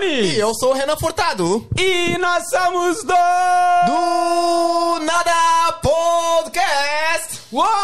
Johnny. E eu sou o Renan Furtado. E nós somos do Nada Podcast.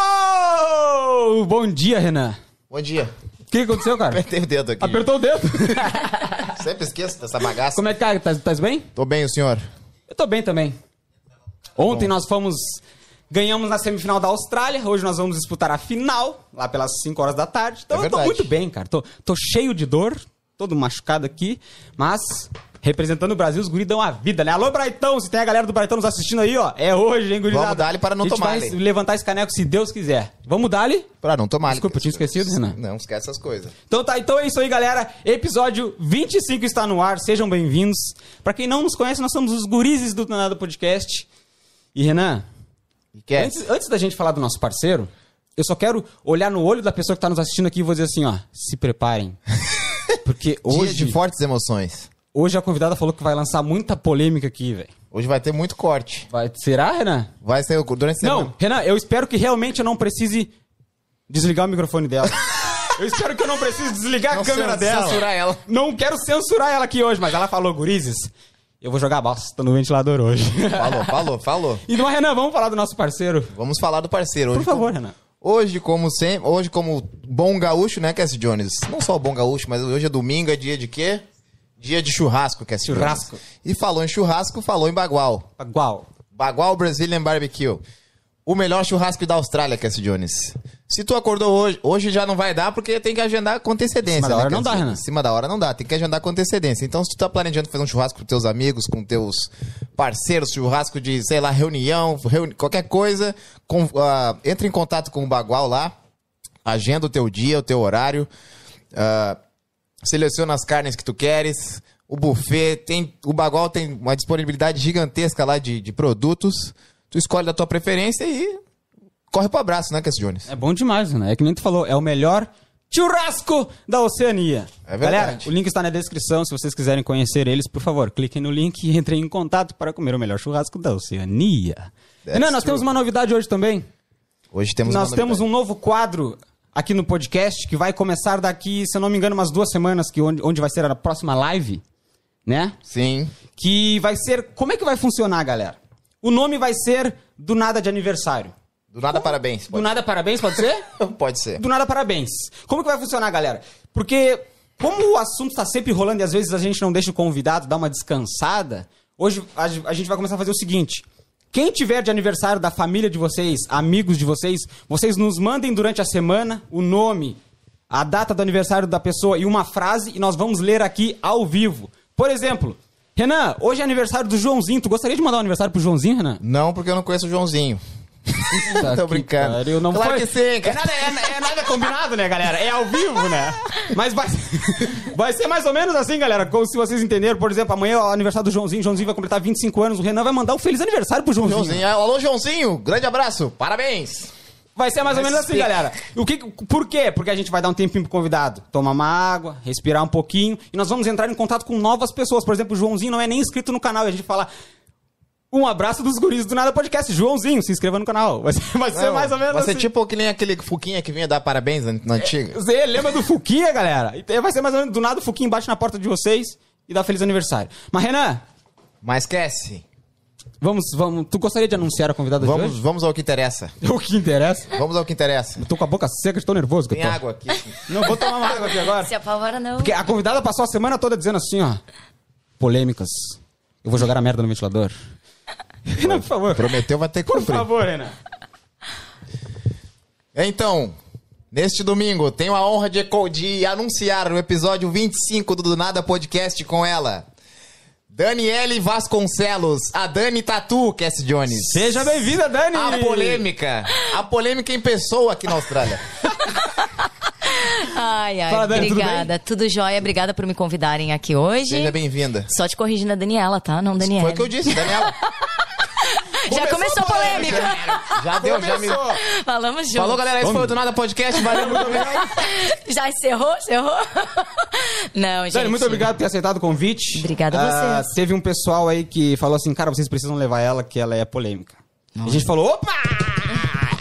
Uou! Bom dia, Renan. Bom dia. O que aconteceu, cara? Apertei o dedo aqui. Apertou o dedo? Sempre esqueço dessa bagaça. Como é que tá? Tá bem? Tô bem, o senhor? Eu tô bem também. Ontem nós ganhamos na semifinal da Austrália. Hoje nós vamos disputar a final, lá pelas 5 horas da tarde. Então eu tô muito bem, cara. Tô cheio de dor, todo machucado aqui. Mas, representando o Brasil, os guris dão a vida, né? Alô, Braitão, se tem a galera do Braitão nos assistindo aí, ó. É hoje, hein, gurizada? Vamos dar-lhe para não tomar. A gente vai levantar esse caneco se Deus quiser. Vamos dar-lhe? Para não tomar. Desculpa, eu tinha esquecido, Renan. Não, esquece essas coisas. Então tá, então é isso aí, galera. Episódio 25 está no ar, sejam bem-vindos. Pra quem não nos conhece, nós somos os gurizes do Nada Podcast. E, Renan, antes da gente falar do nosso parceiro, eu só quero olhar no olho da pessoa que tá nos assistindo aqui e vou dizer assim, ó, se preparem. Porque hoje... Dia de fortes emoções. Hoje a convidada falou que vai lançar muita polêmica aqui, velho. Hoje vai ter muito corte. Será, Renan? Vai ser durante a semana. Não, Renan, eu espero que realmente eu não precise desligar o microfone dela. Eu espero que eu não precise desligar a câmera dela. Censurar ela. Não quero censurar ela aqui hoje, mas ela falou, gurizes, eu vou jogar bosta no ventilador hoje. Falou. Então, Renan, vamos falar do nosso parceiro. Vamos falar do parceiro. Por favor, Renan. Hoje, como sempre, como bom gaúcho, né, Cassie Jones? Não só o bom gaúcho, mas hoje é domingo, é dia de quê? Dia de churrasco, Cassie Jones. Churrasco. E falou em churrasco, falou em bagual. Bagual Brazilian Barbecue. O melhor churrasco da Austrália, Cassie Jones. Se tu acordou hoje já não vai dar porque tem que agendar com antecedência. Em cima da hora não dá, Renan. Em cima da hora não dá, tem que agendar com antecedência. Então, se tu tá planejando fazer um churrasco com teus amigos, com teus parceiros, churrasco de, sei lá, reunião, qualquer coisa, entra em contato com o Bagual lá, agenda o teu dia, o teu horário, seleciona as carnes que tu queres, o buffet, o Bagual tem uma disponibilidade gigantesca lá de produtos, tu escolhe da tua preferência e corre pro abraço, né, Cassie Jones? É bom demais, né? É que nem tu falou, é o melhor churrasco da Oceania. É verdade. Galera, o link está na descrição, se vocês quiserem conhecer eles, por favor, cliquem no link e entrem em contato para comer o melhor churrasco da Oceania. Renan, nós temos uma novidade hoje também. Hoje temos Nós temos um novo quadro aqui no podcast que vai começar daqui, se eu não me engano, umas 2 semanas, onde vai ser a próxima live, né? Sim. Que vai ser... Como é que vai funcionar, galera? O nome vai ser Do Nada de Aniversário. Do nada parabéns. Do nada parabéns, pode ser? Pode ser. Do nada parabéns. Como que vai funcionar, galera? Porque como o assunto tá sempre rolando e às vezes a gente não deixa o convidado dar uma descansada, hoje a gente vai começar a fazer o seguinte. Quem tiver de aniversário da família de vocês, amigos de vocês, vocês nos mandem durante a semana o nome, a data do aniversário da pessoa e uma frase e nós vamos ler aqui ao vivo. Por exemplo, Renan, hoje é aniversário do Joãozinho. Tu gostaria de mandar um aniversário pro Joãozinho, Renan? Não, porque eu não conheço o Joãozinho. Tô brincando. Cara, não claro foi... que sim, cara. É nada combinado, né, galera? É ao vivo, né? Mas vai ser mais ou menos assim, galera. Como se vocês entenderam, por exemplo, amanhã é o aniversário do Joãozinho. O Joãozinho vai completar 25 anos. O Renan vai mandar um feliz aniversário pro Joãozinho. Alô, Joãozinho. Grande abraço. Parabéns. Vai ser mais ou menos assim, galera. Por quê? Porque a gente vai dar um tempinho pro convidado. Tomar uma água, respirar um pouquinho. E nós vamos entrar em contato com novas pessoas. Por exemplo, o Joãozinho não é nem inscrito no canal. E a gente fala... Um abraço dos guris do Nada Podcast. Joãozinho, se inscreva no canal. Vai ser mais ou menos assim. Vai ser assim. tipo que nem aquele Fuquinha que vinha dar parabéns na antiga. Você lembra do Fuquinha, galera? Vai ser mais ou menos do nada o Fuquinha bate na porta de vocês e dá feliz aniversário. Mas, Renan... Mas esquece. Vamos. Tu gostaria de anunciar a convidada de hoje? Vamos ao que interessa. O que interessa? Vamos ao que interessa. Eu tô com a boca seca, estou nervoso. Tem água aqui. Não, vou tomar uma água aqui agora. Se apavora, não. Porque a convidada passou a semana toda dizendo assim, ó... Polêmicas. Eu vou jogar a merda no ventilador. Renan, por favor. Prometeu, vai ter que cumprir. Por favor, Renan. Então, neste domingo, tenho a honra de anunciar o episódio 25 do Nada Podcast com ela. Daniele Vasconcelos, a Dani Tatu, Cassie Jones. Seja bem-vinda, Dani! A polêmica em pessoa aqui na Austrália. Ai, Fala, Dani, obrigada. Tudo jóia, obrigada por me convidarem aqui hoje. Seja bem-vinda. Só te corrigindo a Daniela, tá? Não, Daniela. Foi o que eu disse, Daniela. Já começou a polêmica. Já deu, já me... Falamos juntos. Falou, galera, esse foi o Do Nada Podcast. Valeu, muito obrigado. Já encerrou? Não, gente. Dani, muito obrigado por ter aceitado o convite. Obrigada a vocês. Teve um pessoal aí que falou assim, cara, vocês precisam levar ela, que ela é polêmica. E a gente falou, opa!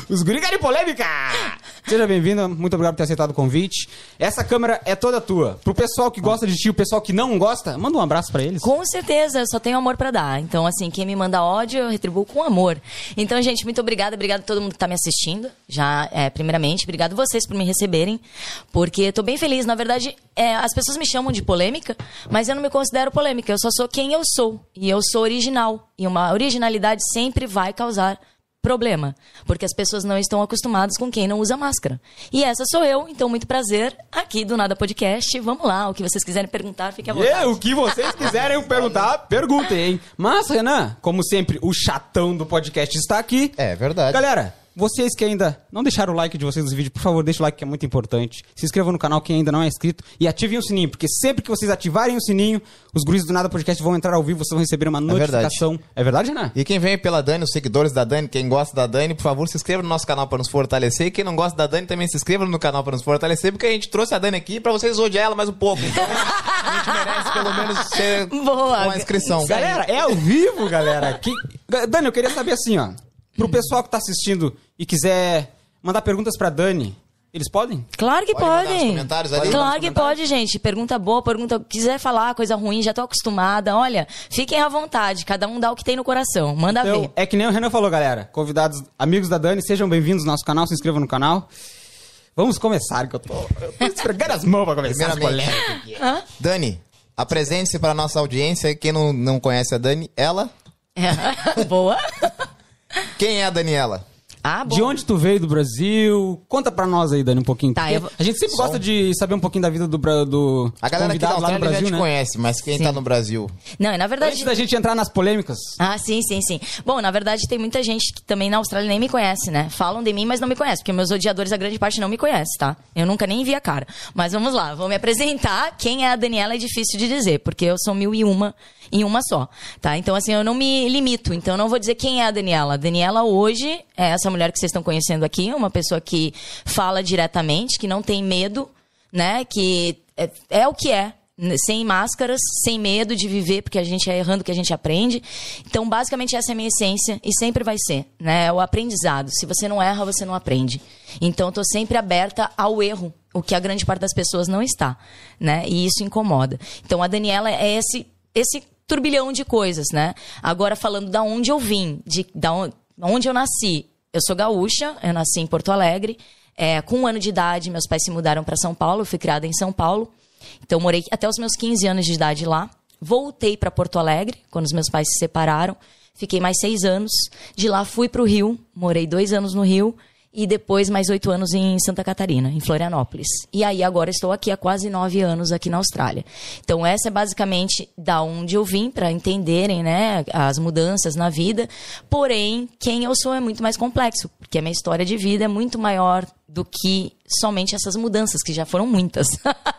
Os guri querem polêmica! Seja bem-vindo, muito obrigado por ter aceitado o convite. Essa câmera é toda tua. Pro pessoal que gosta de ti, o pessoal que não gosta, manda um abraço pra eles. Com certeza, eu só tenho amor pra dar. Então, assim, quem me manda ódio, eu retribuo com amor. Então, gente, muito obrigada. Obrigado a todo mundo que tá me assistindo. Já, primeiramente, obrigado vocês por me receberem. Porque eu tô bem feliz. Na verdade, as pessoas me chamam de polêmica, mas eu não me considero polêmica. Eu só sou quem eu sou. E eu sou original. E uma originalidade sempre vai causar problema, porque as pessoas não estão acostumadas com quem não usa máscara. E essa sou eu, então muito prazer aqui do Nada Podcast. Vamos lá, o que vocês quiserem perguntar, fiquem à vontade. O que vocês quiserem perguntar, perguntem, hein? Mas, Renan, como sempre, o chatão do podcast está aqui. É verdade. Galera, vocês que ainda não deixaram o like de vocês nos vídeos, por favor, deixa o like que é muito importante. Se inscrevam no canal quem ainda não é inscrito e ativem o sininho, porque sempre que vocês ativarem o sininho, os guris do Nada Podcast vão entrar ao vivo, vocês vão receber uma notificação. É verdade, Renan? E quem vem pela Dani, os seguidores da Dani, quem gosta da Dani, por favor, se inscreva no nosso canal para nos fortalecer. E quem não gosta da Dani também se inscreva no canal para nos fortalecer, porque a gente trouxe a Dani aqui para vocês odiar ela mais um pouco. Então, a gente merece pelo menos ser uma inscrição. Galera, é ao vivo, galera. Dani, eu queria saber assim, ó. Pro pessoal que tá assistindo e quiser mandar perguntas pra Dani, eles podem? Claro que Mandar nos podem. comentários ali? Claro que pode, gente. Pergunta boa, quiser falar coisa ruim, já tô acostumada. Olha, fiquem à vontade, cada um dá o que tem no coração. Manda Então, ver. é que nem o Renan falou, galera. Convidados, amigos da Dani, sejam bem-vindos ao nosso canal, se inscrevam no canal. Vamos começar, que eu tô esfregando as mãos pra começar as polêmicas. Dani, apresente-se para a nossa audiência. Quem não conhece a Dani, ela... Boa. Quem é a Daniela? Ah, bom. De onde tu veio do Brasil? Conta pra nós aí, Dani, um pouquinho. Tá, porque a gente sempre gosta de saber um pouquinho da vida do A galera aqui da convidado lá no Austrália Brasil, já te né? conhece, mas quem tá no Brasil? Não, e na verdade... Antes da gente entrar nas polêmicas. Ah, sim. Bom, na verdade tem muita gente que também na Austrália nem me conhece, né? Falam de mim, mas não me conhece, porque meus odiadores, a grande parte, não me conhece, tá? Eu nunca nem vi a cara. Mas vamos lá, vou me apresentar. Quem é a Daniela é difícil de dizer, porque eu sou 1001 em uma só, tá? Então, assim, eu não me limito. Então, eu não vou dizer quem é a Daniela. A Daniela hoje é essa mulher que vocês estão conhecendo aqui, uma pessoa que fala diretamente, que não tem medo, né? Que é o que é. Sem máscaras, sem medo de viver, porque a gente é errando que a gente aprende. Então, basicamente, essa é a minha essência e sempre vai ser, né? É o aprendizado. Se você não erra, você não aprende. Então, eu tô sempre aberta ao erro, o que a grande parte das pessoas não está, né? E isso incomoda. Então, a Daniela é esse turbilhão de coisas, né? Agora, falando da onde eu vim, onde eu nasci. Eu sou gaúcha, eu nasci em Porto Alegre. Com 1 ano de idade, meus pais se mudaram para São Paulo, eu fui criada em São Paulo. Então, morei até os meus 15 anos de idade lá. Voltei para Porto Alegre, quando os meus pais se separaram. Fiquei mais 6 anos. De lá, fui para o Rio. Morei 2 anos no Rio. E depois, mais 8 anos em Santa Catarina, em Florianópolis. E aí, agora, estou aqui há quase 9 anos aqui na Austrália. Então, essa é basicamente da onde eu vim, para entenderem, né, as mudanças na vida. Porém, quem eu sou é muito mais complexo, porque a minha história de vida é muito maior do que somente essas mudanças, que já foram muitas.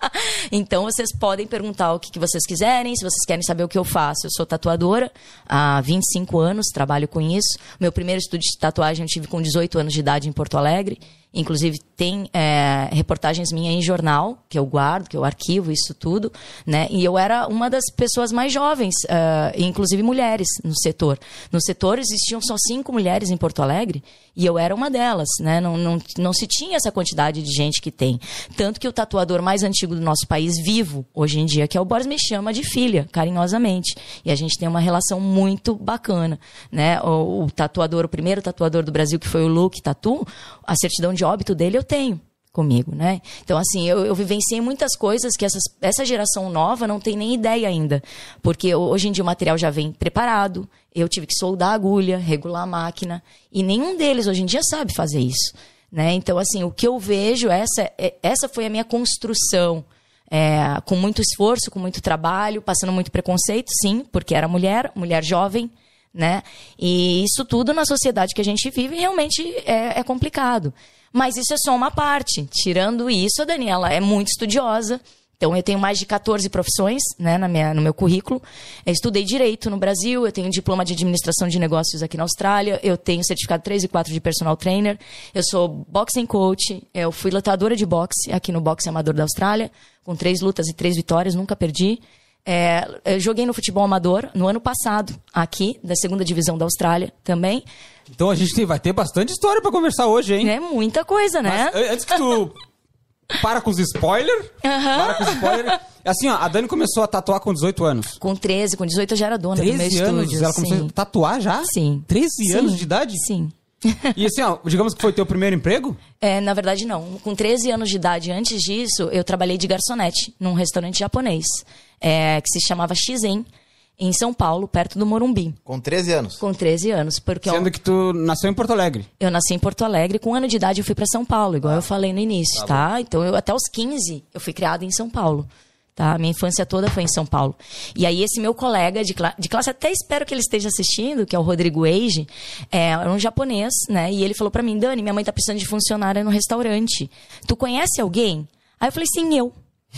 Então, vocês podem perguntar o que vocês quiserem. Se vocês querem saber o que eu faço, eu sou tatuadora há 25 anos, trabalho com isso. Meu primeiro estúdio de tatuagem eu tive com 18 anos de idade em Porto Alegre. Inclusive, tem reportagens minhas em jornal, que eu guardo, que eu arquivo, isso tudo, né? E eu era uma das pessoas mais jovens, inclusive mulheres, no setor. No setor existiam só 5 mulheres em Porto Alegre, e eu era uma delas, né? Não se tinha essa quantidade de gente que tem. Tanto que o tatuador mais antigo do nosso país, vivo, hoje em dia, que é o Boris, me chama de filha, carinhosamente. E a gente tem uma relação muito bacana, né? O primeiro tatuador do Brasil, que foi o Luke Tattoo, a certidão de óbito dele eu tenho comigo, né? Então, assim, eu vivenciei muitas coisas que essa geração nova não tem nem ideia ainda. Porque hoje em dia o material já vem preparado, eu tive que soldar a agulha, regular a máquina, e nenhum deles hoje em dia sabe fazer isso, né? Então, assim, o que eu vejo, essa foi a minha construção, com muito esforço, com muito trabalho, passando muito preconceito, sim, porque era mulher jovem, né? E isso tudo na sociedade que a gente vive realmente é complicado. Mas isso é só uma parte. Tirando isso, a Daniela é muito estudiosa. Então, eu tenho mais de 14 profissões, né, no meu currículo. Eu estudei Direito no Brasil, eu tenho diploma de Administração de Negócios aqui na Austrália, eu tenho certificado 3 e 4 de Personal Trainer, eu sou Boxing Coach, eu fui lutadora de boxe aqui no Boxe Amador da Austrália, com 3 lutas e 3 vitórias, nunca perdi. Eu joguei no futebol amador no ano passado, aqui, da 2ª divisão da Austrália também. Então a gente vai ter bastante história pra conversar hoje, hein? É muita coisa, né? Mas, antes que tu para com os spoilers, para com os spoilers. Assim, ó, a Dani começou a tatuar com 18 anos. Com 13, com 18 eu já era dona do meu 13 anos? estúdio. Ela começou a tatuar já? Sim. 13 anos de idade? Sim. E assim, ó, digamos que foi teu primeiro emprego? Na verdade, não. Com 13 anos de idade, antes disso, eu trabalhei de garçonete num restaurante japonês, que se chamava Shizen, em São Paulo, perto do Morumbi. Com 13 anos? Com 13 anos. Porque Sendo que tu nasceu em Porto Alegre. eu nasci em Porto Alegre, com 1 ano de idade eu fui para São Paulo, igual eu falei no início, tá? Então, até os 15, eu fui criada em São Paulo. Tá? Minha infância toda foi em São Paulo. E aí, esse meu colega de classe, até espero que ele esteja assistindo, que é o Rodrigo Eiji, era um japonês, né? E ele falou pra mim, Dani, minha mãe tá precisando de funcionária no restaurante. Tu conhece alguém? Aí eu falei, sim, eu.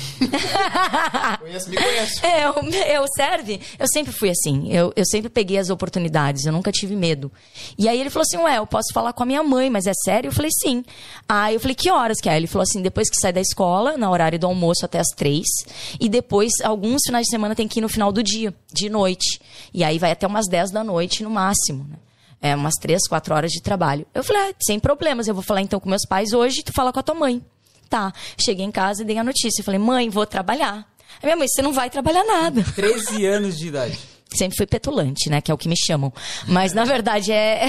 Me conheço. Serve? Eu sempre fui assim. Eu sempre peguei as oportunidades. Eu nunca tive medo. E aí ele falou assim, eu posso falar com a minha mãe, mas é sério? Eu falei, sim. Aí eu falei, que horas que é? Ele falou assim, depois que sai da escola, na horário do almoço até as 3. E depois, alguns finais de semana tem que ir no final do dia, de noite. E aí vai até umas 10 da noite no máximo, né? Umas 3, 4 horas de trabalho. Eu falei, sem problemas. Eu vou falar então com meus pais hoje e tu fala com a tua mãe. Tá, cheguei em casa e dei a notícia. Falei, mãe, vou trabalhar. Aí minha mãe, você não vai trabalhar nada. 13 anos de idade. Sempre fui petulante, né, que é o que me chamam. Mas, na verdade, é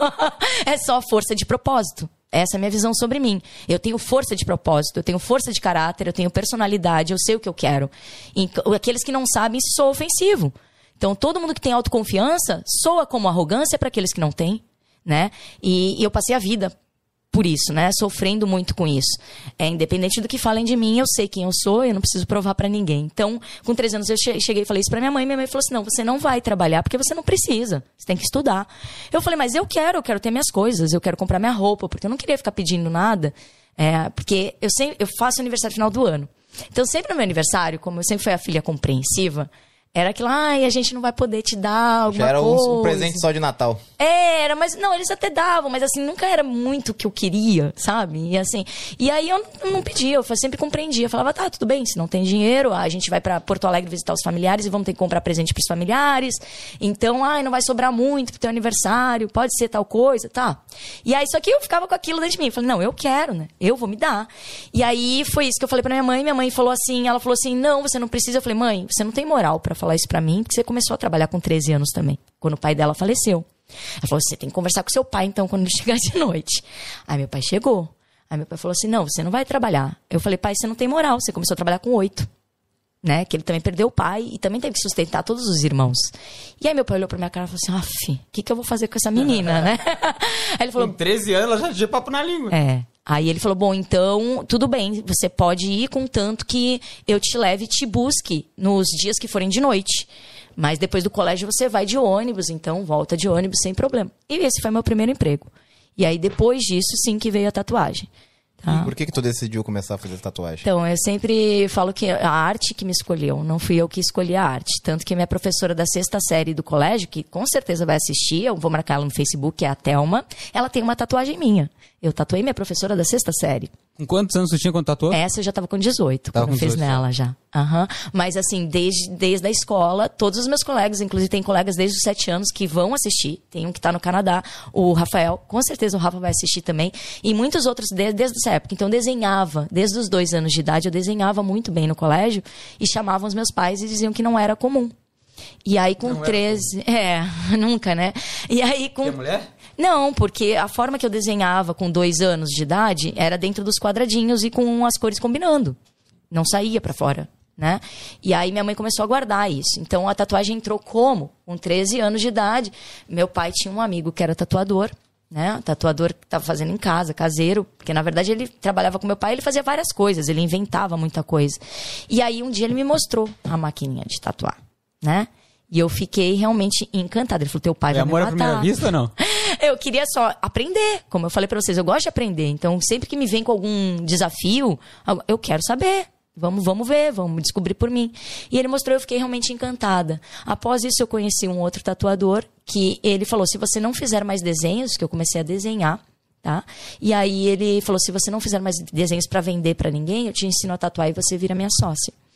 só força de propósito. Essa é a minha visão sobre mim. Eu tenho força de propósito, eu tenho força de caráter, eu tenho personalidade, eu sei o que eu quero. E aqueles que não sabem, isso soa ofensivo. Então, todo mundo que tem autoconfiança soa como arrogância para aqueles que não têm, né? E eu passei a vida por isso, né? Sofrendo muito com isso. Independente do que falem de mim, eu sei quem eu sou, eu não preciso provar pra ninguém. Então, com 13 anos, eu cheguei e falei isso pra minha mãe falou assim, não, você não vai trabalhar porque você não precisa, você tem que estudar. Eu falei, mas eu quero ter minhas coisas, eu quero comprar minha roupa, porque eu não queria ficar pedindo nada, porque eu faço aniversário no final do ano. Então, sempre no meu aniversário, como eu sempre fui a filha compreensiva, era aquilo, a gente não vai poder te dar alguma coisa. Já era um presente só de Natal. Mas não, eles até davam, mas assim, nunca era muito o que eu queria, sabe? E assim, e aí eu não pedia, eu sempre compreendia. Eu falava, tá, tudo bem, se não tem dinheiro, a gente vai pra Porto Alegre visitar os familiares e vamos ter que comprar presente pros familiares. Então, não vai sobrar muito pro teu aniversário, pode ser tal coisa, tá? E aí, só que eu ficava com aquilo dentro de mim. Eu falei, não, eu quero, né? Eu vou me dar. E aí, foi isso que eu falei pra minha mãe falou assim, não, você não precisa. Eu falei, mãe, você não tem moral pra falar isso pra mim, porque você começou a trabalhar com 13 anos também, quando o pai dela faleceu. Ela falou, você tem que conversar com seu pai, então, quando ele chegar de noite. Aí meu pai chegou. Aí meu pai falou assim, não, você não vai trabalhar. Eu falei, pai, você não tem moral, você começou a trabalhar com 8. Né? Que ele também perdeu o pai e também teve que sustentar todos os irmãos. E aí meu pai olhou pra minha cara e falou assim, o que eu vou fazer com essa menina, né? Aí ele falou, com 13 anos, ela já tinha papo na língua. Aí ele falou, bom, então, tudo bem, você pode ir contanto que eu te leve e te busque nos dias que forem de noite. Mas depois do colégio você vai de ônibus, então volta de ônibus sem problema. E esse foi meu primeiro emprego. E aí depois disso, sim, que veio a tatuagem. Tá? E por que tu decidiu começar a fazer tatuagem? Então, eu sempre falo que a arte que me escolheu, não fui eu que escolhi a arte. Tanto que minha professora da 6ª série do colégio, que com certeza vai assistir, eu vou marcar ela no Facebook, que é a Thelma, ela tem uma tatuagem minha. Eu tatuei minha professora da 6ª série. Com quantos anos você tinha quando tatuou? Essa eu já tava com 18, quando eu fiz nela já. Mas assim, desde a escola, todos os meus colegas, inclusive tem colegas desde os 7 anos que vão assistir. Tem um que tá no Canadá, o Rafael, com certeza o Rafa vai assistir também. E muitos outros desde essa época. Então eu desenhava, desde os 2 anos de idade, eu desenhava muito bem no colégio e chamavam os meus pais e diziam que não era comum. E aí com 13... nunca, né? E aí com... Você é mulher? Não, porque a forma que eu desenhava com 2 anos de idade era dentro dos quadradinhos e com as cores combinando. Não saía pra fora, né? E aí minha mãe começou a guardar isso. Então a tatuagem entrou como? Com 13 anos de idade. Meu pai tinha um amigo que era tatuador, né? Tatuador que estava fazendo em casa, caseiro. Porque na verdade ele trabalhava com meu pai, ele fazia várias coisas, ele inventava muita coisa. E aí um dia ele me mostrou a maquininha de tatuar, né? E eu fiquei realmente encantada. Ele falou, teu pai vai me matar. É amor à primeira vista ou não? Eu queria só aprender. Como eu falei pra vocês, eu gosto de aprender. Então, sempre que me vem com algum desafio, eu quero saber. Vamos ver, vamos descobrir por mim. E ele mostrou, eu fiquei realmente encantada. Após isso, eu conheci um outro tatuador que ele falou, se você não fizer mais desenhos, que eu comecei a desenhar, tá? E aí ele falou, se você não fizer mais desenhos pra vender pra ninguém, eu te ensino a tatuar e você vira minha sócia.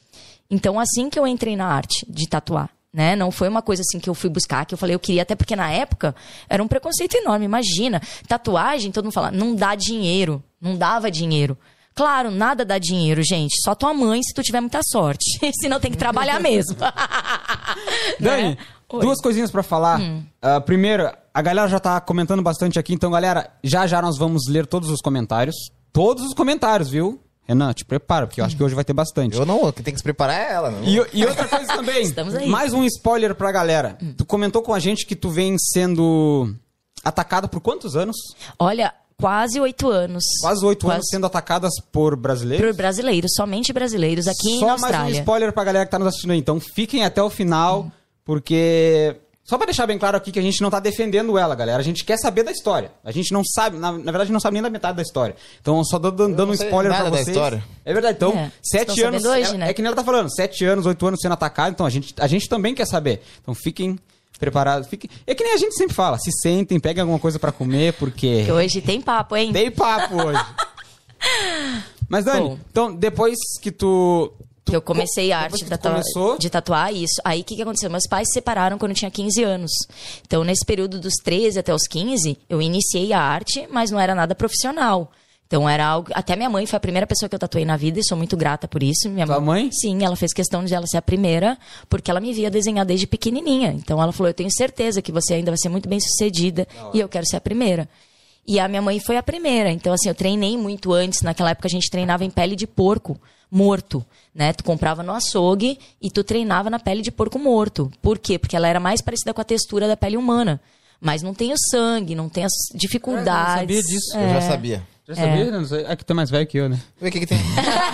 Então, assim que eu entrei na arte de tatuar, né? Não foi uma coisa assim que eu fui buscar, que eu falei, eu queria, até porque na época era um preconceito enorme. Imagina, tatuagem, todo mundo fala, não dá dinheiro, não dava dinheiro. Claro, nada dá dinheiro, gente. Só tua mãe se tu tiver muita sorte. Senão tem que trabalhar mesmo. Dani, né? duas coisinhas pra falar. Primeiro, a galera já tá comentando bastante aqui, então, galera, já nós vamos ler todos os comentários. Todos os comentários, viu? Renan, te prepara, porque eu acho que hoje vai ter bastante. Eu não, quem tem que se preparar é ela. Não. E outra coisa também, Estamos aí. mais um spoiler pra galera. Tu comentou com a gente que tu vem sendo atacada por quantos anos? Olha, quase 8 anos. Quase 8 anos sendo atacadas por brasileiros? Por brasileiros, somente brasileiros, aqui Só na mais Austrália. um spoiler pra galera que tá nos assistindo aí. Então fiquem até o final, porque... Só pra deixar bem claro aqui que a gente não tá defendendo ela, galera. A gente quer saber da história. A gente não sabe, na verdade, não sabe nem da metade da história. Então, só dando um spoiler pra vocês. Da história. É verdade. Então, 7 anos... Hoje, né? É que nem ela tá falando. 7 anos, 8 anos sendo atacado. Então, a gente também quer saber. Então, fiquem preparados. É que nem a gente sempre fala. Se sentem, peguem alguma coisa pra comer, porque... Que hoje tem papo, hein? Tem papo hoje. Mas, Dani, Bom. então, depois que tu... Que eu comecei a arte de tatuar, isso. Aí, o que aconteceu? Meus pais se separaram quando eu tinha 15 anos. Então, nesse período dos 13 até os 15, eu iniciei a arte, mas não era nada profissional. Então, era algo... Até minha mãe foi a primeira pessoa que eu tatuei na vida e sou muito grata por isso. Tua mãe? Sim, ela fez questão de ela ser a primeira, porque ela me via desenhar desde pequenininha. Então, ela falou, eu tenho certeza que você ainda vai ser muito bem sucedida e eu quero ser a primeira. E a minha mãe foi a primeira. Então, assim, eu treinei muito antes. Naquela época, a gente treinava em pele de porco morto, né? Tu comprava no açougue e tu treinava na pele de porco morto. Por quê? Porque ela era mais parecida com a textura da pele humana. Mas não tem o sangue, não tem as dificuldades. Eu não sabia disso. Eu já sabia. Já sabia? Não sei. É que tu é mais velho que eu, né? O que tem?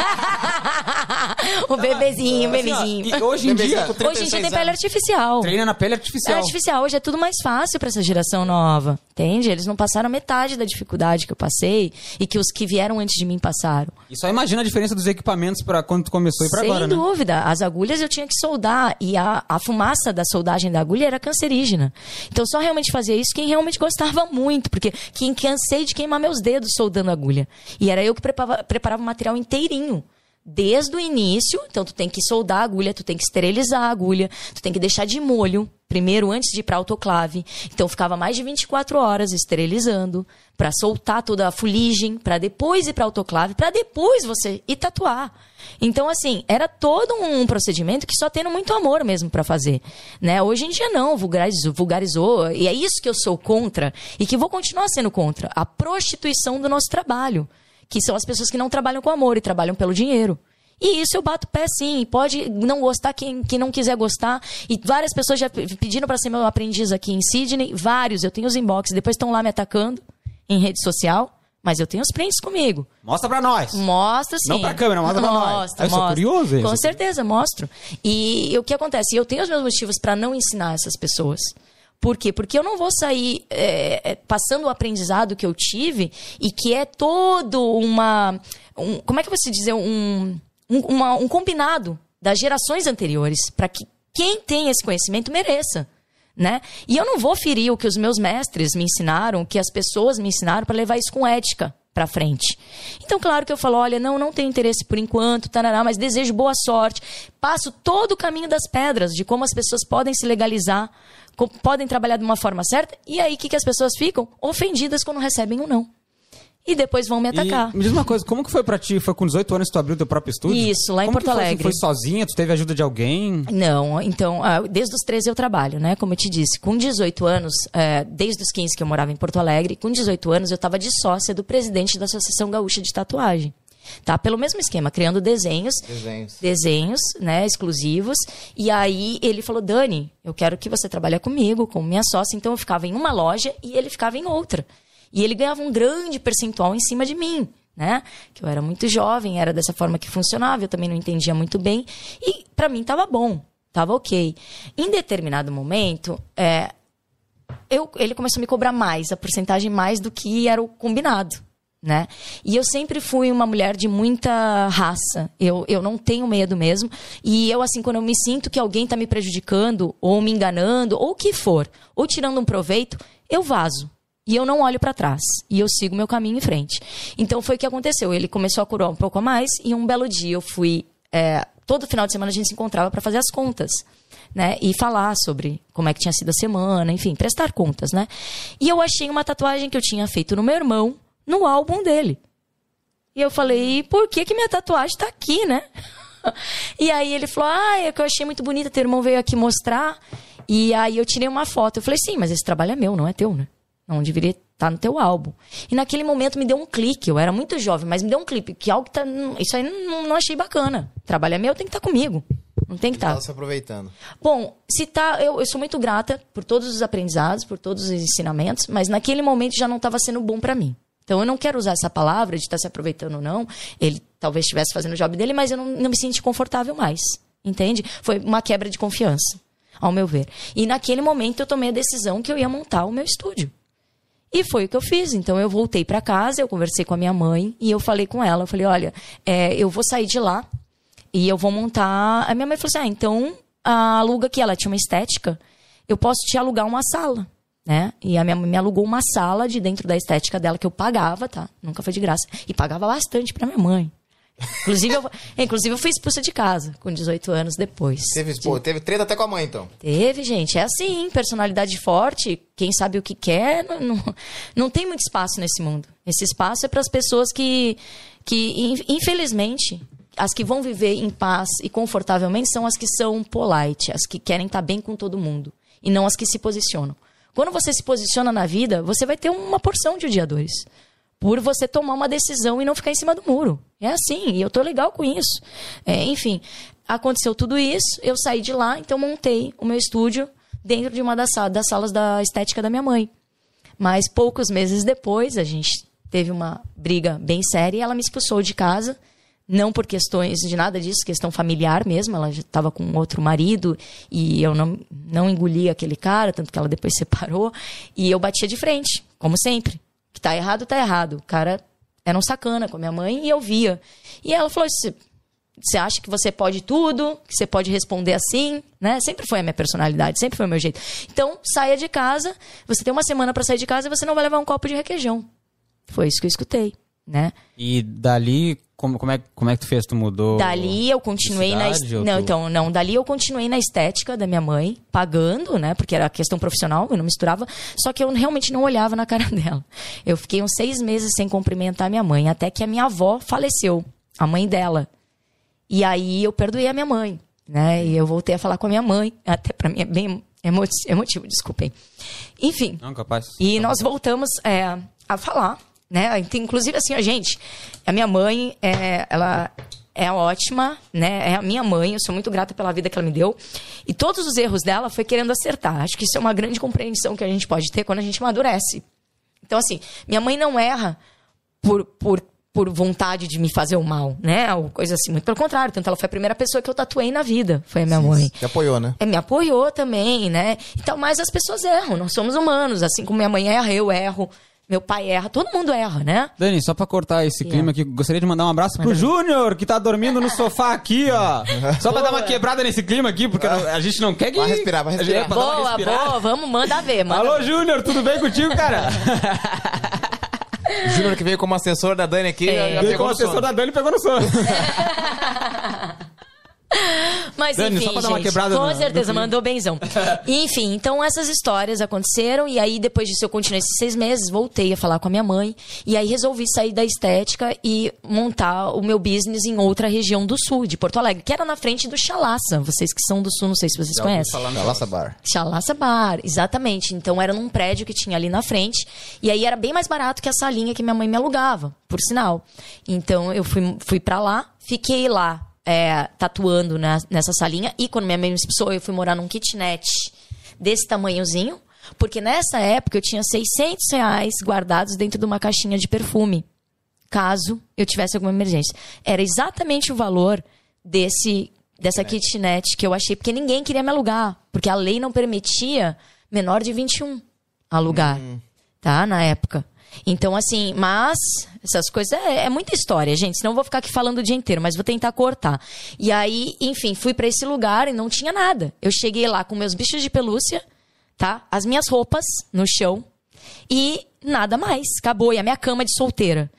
O bebezinho, o bebezinho. E hoje em dia... Hoje em dia tem pele artificial. Treina na pele artificial. Pele artificial. Hoje é tudo mais fácil pra essa geração nova. Entende? Eles não passaram metade da dificuldade que eu passei e que os que vieram antes de mim passaram. E só imagina a diferença dos equipamentos pra quando tu começou e pra Sem agora, né? dúvida. As agulhas eu tinha que soldar e a fumaça da soldagem da agulha era cancerígena. Então só realmente fazia isso quem realmente gostava muito, porque quem cansei de queimar meus dedos soldando agulha. E era eu que preparava o material inteirinho. Desde o início, então tu tem que soldar a agulha, tu tem que esterilizar a agulha, tu tem que deixar de molho, primeiro antes de ir para autoclave. Então ficava mais de 24 horas esterilizando, para soltar toda a fuligem, para depois ir para autoclave, para depois você ir tatuar. Então, assim, era todo um procedimento que só tendo muito amor mesmo para fazer, né? Hoje em dia não, vulgarizou, e é isso que eu sou contra, e que vou continuar sendo contra, a prostituição do nosso trabalho. Que são as pessoas que não trabalham com amor e trabalham pelo dinheiro. E isso eu bato o pé sim. Pode não gostar quem não quiser gostar. E várias pessoas já pediram para ser meu aprendiz aqui em Sydney. Vários. Eu tenho os inbox. Depois estão lá me atacando em rede social. Mas eu tenho os prints comigo. Mostra pra nós. Mostra sim. Não pra câmera, mostra pra nós. Eu sou curioso. Com certeza, mostro. E o que acontece? Eu tenho os meus motivos para não ensinar essas pessoas. Por quê? Porque eu não vou sair passando o aprendizado que eu tive e que é todo como é que eu vou se dizer? Um combinado das gerações anteriores para que quem tem esse conhecimento mereça, né? E eu não vou ferir o que os meus mestres me ensinaram, o que as pessoas me ensinaram para levar isso com ética para frente. Então, claro que eu falo, olha, não tenho interesse por enquanto, tarará, mas desejo boa sorte. Passo todo o caminho das pedras de como as pessoas podem se legalizar, podem trabalhar de uma forma certa, e aí o que as pessoas ficam? Ofendidas quando recebem um não. E depois vão me atacar. E me diz uma coisa, como que foi pra ti? Foi com 18 anos que tu abriu teu próprio estúdio? Isso, lá em Porto Alegre. Foi sozinha? Tu teve ajuda de alguém? Não, então, desde os 13 eu trabalho, né? Como eu te disse, com 18 anos, desde os 15 que eu morava em Porto Alegre, com 18 anos eu estava de sócia do presidente da Associação Gaúcha de Tatuagem. Tá? Pelo mesmo esquema, criando desenhos, né, exclusivos. E aí ele falou, Dani, eu quero que você trabalhe comigo, como minha sócia. Então eu ficava em uma loja e ele ficava em outra. E ele ganhava um grande percentual em cima de mim, né? Que eu era muito jovem, era dessa forma que funcionava, eu também não entendia muito bem. E para mim tava bom, tava ok. Em determinado momento, ele começou a me cobrar mais, a porcentagem mais do que era o combinado, né? E eu sempre fui uma mulher de muita raça. Eu não tenho medo mesmo. E eu, assim, quando eu me sinto que alguém tá me prejudicando, ou me enganando, ou o que for, ou tirando um proveito, eu vazo. E eu não olho para trás. E eu sigo meu caminho em frente. Então foi o que aconteceu. Ele começou a curar um pouco a mais. E um belo dia eu fui todo final de semana a gente se encontrava para fazer as contas, né? E falar sobre como é que tinha sido a semana, enfim, prestar contas, né? E eu achei uma tatuagem que eu tinha feito no meu irmão, no álbum dele. E eu falei, por que minha tatuagem tá aqui, né? E aí ele falou, é que eu achei muito bonita, teu irmão veio aqui mostrar. E aí eu tirei uma foto. Eu falei, sim, mas esse trabalho é meu, não é teu, né? Não deveria estar no teu álbum. E naquele momento me deu um clique. Eu era muito jovem, mas me deu um clique. Que algo que tá... Isso aí não achei bacana. Trabalho é meu, tem que estar comigo. Não tem que estar. Tá se aproveitando. Bom, se tá... Eu sou muito grata por todos os aprendizados, por todos os ensinamentos, mas naquele momento já não estava sendo bom para mim. Então eu não quero usar essa palavra de estar se aproveitando ou não. Ele talvez estivesse fazendo o job dele, mas eu não me senti confortável mais. Entende? Foi uma quebra de confiança, ao meu ver. E naquele momento eu tomei a decisão que eu ia montar o meu estúdio. E foi o que eu fiz. Então eu voltei para casa, eu conversei com a minha mãe e eu falei com ela. Eu falei, olha, eu vou sair de lá e eu vou montar... A minha mãe falou assim, então aluga aqui. Ela tinha uma estética, eu posso te alugar uma sala, né? E a minha mãe me alugou uma sala de dentro da estética dela que eu pagava, tá? Nunca foi de graça. E pagava bastante pra minha mãe. Inclusive eu fui expulsa de casa com 18 anos depois. Teve treta até com a mãe, então? Teve, gente. É assim, personalidade forte, quem sabe o que quer, não tem muito espaço nesse mundo. Esse espaço é para as pessoas que, infelizmente, as que vão viver em paz e confortavelmente são as que são polite, as que querem estar bem com todo mundo, e não as que se posicionam. Quando você se posiciona na vida, você vai ter uma porção de odiadores. Por você tomar uma decisão e não ficar em cima do muro. É assim, e eu tô legal com isso. Enfim, aconteceu tudo isso, eu saí de lá, então montei o meu estúdio dentro de uma das salas da estética da minha mãe. Mas poucos meses depois, a gente teve uma briga bem séria e ela me expulsou de casa. Não por questões de nada disso, questão familiar mesmo. Ela já estava com outro marido e eu não engoli aquele cara, tanto que ela depois separou. E eu batia de frente, como sempre. Que tá errado, tá errado. O cara era um sacana com a minha mãe e eu via. E ela falou, você acha que você pode tudo? Que você pode responder assim? Né? Sempre foi a minha personalidade, sempre foi o meu jeito. Então, saia de casa, você tem uma semana para sair de casa e você não vai levar um copo de requeijão. Foi isso que eu escutei, né? E dali, como é que tu fez? Tu mudou? Dali eu continuei dali eu continuei na estética da minha mãe, pagando, né? Porque era questão profissional, eu não misturava. Só que eu realmente não olhava na cara dela. Eu fiquei uns 6 meses sem cumprimentar minha mãe, até que a minha avó faleceu, a mãe dela. E aí eu perdoei a minha mãe, né? E eu voltei a falar com a minha mãe, até pra mim é bem emotivo, desculpem. Enfim. Não, capaz. E nós voltamos a falar, né? Inclusive assim, a minha mãe, ela é ótima, né? É a minha mãe, eu sou muito grata pela vida que ela me deu. E todos os erros dela foi querendo acertar. Acho que isso é uma grande compreensão que a gente pode ter quando a gente amadurece. Então, assim, minha mãe não erra por vontade de me fazer o mal, né? Ou coisa assim, muito pelo contrário. Tanto ela foi a primeira pessoa que eu tatuei na vida, foi a minha mãe. Te apoiou, né? Me apoiou também, né? Então, mas as pessoas erram, nós somos humanos. Assim como minha mãe erra, eu erro. Meu pai erra, todo mundo erra, né? Dani, só pra cortar esse clima aqui, gostaria de mandar um abraço pro Júnior, que tá dormindo no sofá aqui, ó. Só pra dar uma quebrada nesse clima aqui, porque a gente não quer que... Vai respirar. Boa, vamos, manda ver. Alô, Júnior, tudo bem contigo, cara? Júnior que veio como assessor da Dani aqui, já veio como assessor da Dani e pegou no sono. Mas Dani, enfim, só pra dar uma gente, quebrada com certeza, mandou benzão. Enfim, então essas histórias aconteceram. E aí depois disso eu continuei esses 6 meses, voltei a falar com a minha mãe. E aí resolvi sair da estética e montar o meu business em outra região do sul, de Porto Alegre, que era na frente do Chalaça. Vocês que são do sul, não sei se vocês conhecem. Chalaça Bar. Chalaça Bar, exatamente. Então era num prédio que tinha ali na frente. E aí era bem mais barato que a salinha que minha mãe me alugava, por sinal. Então eu fui pra lá, fiquei lá tatuando nessa salinha. E quando minha mãe me expulsou, eu fui morar num kitnet desse tamanhozinho. Porque nessa época eu tinha R$600 guardados dentro de uma caixinha de perfume, caso eu tivesse alguma emergência. Era exatamente o valor dessa kitnet que eu achei, porque ninguém queria me alugar. Porque a lei não permitia menor de 21 alugar, tá? Na época. Então, assim, mas essas coisas é muita história, gente. Senão eu vou ficar aqui falando o dia inteiro, mas vou tentar cortar. E aí, enfim, fui pra esse lugar e não tinha nada. Eu cheguei lá com meus bichos de pelúcia, tá? As minhas roupas no chão e nada mais. Acabou. E a minha cama de solteira.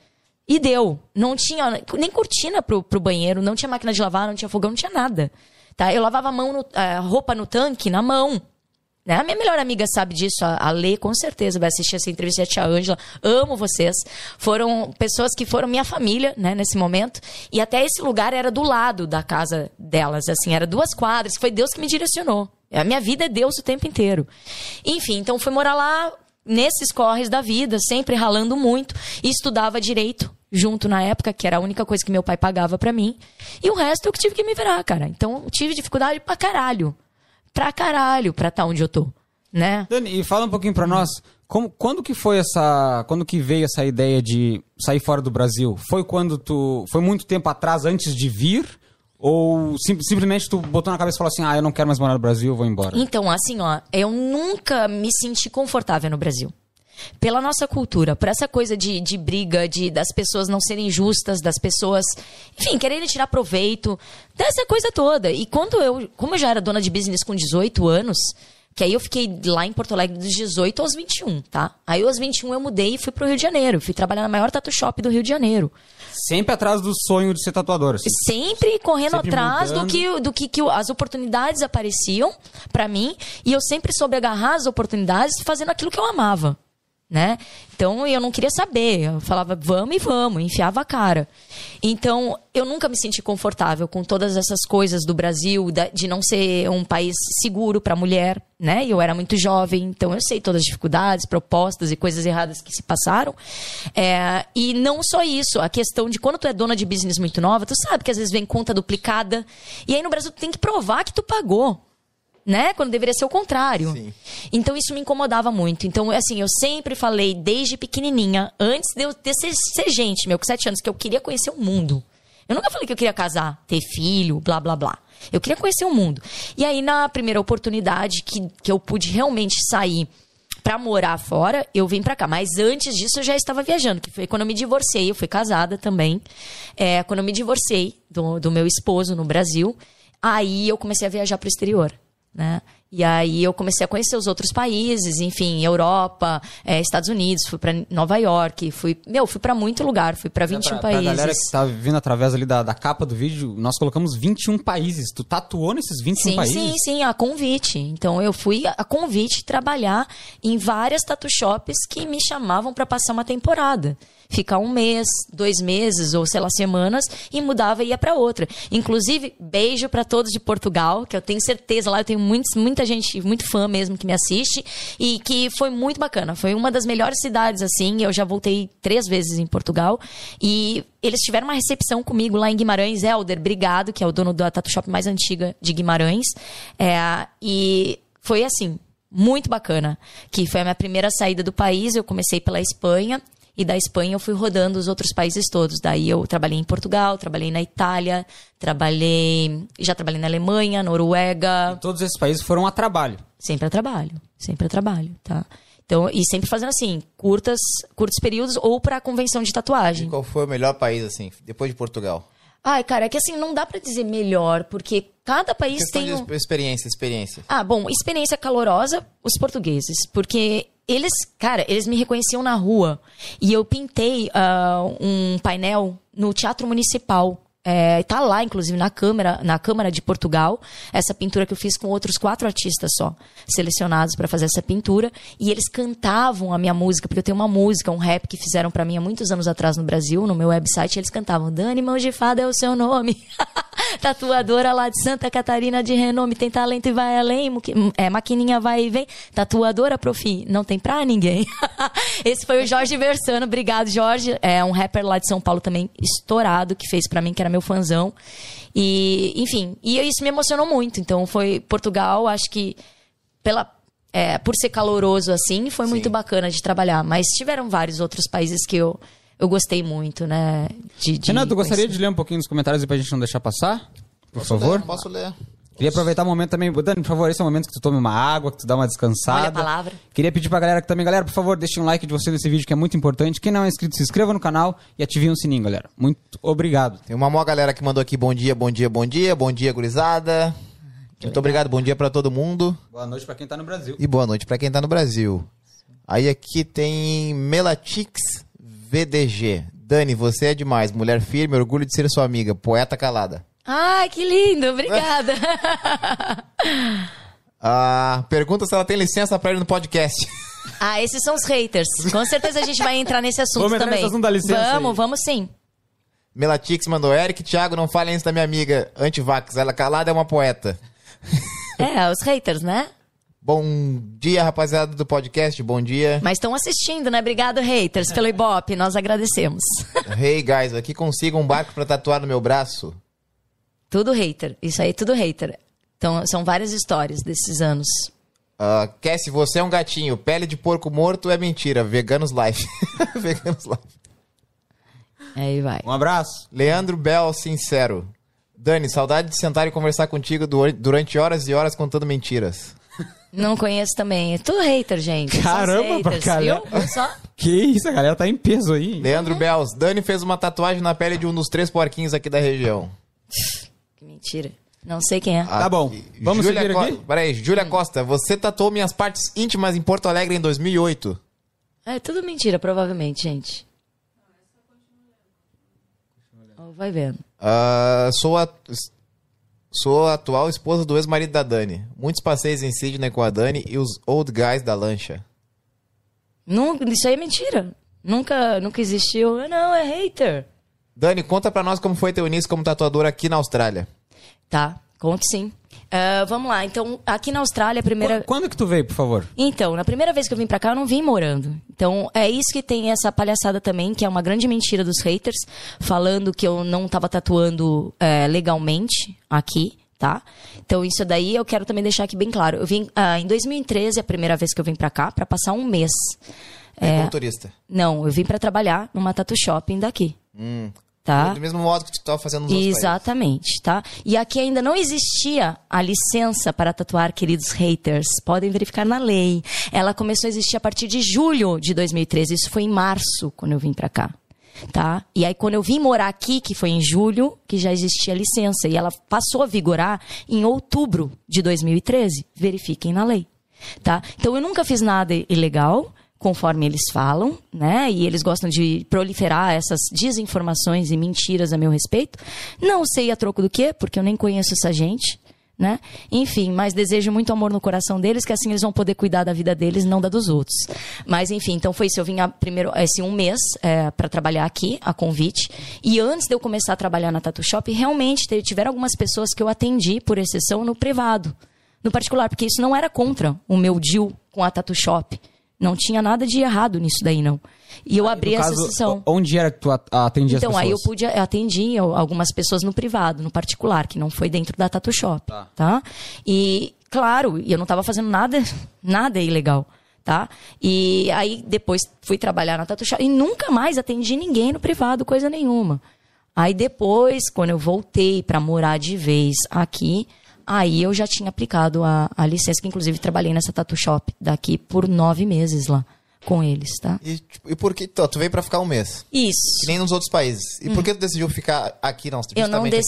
E deu. Não tinha nem cortina pro banheiro, não tinha máquina de lavar, não tinha fogão, não tinha nada. Tá? Eu lavava a roupa no tanque na mão. Né? A minha melhor amiga sabe disso, a Lê, com certeza vai assistir essa entrevista, a tia Ângela. Amo vocês. Foram pessoas que foram minha família, né, nesse momento. E até esse lugar era do lado da casa delas, assim, era 2 quadras. Foi Deus que me direcionou. A minha vida é Deus o tempo inteiro. Enfim, então fui morar lá nesses corres da vida, sempre ralando muito. E estudava direito junto na época, que era a única coisa que meu pai pagava pra mim. E o resto eu que tive que me virar, cara. Então tive dificuldade pra caralho pra estar onde eu tô, né? Dani, e fala um pouquinho pra nós, quando que veio essa ideia de sair fora do Brasil? Foi muito tempo atrás, antes de vir? Ou simplesmente tu botou na cabeça e falou assim, eu não quero mais morar no Brasil, eu vou embora? Então, assim, eu nunca me senti confortável no Brasil. Pela nossa cultura, por essa coisa de briga, das pessoas não serem justas, das pessoas, enfim, quererem tirar proveito, dessa coisa toda. E como eu já era dona de business com 18 anos, que aí eu fiquei lá em Porto Alegre dos 18 aos 21, tá? Aí aos 21 eu mudei e fui pro Rio de Janeiro, fui trabalhar na maior tattoo shop do Rio de Janeiro. Sempre atrás do sonho de ser tatuadora. Assim. Sempre correndo sempre atrás mudando. do que as oportunidades apareciam pra mim, e eu sempre soube agarrar as oportunidades fazendo aquilo que eu amava. Né? Então eu não queria saber, eu falava vamos, enfiava a cara. Então eu nunca me senti confortável com todas essas coisas do Brasil, de não ser um país seguro para mulher, né? Eu era muito jovem, então eu sei todas as dificuldades, propostas e coisas erradas que se passaram. E não só isso, a questão de quando tu é dona de business muito nova, tu sabe que às vezes vem conta duplicada, e aí no Brasil tu tem que provar que tu pagou. Né? Quando deveria ser o contrário. Sim. Então isso me incomodava muito. Então, assim, eu sempre falei desde pequenininha, antes de eu ser gente, com 7 anos, que eu queria conhecer o mundo. Eu nunca falei que eu queria casar, ter filho, blá, blá, blá. Eu queria conhecer o mundo. E aí, na primeira oportunidade que eu pude realmente sair pra morar fora, eu vim pra cá. Mas antes disso, eu já estava viajando, que foi quando eu me divorciei. Eu fui casada também. Quando eu me divorciei do meu esposo no Brasil, aí eu comecei a viajar pro exterior. Né? E aí eu comecei a conhecer os outros países, enfim, Europa, Estados Unidos, fui pra Nova York, fui pra muito lugar, fui pra 21 países. Pra galera que tá vindo através ali da capa do vídeo, nós colocamos 21 países. Tu tatuou nesses 21 países? Sim, a convite. Então eu fui a convite trabalhar em várias tattoo shops que me chamavam pra passar uma temporada. Ficar 1 mês, 2 meses, ou sei lá, semanas, e mudava e ia pra outra. Inclusive, beijo pra todos de Portugal, que eu tenho certeza lá, eu tenho muita gente, muito fã mesmo que me assiste, e que foi muito bacana. Foi uma das melhores cidades, assim, eu já voltei 3 vezes em Portugal, e eles tiveram uma recepção comigo lá em Guimarães. Helder, obrigado, que é o dono da tattoo shop mais antiga de Guimarães, e foi assim, muito bacana, que foi a minha primeira saída do país. Eu comecei pela Espanha, e da Espanha eu fui rodando os outros países todos. Daí eu trabalhei em Portugal, trabalhei na Itália, já trabalhei na Alemanha, Noruega. E todos esses países foram a trabalho. Sempre a trabalho, tá? Então, e sempre fazendo assim, curtos períodos ou pra convenção de tatuagem. E qual foi o melhor país, assim, depois de Portugal? Ai, cara, é que assim, não dá pra dizer melhor, porque cada país tem... Experiência. Bom, experiência calorosa, os portugueses, porque eles me reconheciam na rua, e eu pintei um painel no Teatro Municipal. Tá lá, inclusive, na Câmara de Portugal, essa pintura que eu fiz com outros 4 artistas só, selecionados para fazer essa pintura, e eles cantavam a minha música, porque eu tenho uma música, um rap que fizeram para mim há muitos anos atrás no Brasil, no meu website, eles cantavam: Dani Mãos de Fada é o seu nome, tatuadora lá de Santa Catarina de renome, tem talento e vai além, maquininha vai e vem, tatuadora profi, não tem pra ninguém. Esse foi o Jorge Versano, obrigado Jorge, é um rapper lá de São Paulo também, estourado, que fez pra mim, que era meu fãzão. E, enfim, isso me emocionou muito. Então foi Portugal, acho que por ser caloroso assim, foi muito bacana de trabalhar. Mas tiveram vários outros países que eu gostei muito, né? Renato, gostaria de ler um pouquinho nos comentários aí pra gente não deixar passar? Por favor? Posso ler. Queria aproveitar o momento também. Dani, por favor, esse é o momento que tu tome uma água, que tu dá uma descansada. Olha a palavra. Queria pedir pra galera que também, galera, por favor, deixem um like de vocês nesse vídeo, que é muito importante. Quem não é inscrito, se inscreva no canal e ativem o sininho, galera. Muito obrigado. Tem uma maior galera que mandou aqui bom dia, gurizada. Muito obrigado, bom dia pra todo mundo. Boa noite pra quem tá no Brasil. E boa noite pra quem tá no Brasil. Aí aqui tem Melatix VDG. Dani, você é demais. Mulher firme, orgulho de ser sua amiga. Poeta calada. Ai, que lindo. Obrigada. Pergunta se ela tem licença pra ir no podcast. Esses são os haters. Com certeza a gente vai entrar nesse assunto Vamos entrar também. nesse assunto da licença Vamos sim. Melatix mandou, Eric, Thiago, não falem isso da minha amiga anti-vax. Ela calada é uma poeta. Os haters, né? Bom dia, rapaziada do podcast. Bom dia. Mas estão assistindo, né? Obrigado, haters, pelo Ibope. Nós agradecemos. Hey, guys, aqui consigo um barco pra tatuar no meu braço. Tudo hater. Isso aí, tudo hater. Então, são várias histórias desses anos. Cassie, você é um gatinho. Pele de porco morto é mentira. Veganos Life. Veganos Life. Aí vai. Um abraço. Leandro Bel, sincero. Dani, saudade de sentar e conversar contigo durante horas e horas contando mentiras. Não conheço também. É tudo hater, gente. Caramba, pra caralho. Que isso, a galera tá em peso aí. Leandro Bels, Dani fez uma tatuagem na pele de um dos 3 porquinhos aqui da região. Que mentira. Não sei quem é. Tá bom. Vamos seguir aqui? Peraí, Júlia Costa, você tatuou minhas partes íntimas em Porto Alegre em 2008. É tudo mentira, provavelmente, gente. Vai vendo. Sou a atual esposa do ex-marido da Dani. Muitos passeios em Sydney com a Dani e os old guys da lancha. Isso aí é mentira. Nunca existiu. Não, é hater. Dani, conta pra nós como foi teu início como tatuadora aqui na Austrália. Tá, conto sim. Vamos lá, então, aqui na Austrália, a primeira... Quando que tu veio, por favor? Então, na primeira vez que eu vim pra cá, eu não vim morando. Então, é isso que tem essa palhaçada também, que é uma grande mentira dos haters, falando que eu não tava tatuando legalmente aqui, tá? Então, isso daí eu quero também deixar aqui bem claro. Eu vim em 2013, a primeira vez que eu vim pra cá, pra passar um mês. Como turista? Não, eu vim pra trabalhar numa tattoo shopping daqui. Tá? Do mesmo modo que tu estava fazendo nos outros países. Exatamente, tá? E aqui ainda não existia a licença para tatuar, queridos haters. Podem verificar na lei. Ela começou a existir a partir de julho de 2013. Isso foi em março, quando eu vim pra cá. Tá? E aí, quando eu vim morar aqui, que foi em julho, que já existia a licença. E ela passou a vigorar em outubro de 2013. Verifiquem na lei. Tá? Então, eu nunca fiz nada ilegal, conforme eles falam, né? E eles gostam de proliferar essas desinformações e mentiras a meu respeito. Não sei a troco do quê, porque eu nem conheço essa gente, né? Enfim, mas desejo muito amor no coração deles, que assim eles vão poder cuidar da vida deles, não da dos outros. Mas enfim, então foi isso. Eu vim primeiro esse um mês para trabalhar aqui, a convite. E antes de eu começar a trabalhar na Tattoo Shop, realmente tiveram algumas pessoas que eu atendi, por exceção, no privado, no particular, porque isso não era contra o meu deal com a Tattoo Shop. Não tinha nada de errado nisso daí, não. E eu abri essa sessão. Onde era que tu atendia as pessoas? Então, aí eu atendi algumas pessoas no privado, no particular, que não foi dentro da Tattoo Shop, tá? E, claro, eu não estava fazendo nada ilegal, tá? E aí, depois, fui trabalhar na Tattoo Shop e nunca mais atendi ninguém no privado, coisa nenhuma. Aí, depois, quando eu voltei para morar de vez aqui... Aí eu já tinha aplicado a licença, que inclusive trabalhei nessa Tattoo Shop daqui por 9 meses lá com eles, tá? E por que tu veio pra ficar um mês? Isso. Que nem nos outros países. E por que tu decidiu ficar aqui na Austrália?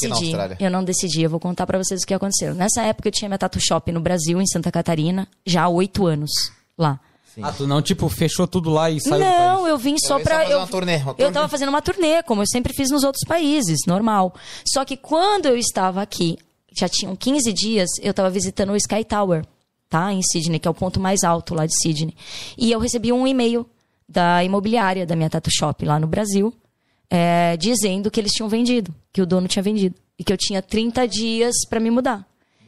Eu não decidi. Eu vou contar pra vocês o que aconteceu. Nessa época eu tinha minha Tattoo Shop no Brasil, em Santa Catarina, já há 8 anos lá. Sim. Tu não, fechou tudo lá e saiu do país? Não, eu vim só pra... Uma turnê. Eu tava fazendo uma turnê, como eu sempre fiz nos outros países, normal. Só que quando eu estava aqui... Já tinham 15 dias, eu estava visitando o Sky Tower, tá? Em Sydney, que é o ponto mais alto lá de Sydney. E eu recebi um e-mail da imobiliária da minha Tattoo Shop lá no Brasil, dizendo que eles tinham vendido, que o dono tinha vendido. E que eu tinha 30 dias para me mudar.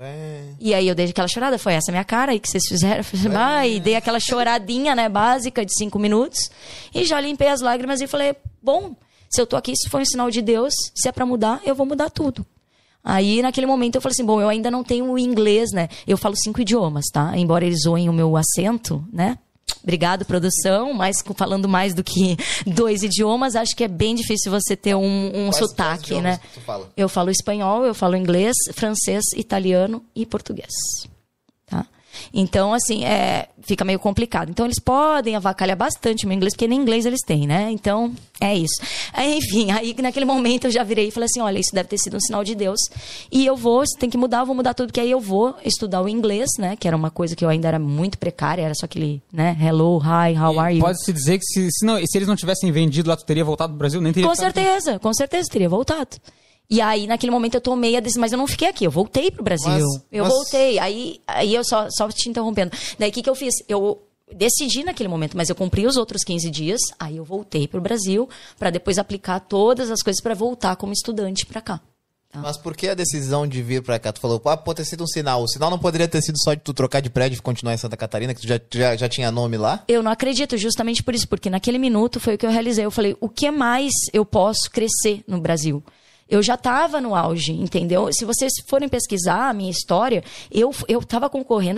E aí eu dei aquela chorada, foi essa minha cara aí que vocês fizeram. E dei aquela choradinha, né, básica de 5 minutos. E já limpei as lágrimas e falei, bom, se eu tô aqui, isso foi um sinal de Deus, se é para mudar, eu vou mudar tudo. Aí, naquele momento, eu falei assim, bom, eu ainda não tenho o inglês, né? Eu falo 5 idiomas, tá? Embora eles zoem o meu acento, né? Obrigado, produção, mas falando mais do que 2 idiomas, acho que é bem difícil você ter um sotaque, né? Que tu fala? Eu falo espanhol, eu falo inglês, francês, italiano e português, tá? Então, assim, fica meio complicado. Então, eles podem avacalhar bastante o meu inglês, porque nem inglês eles têm, né? Então, é isso. Aí, enfim, naquele momento eu já virei e falei assim, olha, isso deve ter sido um sinal de Deus. E eu tem que mudar, eu vou mudar tudo, porque aí eu vou estudar o inglês, né? Que era uma coisa que eu ainda era muito precária, era só aquele, né? Hello, hi, how are you? Pode-se dizer que se eles não tivessem vendido lá, tu teria voltado pro Brasil? Nem teria com certeza, teria voltado. E aí, naquele momento, eu tomei a decisão, mas eu não fiquei aqui, eu voltei pro Brasil. Voltei, aí eu só te interrompendo. Daí, o que eu fiz? Eu decidi naquele momento, mas eu cumpri os outros 15 dias, aí eu voltei pro Brasil, para depois aplicar todas as coisas para voltar como estudante para cá. Tá? Mas por que a decisão de vir pra cá? Tu falou, pode ter sido um sinal. O sinal não poderia ter sido só de tu trocar de prédio e continuar em Santa Catarina, que tu já tinha nome lá? Eu não acredito, justamente por isso, porque naquele minuto foi o que eu realizei. Eu falei, o que mais eu posso crescer no Brasil? Eu já estava no auge, entendeu? Se vocês forem pesquisar a minha história, eu estava concorrendo,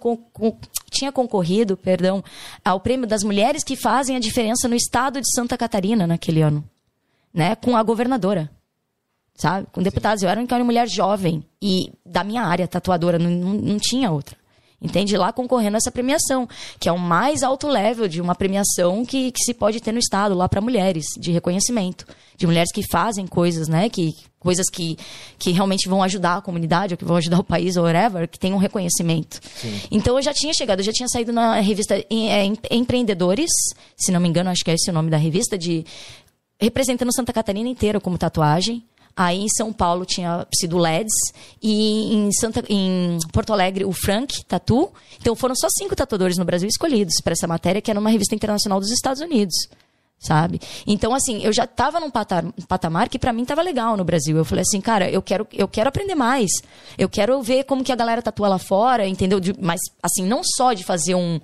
tinha concorrido, ao prêmio das mulheres que fazem a diferença no estado de Santa Catarina naquele ano, né? Com a governadora, sabe? Com deputados. Eu era uma mulher jovem e da minha área, tatuadora, não tinha outra. Entende? Lá concorrendo a essa premiação, que é o mais alto level de uma premiação que se pode ter no estado, lá para mulheres, de reconhecimento. De mulheres que fazem coisas, né? Coisas que realmente vão ajudar a comunidade, ou que vão ajudar o país, ou whatever, que tem um reconhecimento. Sim. Então eu já tinha chegado, eu já tinha saído na revista Empreendedores, se não me engano, acho que é esse o nome da revista, representando Santa Catarina inteira como tatuagem. Aí em São Paulo tinha sido LEDs e em Porto Alegre o Frank Tattoo. Então foram só 5 tatuadores no Brasil escolhidos para essa matéria, que era numa revista internacional dos Estados Unidos, sabe? Então assim, eu já estava num patamar que para mim estava legal no Brasil. Eu falei assim, cara, eu quero aprender mais. Eu quero ver como que a galera tatua lá fora, entendeu? Mas assim, não só de fazer um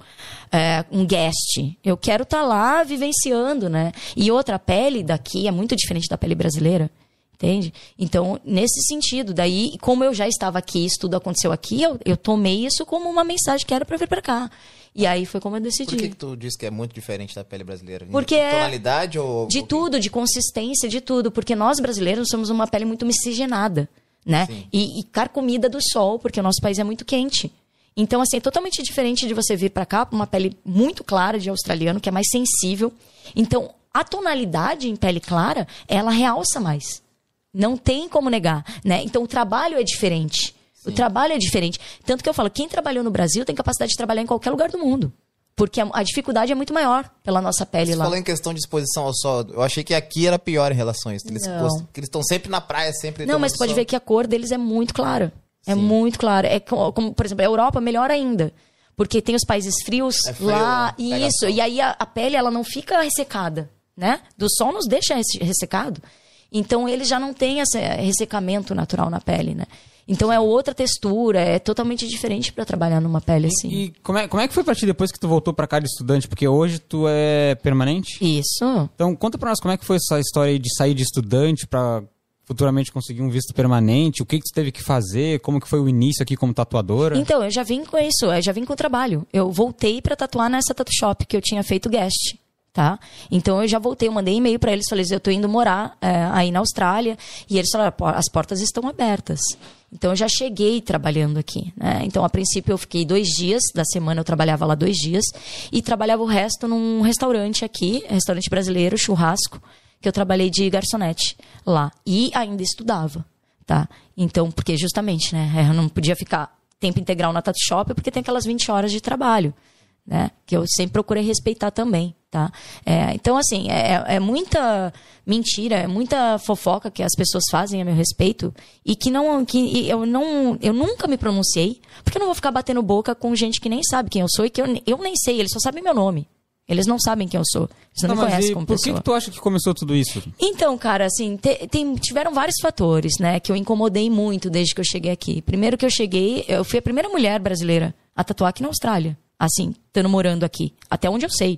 guest. Eu quero estar lá vivenciando, né? E outra, a pele daqui é muito diferente da pele brasileira. Entende? Então, nesse sentido, daí, como eu já estava aqui, isso tudo aconteceu aqui, eu tomei isso como uma mensagem que era para vir para cá. E aí foi como eu decidi. Por que tu disse que é muito diferente da pele brasileira? Porque tonalidade ou... De tudo, de consistência, de tudo. Porque nós brasileiros somos uma pele muito miscigenada, né? E carcomida do sol, porque o nosso país é muito quente. Então, assim, é totalmente diferente de você vir para cá, uma pele muito clara de australiano, que é mais sensível. Então, a tonalidade em pele clara, ela realça mais. Não tem como negar, né? Então, o trabalho é diferente. Sim. O trabalho é diferente. Tanto que eu falo, quem trabalhou no Brasil tem capacidade de trabalhar em qualquer lugar do mundo. Porque a dificuldade é muito maior pela nossa pele lá. Você falou em questão de exposição ao sol. Eu achei que aqui era pior em relação a isso. Eles estão sempre na praia, sempre... Não, mas tu pode ver que a cor deles é muito clara. É muito clara. É como, por exemplo, a Europa, melhor ainda. Porque tem os países frios frio, lá. Né? Isso. E aí a pele, ela não fica ressecada, né? Do sol nos deixa ressecado. Então, ele já não tem esse ressecamento natural na pele, né? Então, é outra textura, é totalmente diferente para trabalhar numa pele assim. E como é que foi pra ti depois que tu voltou pra cá de estudante? Porque hoje tu é permanente? Isso. Então, conta pra nós como é que foi essa história aí de sair de estudante pra futuramente conseguir um visto permanente. O que tu teve que fazer? Como que foi o início aqui como tatuadora? Então, eu já vim com isso, eu já vim com o trabalho. Eu voltei pra tatuar nessa tattoo shop que eu tinha feito guest. Tá? Então eu já voltei, eu mandei e-mail para eles, falei, eu tô indo morar aí na Austrália, e eles falaram, as portas estão abertas. Então eu já cheguei trabalhando aqui, né? Então a princípio eu fiquei 2 dias da semana, eu trabalhava lá 2 dias e trabalhava o resto num restaurante aqui, restaurante brasileiro, churrasco, que eu trabalhei de garçonete lá e ainda estudava, tá? Então, porque justamente, né, eu não podia ficar tempo integral na tattoo shop porque tem aquelas 20 horas de trabalho, né? Que eu sempre procurei respeitar também, tá? Então, assim, é muita mentira, é muita fofoca que as pessoas fazem a meu respeito e que eu nunca me pronunciei, porque eu não vou ficar batendo boca com gente que nem sabe quem eu sou e que eu nem sei, eles só sabem meu nome. Eles não sabem quem eu sou. Eles não me conhecem como pessoa. Por que tu acha que começou tudo isso? Então, cara, assim, tiveram vários fatores, né? Que eu incomodei muito desde que eu cheguei aqui. Primeiro que eu cheguei, eu fui a primeira mulher brasileira a tatuar aqui na Austrália. Assim, estando morando aqui. Até onde eu sei.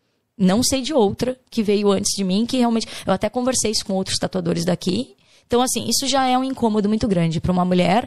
Não sei de outra que veio antes de mim, que realmente... Eu até conversei isso com outros tatuadores daqui. Então, assim, isso já é um incômodo muito grande para uma mulher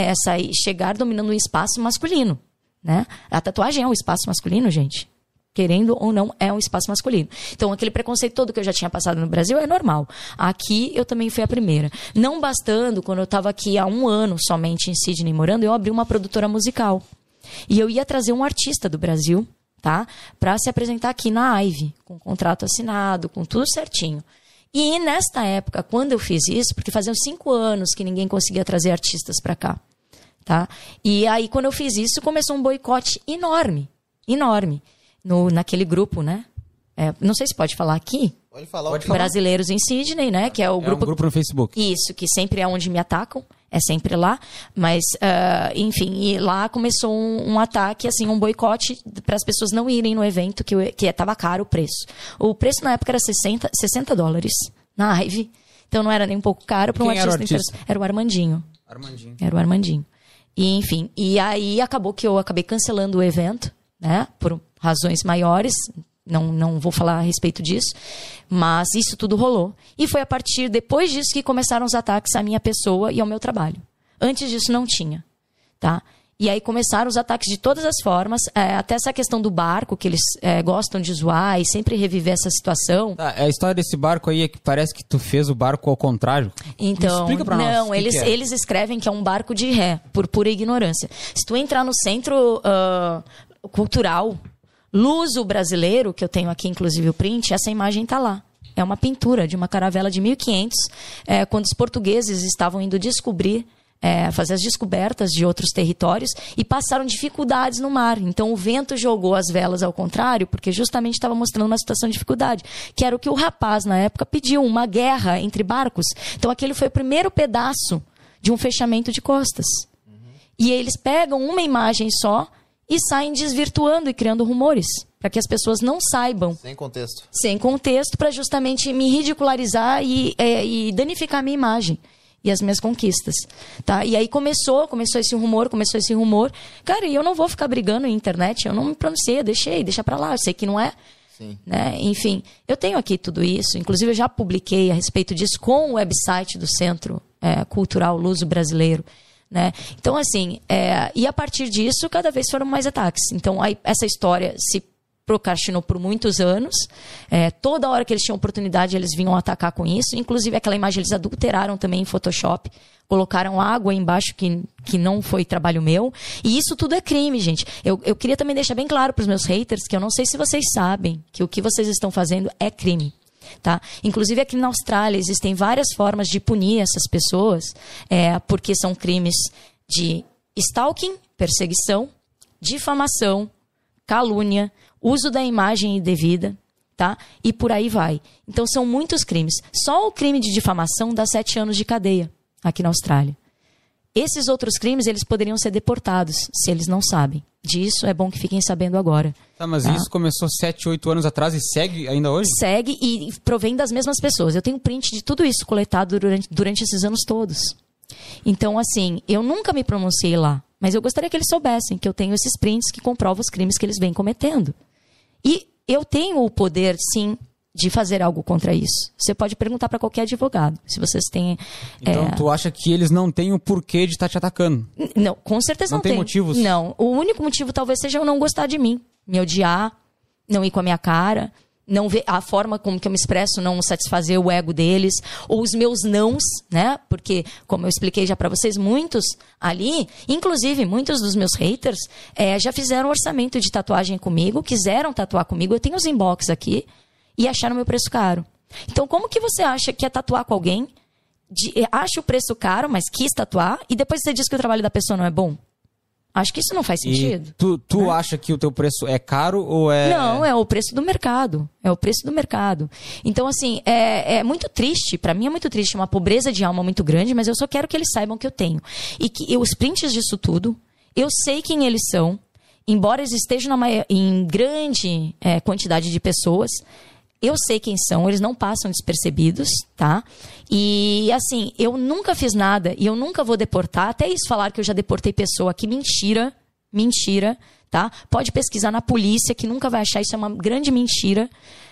chegar dominando um espaço masculino, né? A tatuagem é um espaço masculino, gente. Querendo ou não, é um espaço masculino. Então, aquele preconceito todo que eu já tinha passado no Brasil é normal. Aqui, eu também fui a primeira. Não bastando, quando eu estava aqui há 1 ano somente em Sydney morando, eu abri uma produtora musical. E eu ia trazer um artista do Brasil, tá? Para se apresentar aqui na IVE, com contrato assinado, com tudo certinho. E nesta época, quando eu fiz isso, porque faziam 5 anos que ninguém conseguia trazer artistas para cá, tá? E aí, quando eu fiz isso, começou um boicote enorme, naquele grupo, né? Não sei se pode falar aqui. Pode falar. Brasileiros em Sydney, né? Que é o grupo... um grupo no Facebook. Isso, que sempre é onde me atacam. É sempre lá. Mas, enfim, e lá começou um ataque, assim, um boicote para as pessoas não irem no evento, que estava caro o preço. O preço na época era $60 na IVE. Então não era nem um pouco caro para um artista. Era o Armandinho. Era o Armandinho. E, enfim, e aí acabou que eu acabei cancelando o evento, né? Por razões maiores. Não vou falar a respeito disso, mas isso tudo rolou. E foi depois disso que começaram os ataques à minha pessoa e ao meu trabalho. Antes disso não tinha, tá? E aí começaram os ataques de todas as formas, até essa questão do barco, que eles gostam de zoar e sempre reviver essa situação. A história desse barco aí é que parece que tu fez o barco ao contrário. Então, explica pra nós. Não, eles escrevem que é um barco de ré, por pura ignorância. Se tu entrar no centro cultural luso brasileiro, que eu tenho aqui, inclusive, o print, essa imagem está lá. É uma pintura de uma caravela de 1500, quando os portugueses estavam indo descobrir, fazer as descobertas de outros territórios e passaram dificuldades no mar. Então, o vento jogou as velas ao contrário, porque justamente estava mostrando uma situação de dificuldade, que era o que o rapaz, na época, pediu, uma guerra entre barcos. Então, aquele foi o primeiro pedaço de um fechamento de costas. E eles pegam uma imagem só e saem desvirtuando e criando rumores, para que as pessoas não saibam. Sem contexto, para justamente me ridicularizar e danificar a minha imagem e as minhas conquistas. Tá? E aí começou esse rumor. Cara, e eu não vou ficar brigando na internet, eu não me pronunciei, deixa para lá, eu sei que não é. Sim. Né? Enfim, eu tenho aqui tudo isso, inclusive eu já publiquei a respeito disso com o website do Centro Cultural Luso Brasileiro. Né? Então, assim, e a partir disso, cada vez foram mais ataques. Então, essa história se procrastinou por muitos anos. Toda hora que eles tinham oportunidade, eles vinham atacar com isso. Inclusive, aquela imagem eles adulteraram também em Photoshop. Colocaram água embaixo que não foi trabalho meu. E isso tudo é crime, gente. Eu queria também deixar bem claro para os meus haters que eu não sei se vocês sabem que o que vocês estão fazendo é crime. Tá? Inclusive aqui na Austrália existem várias formas de punir essas pessoas, porque são crimes de stalking, perseguição, difamação, calúnia, uso da imagem indevida, tá? E por aí vai. Então são muitos crimes. Só o crime de difamação dá 7 anos de cadeia aqui na Austrália. Esses outros crimes, eles poderiam ser deportados, se eles não sabem. Disso é bom que fiquem sabendo agora. Tá, mas isso começou 7, 8 anos atrás e segue ainda hoje? Segue e provém das mesmas pessoas. Eu tenho print de tudo isso coletado durante esses anos todos. Então, assim, eu nunca me pronunciei lá, mas eu gostaria que eles soubessem que eu tenho esses prints que comprovam os crimes que eles vêm cometendo. E eu tenho o poder, sim, de fazer algo contra isso. Você pode perguntar para qualquer advogado, se vocês têm... Então, tu acha que eles não têm o porquê de estar te atacando? Não, com certeza não tem. Não tem motivos? Não, o único motivo talvez seja eu não gostar de mim, me odiar, não ir com a minha cara, não ver a forma como que eu me expresso, não satisfazer o ego deles, ou os meus nãos, né? Porque, como eu expliquei já para vocês, muitos ali, inclusive muitos dos meus haters, já fizeram orçamento de tatuagem comigo, quiseram tatuar comigo, eu tenho os inbox aqui, e acharam meu preço caro. Então, como que você acha que é tatuar com alguém, acha o preço caro, mas quis tatuar, e depois você diz que o trabalho da pessoa não é bom? Acho que isso não faz sentido. E tu acha que o teu preço é caro ou é... Não, é o preço do mercado. É o preço do mercado. Então, assim, é muito triste. Pra mim é muito triste. Uma pobreza de alma muito grande, mas eu só quero que eles saibam que eu tenho. E que os prints disso tudo, eu sei quem eles são, embora eles estejam em grande quantidade de pessoas... Eu sei quem são, eles não passam despercebidos, tá? E, assim, eu nunca fiz nada e eu nunca vou deportar. Até isso falar que eu já deportei pessoa, que mentira, tá? Pode pesquisar na polícia, que nunca vai achar, isso é uma grande mentira.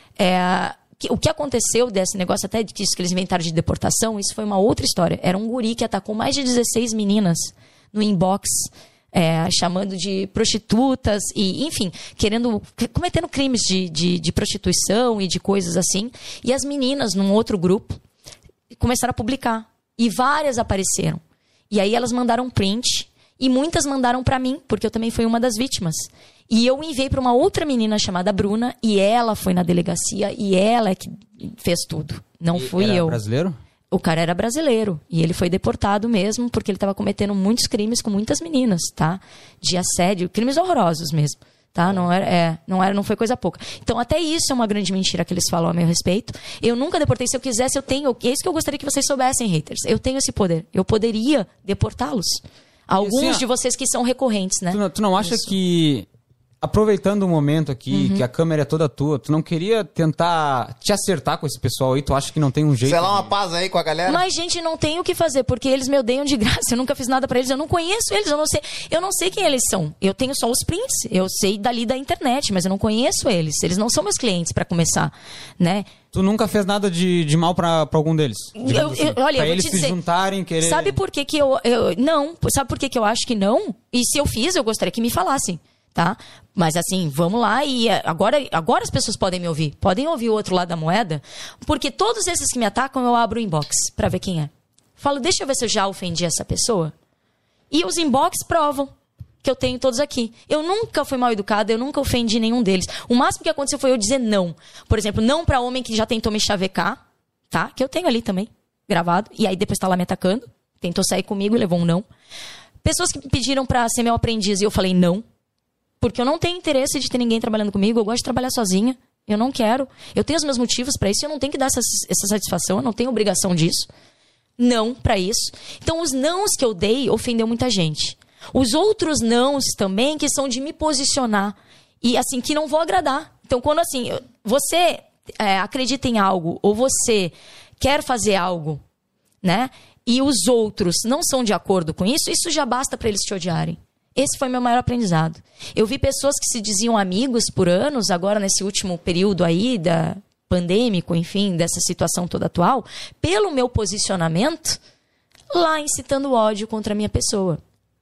O que aconteceu desse negócio, até disso que eles inventaram de deportação, isso foi uma outra história. Era um guri que atacou mais de 16 meninas no inbox, chamando de prostitutas e, enfim, cometendo crimes de prostituição e de coisas assim. E as meninas, num outro grupo, começaram a publicar. E várias apareceram. E aí elas mandaram print E muitas mandaram pra mim, porque eu também fui uma das vítimas. E eu enviei pra uma outra menina chamada Bruna, e ela foi na delegacia, e ela é que fez tudo. Não fui Era eu. brasileiro? O cara era brasileiro. E ele foi deportado mesmo, porque ele estava cometendo muitos crimes com muitas meninas, tá? De assédio, crimes horrorosos mesmo. Tá? Não foi coisa pouca. Então, até isso é uma grande mentira que eles falam a meu respeito. Eu nunca deportei. Se eu quisesse, eu tenho. É isso que eu gostaria que vocês soubessem, haters. Eu tenho esse poder. Eu poderia deportá-los. Alguns assim, de vocês que são recorrentes, né? Tu não acha que, aproveitando o momento aqui, que a câmera é toda tua, tu não queria tentar te acertar com esse pessoal aí? Tu acha que não tem um jeito? Sei lá, uma paz aí com a galera. Mas, gente, não tem o que fazer, porque eles me odeiam de graça. Eu nunca fiz nada pra eles, eu não conheço eles, eu não sei quem eles são. Eu tenho só os prints, eu sei dali da internet, mas eu não conheço eles. Eles não são meus clientes, pra começar, né? Tu nunca fez nada de mal pra algum deles? Olha, pra eu vou eles te se dizer, juntarem, querer... Sabe por que que não, sabe por que que eu acho que não? E se eu fiz, eu gostaria que me falassem, tá? Mas assim, vamos lá e agora as pessoas podem me ouvir. Podem ouvir o outro lado da moeda, porque todos esses que me atacam, eu abro o inbox pra ver quem é. Falo, deixa eu ver se eu já ofendi essa pessoa. E os inbox provam que eu tenho todos aqui. Eu nunca fui mal educada, eu nunca ofendi nenhum deles. O máximo que aconteceu foi eu dizer não. Por exemplo, não pra homem que já tentou me chavecar, tá? Que eu tenho ali também, gravado. E aí depois tá lá me atacando. Tentou sair comigo e levou um não. Pessoas que me pediram pra ser meu aprendiz e eu falei não. Porque eu não tenho interesse de ter ninguém trabalhando comigo. Eu gosto de trabalhar sozinha. Eu não quero. Eu tenho os meus motivos pra isso. Eu não tenho que dar essa satisfação. Eu não tenho obrigação disso. Não pra isso. Então, os nãos que eu dei ofendeu muita gente. Os outros nãos também, que são de me posicionar. E, assim, que não vou agradar. Então, quando, assim, você acredita em algo, ou você quer fazer algo, né? E os outros não são de acordo com isso, isso já basta pra eles te odiarem. Esse foi meu maior aprendizado. Eu vi pessoas que se diziam amigos por anos, agora nesse último período aí, pandêmico, enfim, dessa situação toda atual, pelo meu posicionamento, lá incitando ódio contra a minha pessoa.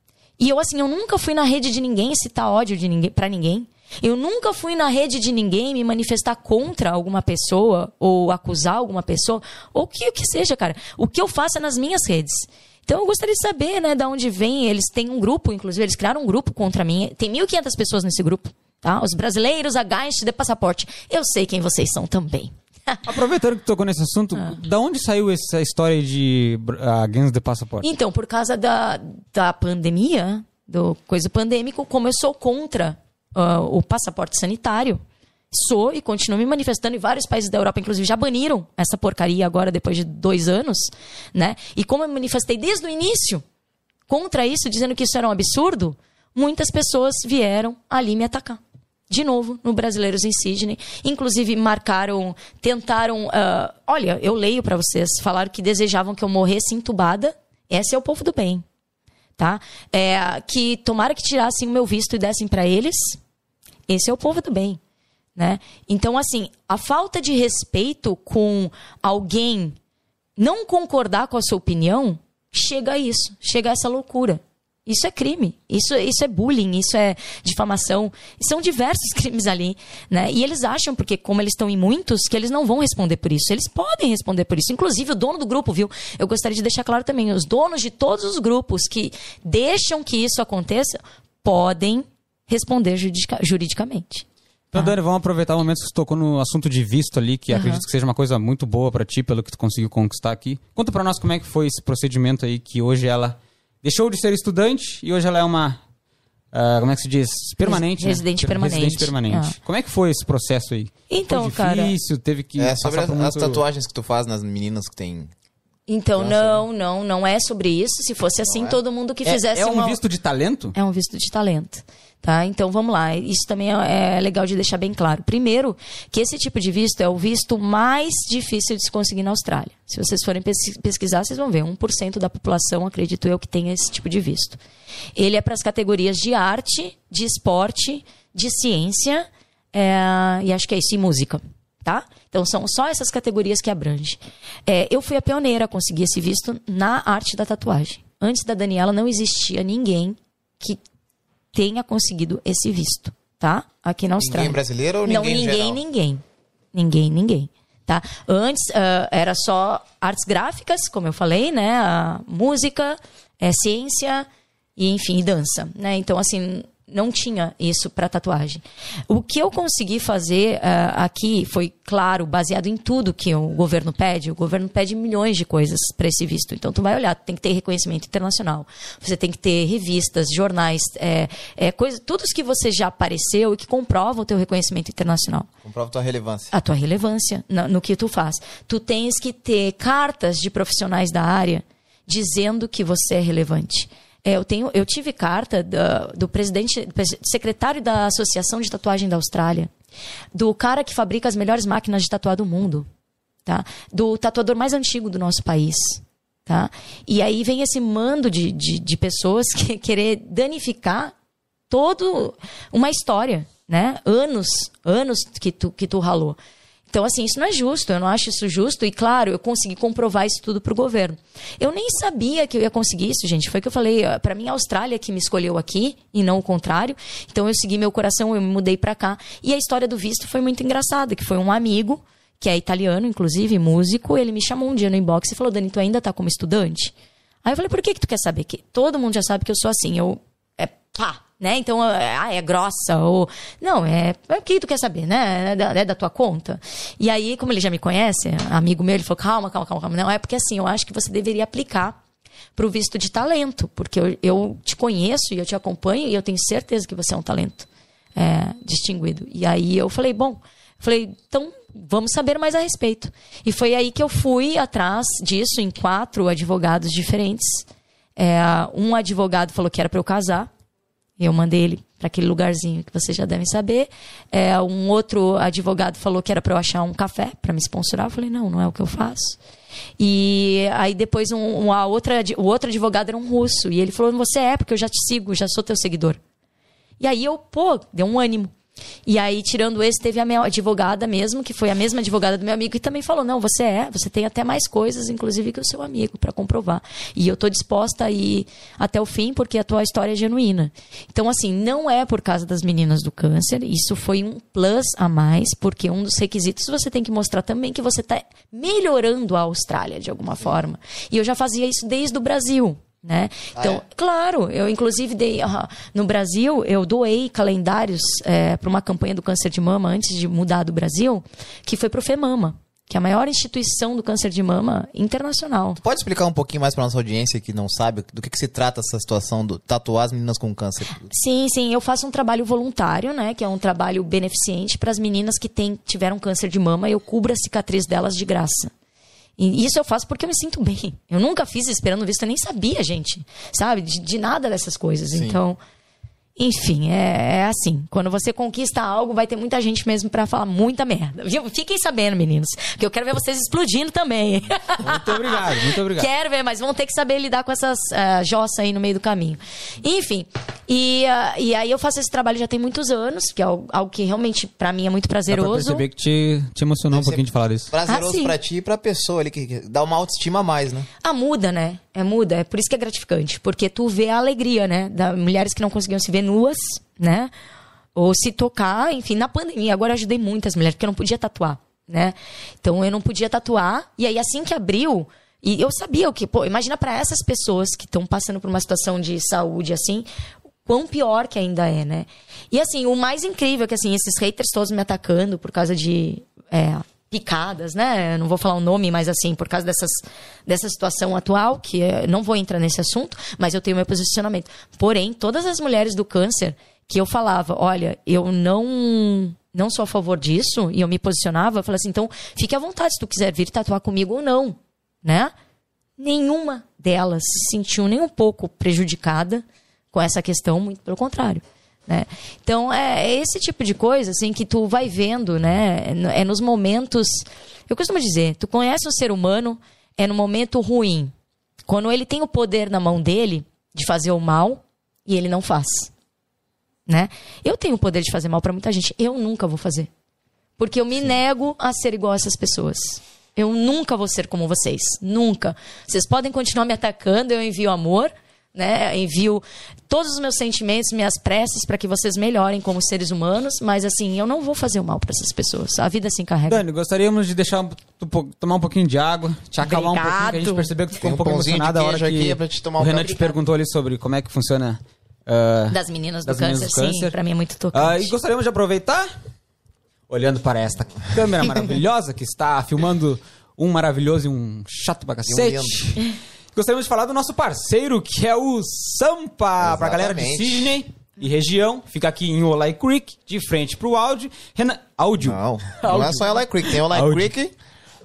E eu, assim, eu nunca fui na rede de ninguém incitar ódio pra ninguém. Eu nunca fui na rede de ninguém me manifestar contra alguma pessoa, ou acusar alguma pessoa, ou o que seja, cara. O que eu faço é nas minhas redes. Então eu gostaria de saber, né, de onde vem. Eles têm um grupo, inclusive, eles criaram um grupo contra mim. Tem 1.500 pessoas nesse grupo, tá? Os brasileiros against de passaporte. Eu sei quem vocês são também. Aproveitando que tu tocou nesse assunto, da onde saiu essa história de against the passaporte? Então, por causa da pandemia, do coisa pandêmico, como eu sou contra o passaporte sanitário, sou e continuo me manifestando, e vários países da Europa, inclusive, já baniram essa porcaria agora, depois de 2 anos, né? E como eu me manifestei desde o início contra isso, dizendo que isso era um absurdo, muitas pessoas vieram ali me atacar. De novo, no Brasileiros em Sydney. Inclusive, tentaram... olha, eu leio pra vocês. Falaram que desejavam que eu morresse entubada. Esse é o povo do bem, tá? Que tomara que tirassem o meu visto e dessem pra eles. Esse é o povo do bem, né? Então, assim, a falta de respeito com alguém não concordar com a sua opinião, chega a isso. Chega a essa loucura. Isso é crime, isso é bullying, isso é difamação, são diversos crimes ali, né? E eles acham, porque como eles estão em muitos, que eles não vão responder por isso. Eles podem responder por isso, inclusive o dono do grupo, viu? Eu gostaria de deixar claro também, os donos de todos os grupos que deixam que isso aconteça, podem responder juridicamente. Então, Dani, vamos aproveitar o momento que você tocou no assunto de visto ali, que acredito que seja uma coisa muito boa pra ti, pelo que tu conseguiu conquistar aqui. Conta pra nós como é que foi esse procedimento aí, que hoje ela... deixou de ser estudante e hoje ela é uma, como é que se diz? Permanente, Residente né? permanente. Residente permanente. Como é que foi esse processo aí? Então, foi difícil, teve que sobre passar por as tatuagens que tu faz nas meninas que tem... Então, não é sobre isso. Se fosse assim, todo mundo que fizesse É um visto de talento? É um visto de talento. Tá? Então, vamos lá. Isso também é legal de deixar bem claro. Primeiro, que esse tipo de visto é o visto mais difícil de se conseguir na Austrália. Se vocês forem pesquisar, vocês vão ver. 1% da população, acredito eu, que tem esse tipo de visto. Ele é para as categorias de arte, de esporte, de ciência, e acho que é isso, e música. Tá? Então, são só essas categorias que abrange. Eu fui a pioneira a conseguir esse visto na arte da tatuagem. Antes da Daniela, não existia ninguém que tenha conseguido esse visto, tá? Aqui na Austrália. Ninguém brasileiro ou ninguém geral? Ninguém. Tá? Antes, era só artes gráficas, como eu falei, né? A música, ciência, e enfim, e dança, né? Então, assim, não tinha isso para tatuagem. O que eu consegui fazer aqui foi, claro, baseado em tudo que o governo pede. O governo pede milhões de coisas para esse visto. Então, tu vai olhar, tem que ter reconhecimento internacional. Você tem que ter revistas, jornais, tudo que você já apareceu e que comprovam o teu reconhecimento internacional. Comprova a tua relevância. A tua relevância no que tu faz. Tu tens que ter cartas de profissionais da área dizendo que você é relevante. Eu tive carta do secretário da Associação de Tatuagem da Austrália, do cara que fabrica as melhores máquinas de tatuar do mundo, tá? Do tatuador mais antigo do nosso país. Tá? E aí vem esse mando de pessoas que querer danificar toda uma história, né? Anos que tu ralou. Então, assim, isso não é justo, eu não acho isso justo. E, claro, eu consegui comprovar isso tudo pro governo. Eu nem sabia que eu ia conseguir isso, gente. Foi o que eu falei, pra mim, a Austrália que me escolheu aqui, e não o contrário. Então, eu segui meu coração, eu me mudei pra cá. E a história do visto foi muito engraçada, que foi um amigo, que é italiano, inclusive, músico, ele me chamou um dia no inbox e falou, Dani, tu ainda tá como estudante? Aí eu falei, por que tu quer saber? Que todo mundo já sabe que eu sou assim, né? Então, é grossa, ou... Não, é o que tu quer saber, né? É da tua conta. E aí, como ele já me conhece, amigo meu, ele falou, calma. Não, é porque assim, eu acho que você deveria aplicar pro visto de talento, porque eu te conheço e eu te acompanho e eu tenho certeza que você é um talento distinguido. E aí eu falei, então vamos saber mais a respeito. E foi aí que eu fui atrás disso em 4 advogados diferentes. Um advogado falou que era para eu casar. Eu mandei ele para aquele lugarzinho que vocês já devem saber. Um outro advogado falou que era para eu achar um café para me sponsorar. Eu falei, não é o que eu faço. E aí depois o outro advogado era um russo. E ele falou, você porque eu já te sigo, já sou teu seguidor. E aí deu um ânimo. E aí, tirando esse, teve a minha advogada mesmo, que foi a mesma advogada do meu amigo, que também falou, não, você tem até mais coisas, inclusive, que o seu amigo, para comprovar. E eu tô disposta a ir até o fim, porque a tua história é genuína. Então, assim, não é por causa das meninas do câncer, isso foi um plus a mais, porque um dos requisitos você tem que mostrar também que você tá melhorando a Austrália, de alguma forma. E eu já fazia isso desde o Brasil. Né? Então, claro, eu inclusive no Brasil, eu doei calendários para uma campanha do câncer de mama antes de mudar do Brasil, que foi pro FEMAMA, que é a maior instituição do câncer de mama internacional. Pode explicar um pouquinho mais para nossa audiência que não sabe do que se trata essa situação do tatuar as meninas com câncer? Sim, eu faço um trabalho voluntário, né, que é um trabalho beneficente para as meninas que tiveram câncer de mama, e eu cubro a cicatriz delas de graça. E isso eu faço porque eu me sinto bem. Eu nunca fiz esperando visto, eu nem sabia, gente. Sabe? De nada dessas coisas. Sim. Então, enfim, é assim. Quando você conquista algo, vai ter muita gente mesmo pra falar muita merda. Fiquem sabendo, meninos. Que eu quero ver vocês explodindo também. Muito obrigado. Quero ver, mas vão ter que saber lidar com essas jossas aí no meio do caminho. Enfim, e aí eu faço esse trabalho já tem muitos anos, que é algo que realmente pra mim é muito prazeroso. Dá pra perceber que te emocionou um pouquinho de falar isso. Prazeroso pra ti e pra pessoa ali, que dá uma autoestima a mais, né? Muda, né? Muda, é por isso que é gratificante, porque tu vê a alegria, né, das mulheres que não conseguiam se ver nuas, né, ou se tocar, enfim, na pandemia, agora eu ajudei muitas mulheres, porque eu não podia tatuar, né, então eu não podia tatuar, e aí assim que abriu, e eu sabia o que, imagina pra essas pessoas que estão passando por uma situação de saúde, assim, quão pior que ainda é, né, e assim, o mais incrível é que, assim, esses haters todos me atacando por causa de, picadas, né? Não vou falar o nome, mas assim, por causa dessa situação atual, que não vou entrar nesse assunto, mas eu tenho meu posicionamento. Porém, todas as mulheres do câncer que eu falava, olha, eu não sou a favor disso, e eu me posicionava, eu falava assim, então, fique à vontade se tu quiser vir tatuar comigo ou não, né? Nenhuma delas se sentiu nem um pouco prejudicada com essa questão, muito pelo contrário. Né? Então é esse tipo de coisa assim que tu vai vendo, né? É nos momentos, eu costumo dizer, tu conhece um ser humano no momento ruim, quando ele tem o poder na mão dele de fazer o mal e ele não faz, né? Eu tenho o poder de fazer mal pra muita gente, eu nunca vou fazer, porque eu me nego a ser igual a essas pessoas. Eu nunca vou ser como vocês, nunca. Vocês podem continuar me atacando, eu envio amor, né? Envio todos os meus sentimentos, minhas preces para que vocês melhorem como seres humanos, mas assim, eu não vou fazer o mal para essas pessoas. A vida se encarrega. Dani, gostaríamos de deixar tomar um pouquinho de água, te acalmar um pouquinho, que a gente percebeu que tu ficou um pouco emocionada a hora que aqui pra te tomar o Renan te perguntou ali sobre como é que funciona das meninas do câncer, sim, pra mim é muito tocante. E gostaríamos de aproveitar, olhando para esta câmera maravilhosa que está filmando um maravilhoso e um chato pra cacete. Gostaríamos de falar do nosso parceiro, que é o Sampa, pra galera de Sydney e região. Fica aqui em Olay Creek, de frente pro áudio. Áudio. Não é só Olay Creek, tem Olay Creek,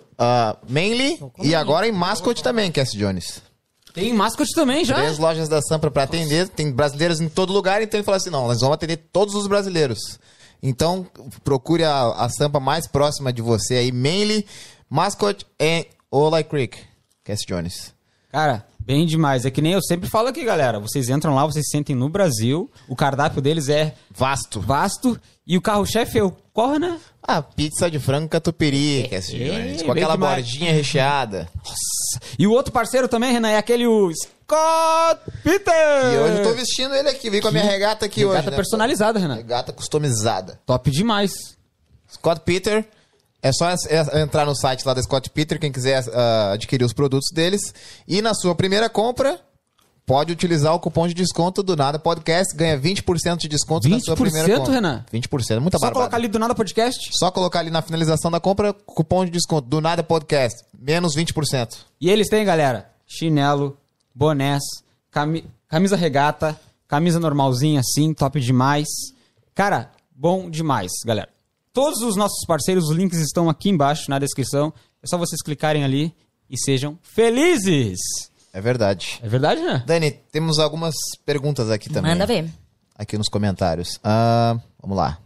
Manly e agora em Mascot também, Cass Jones. Tem Mascot também já. 3 lojas da Sampa pra atender, tem brasileiros em todo lugar, então ele falou assim, não, nós vamos atender todos os brasileiros. Então, procure a Sampa mais próxima de você aí, Manly, Mascot e Olay Creek, Cass Jones. Cara, bem demais. É que nem eu sempre falo aqui, galera. Vocês entram lá, vocês se sentem no Brasil. O cardápio deles é vasto. E o carro-chefe é qual, Renan? Pizza de frango catupiry, Cass Jones. Com aquela bordinha recheada. Nossa. E o outro parceiro também, Renan, é aquele o Scott Peter. E hoje eu tô vestindo ele aqui. Vim com a minha regata aqui hoje. Regata personalizada, Renan. Regata customizada. Top demais. Scott Peter. É só entrar no site lá da Scott Peter, quem quiser adquirir os produtos deles. E na sua primeira compra, pode utilizar o cupom de desconto do Nada Podcast. Ganha 20% de desconto na sua primeira compra. 20%, Renan? 20%, muita barbada. Só colocar ali do Nada Podcast? Só colocar ali na finalização da compra, cupom de desconto do Nada Podcast. Menos 20%. E eles têm, galera, chinelo, bonés, camisa regata, camisa normalzinha assim, top demais. Cara, bom demais, galera. Todos os nossos parceiros, os links estão aqui embaixo na descrição. É só vocês clicarem ali e sejam felizes. É verdade. É verdade, né? Dani, temos algumas perguntas aqui também. Manda ver. Aqui nos comentários. Vamos lá.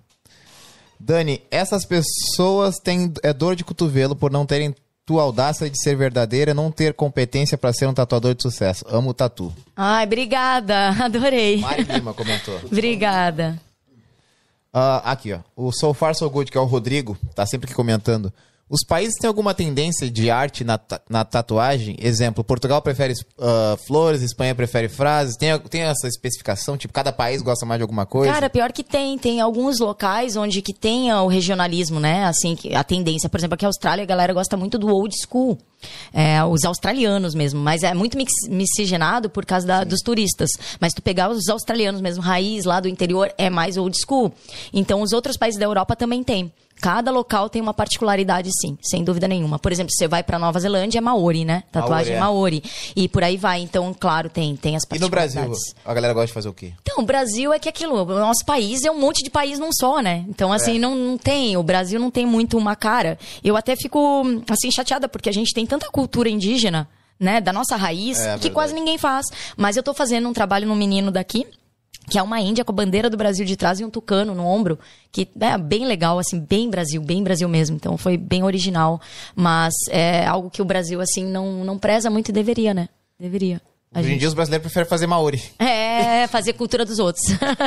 Dani, essas pessoas têm dor de cotovelo por não terem tua audácia de ser verdadeira, não ter competência para ser um tatuador de sucesso. Amo o tatu. Ai, obrigada. Adorei. Mari Lima comentou. Obrigada. Aqui, ó. O So Far So Good, que é o Rodrigo, tá sempre aqui comentando. Os países têm alguma tendência de arte na tatuagem? Exemplo, Portugal prefere flores, Espanha prefere frases. Tem essa especificação? Tipo, cada país gosta mais de alguma coisa? Cara, pior que tem. Tem alguns locais onde que tem o regionalismo, né? Assim, a tendência. Por exemplo, aqui na Austrália, a galera gosta muito do old school. Os australianos mesmo. Mas é muito miscigenado por causa dos turistas. Mas tu pegar os australianos mesmo, raiz lá do interior, é mais old school. Então, os outros países da Europa também tem. Cada local tem uma particularidade, sim, sem dúvida nenhuma. Por exemplo, você vai pra Nova Zelândia, é Maori, né? Tatuagem Maori. E por aí vai. Então, claro, tem as particularidades. E no Brasil, a galera gosta de fazer o quê? Então, o Brasil é que aquilo, o nosso país é um monte de país num só, né? Então, assim, não tem, o Brasil não tem muito uma cara. Eu até fico, assim, chateada, porque a gente tem tanta cultura indígena, né? Da nossa raiz, que quase ninguém faz. Mas eu tô fazendo um trabalho num menino daqui, que é uma índia com a bandeira do Brasil de trás e um tucano no ombro, que é bem legal, assim, bem Brasil mesmo. Então, foi bem original. Mas é algo que o Brasil, assim, não preza muito e deveria, né? Deveria. Hoje em dia, os brasileiros preferem fazer Maori. Fazer cultura dos outros.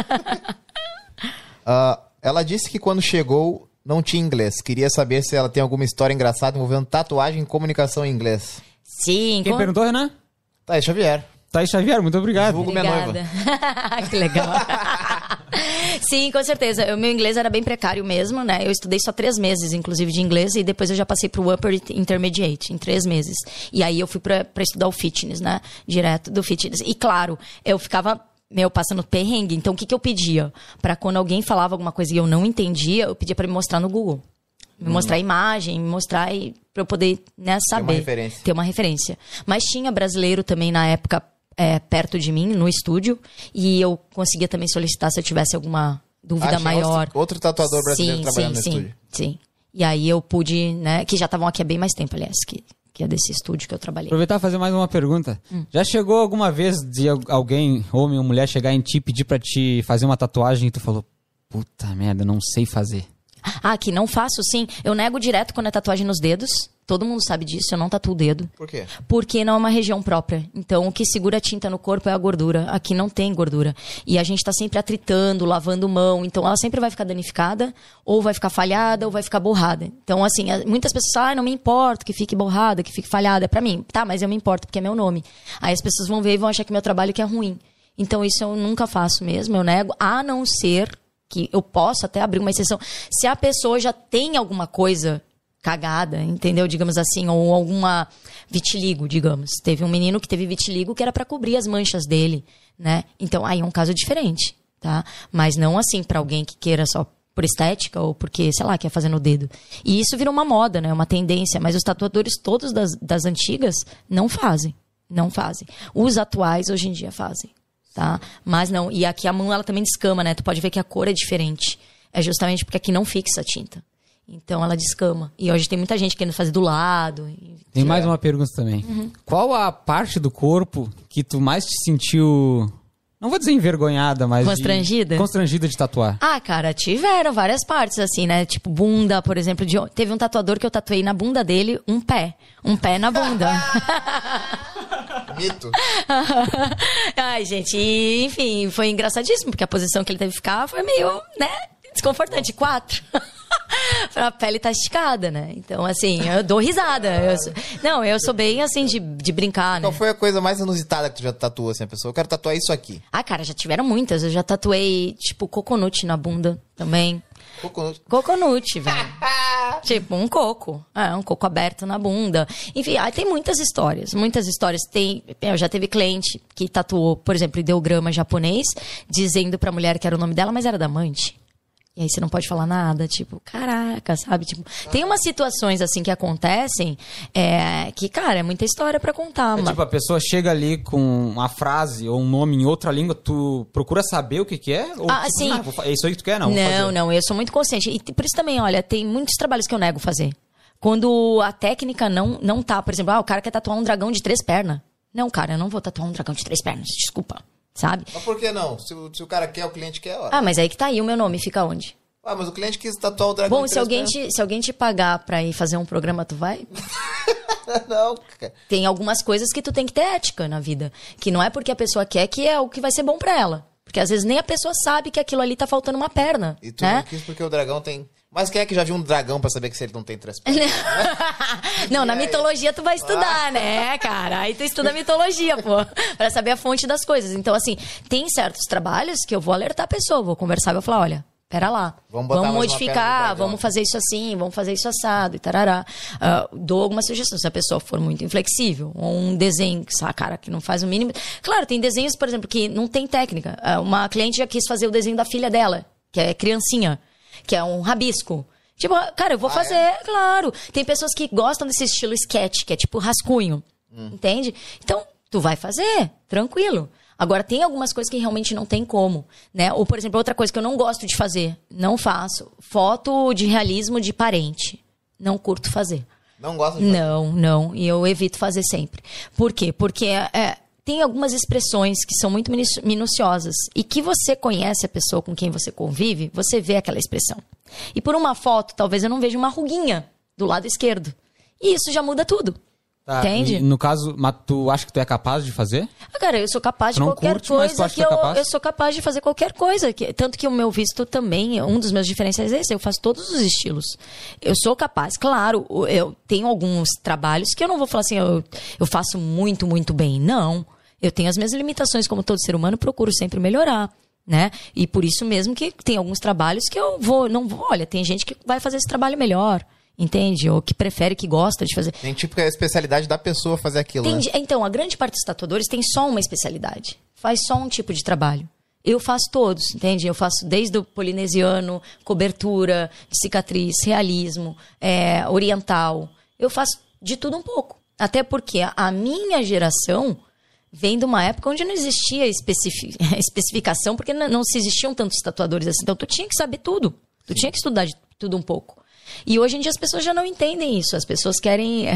Ela disse que quando chegou, não tinha inglês. Queria saber se ela tem alguma história engraçada envolvendo tatuagem e comunicação em inglês. Sim. Quem perguntou, Renan? Thaís Xavier. Thaís Xavier, muito obrigado. Obrigada. Que legal. Sim, com certeza. O meu inglês era bem precário mesmo, né? Eu estudei só 3 meses, inclusive, de inglês. E depois eu já passei pro Upper Intermediate, em 3 meses. E aí eu fui pra estudar o fitness, né? Direto do fitness. E claro, eu ficava... passando perrengue. Então, o que eu pedia? Pra quando alguém falava alguma coisa e eu não entendia, eu pedia pra me mostrar no Google. Me mostrar a imagem, me mostrar pra eu poder, né, saber. Ter uma referência. Mas tinha brasileiro também na época... perto de mim, no estúdio, e eu conseguia também solicitar se eu tivesse alguma dúvida maior. Outro tatuador brasileiro trabalhando no estúdio. Sim. E aí eu pude, né, que já estavam aqui há bem mais tempo, aliás, que é desse estúdio que eu trabalhei. Aproveitar e fazer mais uma pergunta. Já chegou alguma vez de alguém, homem ou mulher, chegar em ti e pedir pra te fazer uma tatuagem e tu falou, puta merda, não sei fazer? Que não faço, sim. Eu nego direto quando é tatuagem nos dedos. Todo mundo sabe disso, eu não tatuo o dedo. Por quê? Porque não é uma região própria. Então, o que segura a tinta no corpo é a gordura. Aqui não tem gordura. E a gente tá sempre atritando, lavando mão. Então, ela sempre vai ficar danificada, ou vai ficar falhada, ou vai ficar borrada. Então, assim, muitas pessoas falam, não me importa que fique borrada, que fique falhada. É pra mim. Tá, mas eu me importo, porque é meu nome. Aí as pessoas vão ver e vão achar que meu trabalho que é ruim. Então, isso eu nunca faço mesmo, eu nego. A não ser que eu possa até abrir uma exceção. Se a pessoa já tem alguma coisa cagada, entendeu? Digamos assim, ou alguma vitiligo, digamos. Teve um menino que teve vitiligo que era pra cobrir as manchas dele, né? Então, aí é um caso diferente, tá? Mas não assim pra alguém que queira só por estética ou porque, sei lá, quer fazer no dedo. E isso virou uma moda, né? Uma tendência. Mas os tatuadores todos das antigas não fazem. Não fazem. Os atuais, hoje em dia, fazem, tá? Mas não. E aqui a mão, ela também descama, né? Tu pode ver que a cor é diferente. É justamente porque aqui não fixa a tinta. Então ela descama. E hoje tem muita gente querendo fazer do lado. Tem mais uma pergunta também. Qual a parte do corpo que tu mais te sentiu, não vou dizer envergonhada, mas... Constrangida? Constrangida de tatuar. Ah, cara, tiveram várias partes, assim, né? Tipo, bunda, por exemplo. Teve um tatuador que eu tatuei na bunda dele um pé. Um pé na bunda. Mito. Ai, gente, e, enfim, foi engraçadíssimo, porque a posição que ele teve que ficar foi meio, né, desconfortante. 4. A pele tá esticada, né? Então, assim, eu dou risada. Eu sou bem, assim, de brincar, né? Qual foi a coisa mais inusitada que tu já tatuou, assim, a pessoa? Eu quero tatuar isso aqui. Ah, cara, já tiveram muitas. Eu já tatuei, tipo, coconut na bunda também. Coconut, velho. Tipo, um coco. Um coco aberto na bunda. Enfim, tem muitas histórias. Muitas histórias. Eu já teve cliente que tatuou, por exemplo, ideograma japonês, dizendo pra mulher que era o nome dela, mas era da amante. E aí você não pode falar nada, tipo, caraca, sabe? Tipo, tem umas situações, assim, que acontecem que, cara, é muita história pra contar. Tipo, a pessoa chega ali com uma frase ou um nome em outra língua, tu procura saber o que é? Ou, tipo, sim. É isso aí que tu quer? Não, eu sou muito consciente. E por isso também, olha, tem muitos trabalhos que eu nego fazer. Quando a técnica não tá, por exemplo, o cara quer tatuar um dragão de 3 pernas. Não, cara, eu não vou tatuar um dragão de 3 pernas, desculpa. Sabe? Mas por que não? Se o cara quer, o cliente quer, ó. Mas aí que tá aí, o meu nome fica onde? Mas o cliente quis tatuar o dragão. Bom, se alguém te pagar pra ir fazer um programa, tu vai? Não, cara. Tem algumas coisas que tu tem que ter ética na vida. Que não é porque a pessoa quer que é o que vai ser bom pra ela. Porque às vezes nem a pessoa sabe que aquilo ali tá faltando uma perna. E tu né? não quis porque o dragão tem... Mas quem é que já viu um dragão pra saber que se ele não tem 3 pernas? Não, na mitologia tu vai estudar, né, cara? Aí tu estuda mitologia, pô, pra saber a fonte das coisas. Então, assim, tem certos trabalhos que eu vou alertar a pessoa, vou conversar e vou falar, olha, pera lá, vamos modificar, vamos fazer isso assim, vamos fazer isso assado e tarará. Dou algumas sugestões, se a pessoa for muito inflexível, ou um desenho, cara, que não faz o mínimo... Claro, tem desenhos, por exemplo, que não tem técnica. Uma cliente já quis fazer o desenho da filha dela, que é criancinha, que é um rabisco. Tipo, cara, eu vou fazer, claro. Tem pessoas que gostam desse estilo sketch, que é tipo rascunho. Entende? Então, tu vai fazer, tranquilo. Agora, tem algumas coisas que realmente não tem como, né? Ou, por exemplo, outra coisa que eu não gosto de fazer, não faço. Foto de realismo de parente. Não curto fazer. Não gosto de fazer? Não. E eu evito fazer sempre. Por quê? Porque... tem algumas expressões que são muito minuciosas e que você conhece a pessoa com quem você convive, você vê aquela expressão. E por uma foto, talvez eu não veja uma ruguinha do lado esquerdo. E isso já muda tudo. Tá, entende? No caso, mas tu acha que tu é capaz de fazer? Cara, eu sou capaz de qualquer coisa que eu sou capaz de fazer qualquer coisa. Tanto que o meu visto também, um dos meus diferenciais é esse, eu faço todos os estilos. Eu sou capaz, claro, eu tenho alguns trabalhos que eu não vou falar assim, eu faço muito, muito bem. Não. Eu tenho as minhas limitações, como todo ser humano, procuro sempre melhorar, né? E por isso mesmo que tem alguns trabalhos que olha, tem gente que vai fazer esse trabalho melhor, entende? Ou que prefere, que gosta de fazer. Tem tipo a especialidade da pessoa fazer aquilo, né? Então, a grande parte dos tatuadores tem só uma especialidade. Faz só um tipo de trabalho. Eu faço todos, entende? Eu faço desde o polinesiano, cobertura, cicatriz, realismo, oriental. Eu faço de tudo um pouco. Até porque a minha geração... vem de uma época onde não existia especificação, porque não se existiam tantos tatuadores assim. Então, tu tinha que saber tudo. Tu tinha que estudar de tudo um pouco. E hoje em dia as pessoas já não entendem isso. As pessoas querem...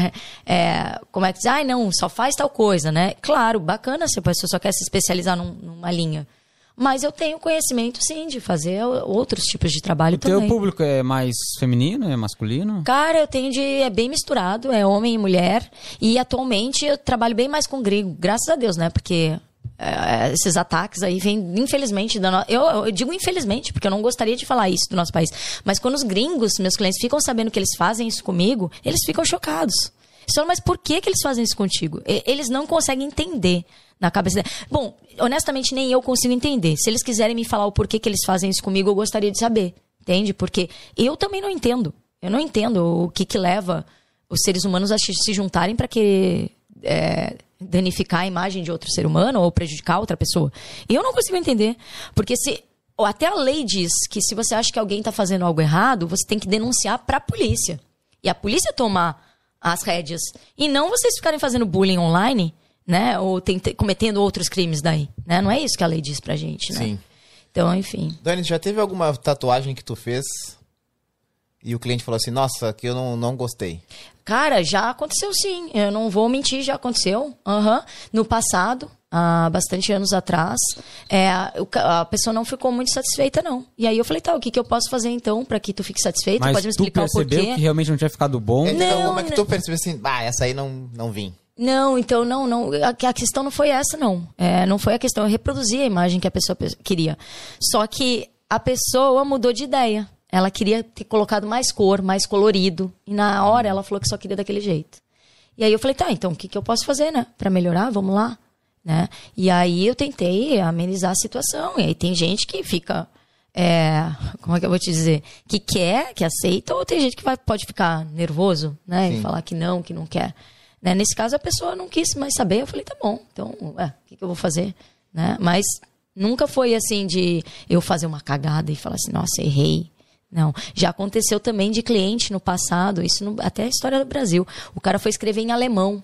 como é que diz? Não, só faz tal coisa, né? Claro, bacana se a pessoa só quer se especializar numa linha. Mas eu tenho conhecimento, sim, de fazer outros tipos de trabalho O também. teu público é mais feminino, é masculino? Cara, é bem misturado, é homem e mulher. E atualmente eu trabalho bem mais com gringo, graças a Deus, né? Porque esses ataques aí vêm, infelizmente, eu digo infelizmente, porque eu não gostaria de falar isso do nosso país. Mas quando os gringos, meus clientes, ficam sabendo que eles fazem isso comigo, eles ficam chocados. Mas por que eles fazem isso contigo? Eles não conseguem entender na cabeça. Bom, honestamente, nem eu consigo entender. Se eles quiserem me falar o porquê que eles fazem isso comigo, eu gostaria de saber. Entende? Porque eu também não entendo. Eu não entendo o que leva os seres humanos a se juntarem para querer danificar a imagem de outro ser humano ou prejudicar outra pessoa. Eu não consigo entender. Porque até a lei diz que se você acha que alguém está fazendo algo errado, você tem que denunciar para a polícia. E a polícia tomar as rédeas. E não vocês ficarem fazendo bullying online, né? Ou cometendo outros crimes daí, né? Não é isso que a lei diz pra gente, né? Sim. Então, enfim. Dani, já teve alguma tatuagem que tu fez e o cliente falou assim, nossa, que eu não gostei? Cara, já aconteceu sim. Eu não vou mentir, já aconteceu. No passado, há bastante anos atrás, a pessoa não ficou muito satisfeita, não. E aí eu falei, tá, o que eu posso fazer então pra que tu fique satisfeito? Mas pode me explicar o porquê? tu percebeu que realmente não tinha ficado bom? Como é que tu percebeu assim, essa aí não vim? Não, então não. A questão não foi essa, não. Não foi a questão. Eu reproduzi a imagem que a pessoa queria. Só que a pessoa mudou de ideia. Ela queria ter colocado mais cor, mais colorido. E na hora ela falou que só queria daquele jeito. E aí eu falei, tá, então o que eu posso fazer, né? Pra melhorar, vamos lá. Né? E aí eu tentei amenizar a situação. E aí tem gente que fica... como é que eu vou te dizer? Que quer, que aceita. Ou tem gente que pode ficar nervoso, né? E falar que não quer. Né? Nesse caso, a pessoa não quis mais saber. Eu falei, tá bom, então, o que eu vou fazer? Né? Mas nunca foi assim de eu fazer uma cagada e falar assim, nossa, errei. Não. Já aconteceu também de cliente no passado, até a história do Brasil. O cara foi escrever em alemão,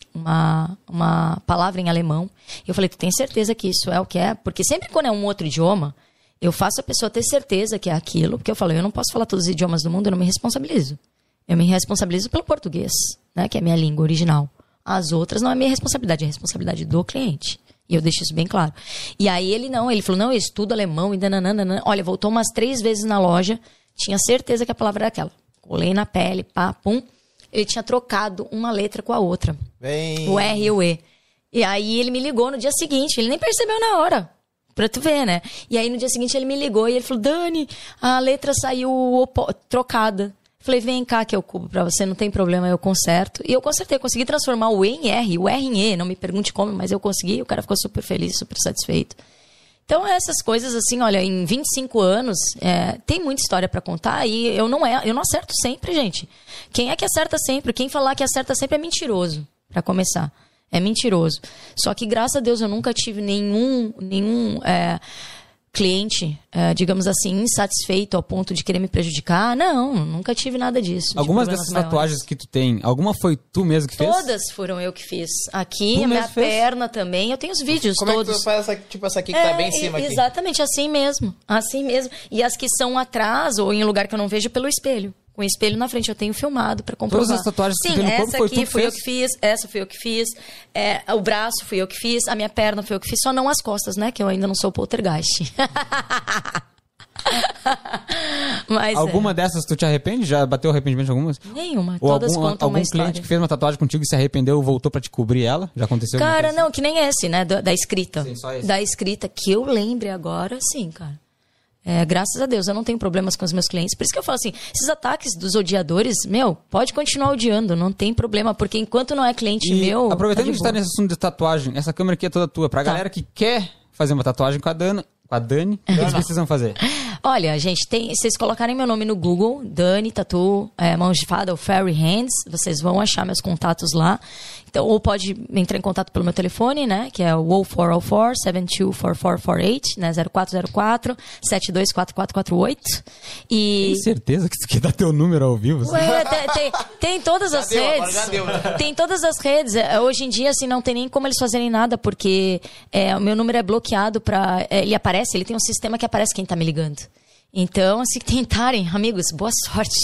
uma palavra em alemão. E eu falei, tu tem certeza que isso é o que é? Porque sempre quando é um outro idioma, eu faço a pessoa ter certeza que é aquilo. Porque eu falo, eu não posso falar todos os idiomas do mundo, eu não me responsabilizo. Eu me responsabilizo pelo português, né, que é a minha língua original. As outras não é minha responsabilidade, é a responsabilidade do cliente. E eu deixo isso bem claro. E aí ele falou, não, eu estudo alemão e dananana. Olha, voltou umas 3 vezes na loja, tinha certeza que a palavra era aquela. Colei na pele, pá, pum. Ele tinha trocado uma letra com a outra. O R e o E. E aí ele me ligou no dia seguinte, ele nem percebeu na hora. Pra tu ver, né? E aí no dia seguinte ele me ligou e ele falou, Dani, a letra saiu trocada. Falei, vem cá que eu cubo pra você, não tem problema, eu conserto. E eu consertei, consegui transformar o E em R, o R em E, não me pergunte como, mas eu consegui, o cara ficou super feliz, super satisfeito. Então, essas coisas assim, olha, em 25 anos, tem muita história pra contar e eu não acerto sempre, gente. Quem é que acerta sempre? Quem falar que acerta sempre é mentiroso, pra começar. É mentiroso. Só que, graças a Deus, eu nunca tive nenhum cliente, digamos assim, insatisfeito ao ponto de querer me prejudicar. Não, nunca tive nada disso. Algumas dessas tatuagens que tu tem, alguma foi tu mesmo que fez? Todas foram eu que fiz. Aqui, a minha perna também. Eu tenho os vídeos Como todos. Como é que tu faz essa aqui que tá bem em cima aqui? Exatamente, assim mesmo. Assim mesmo. E as que são atrás ou em lugar que eu não vejo pelo espelho. Com o espelho na frente, eu tenho filmado pra comprovar. Todas as tatuagens que tu tem no corpo foi tu que fez? Essa aqui fui eu que fiz, essa fui eu que fiz, o braço fui eu que fiz, a minha perna fui eu que fiz, só não as costas, né? Que eu ainda não sou poltergeist. Mas, alguma dessas tu te arrepende? Já bateu arrependimento de algumas? Nenhuma, ou todas contam uma história. Algum cliente que fez uma tatuagem contigo e se arrependeu e voltou pra te cobrir ela? Já aconteceu? Cara, não, que nem esse, né? Da escrita. Sim, só esse. Da escrita, que eu lembre agora, sim, cara. Graças a Deus, eu não tenho problemas com os meus clientes. Por isso que eu falo assim, esses ataques dos odiadores, pode continuar odiando, não tem problema, porque enquanto não é cliente meu... Aproveitando que a gente tá nesse assunto de tatuagem, essa câmera aqui é toda tua. Pra galera que quer fazer uma tatuagem com a Dani, o que eles precisam fazer? Olha, gente, se vocês colocarem meu nome no Google, Dani Tatu, Mãos de Fada ou Fairy Hands, vocês vão achar meus contatos lá. Então, ou pode entrar em contato pelo meu telefone, né? Que é o 0404-724448, né? 0404-724448. E... Tem certeza que tu quer dar teu número ao vivo? Ué, tem todas as redes. Já deu, né? Tem todas as redes. Hoje em dia, assim, não tem nem como eles fazerem nada, porque o meu número é bloqueado pra... ele tem um sistema que aparece quem tá me ligando. Então, se tentarem, amigos, boa sorte.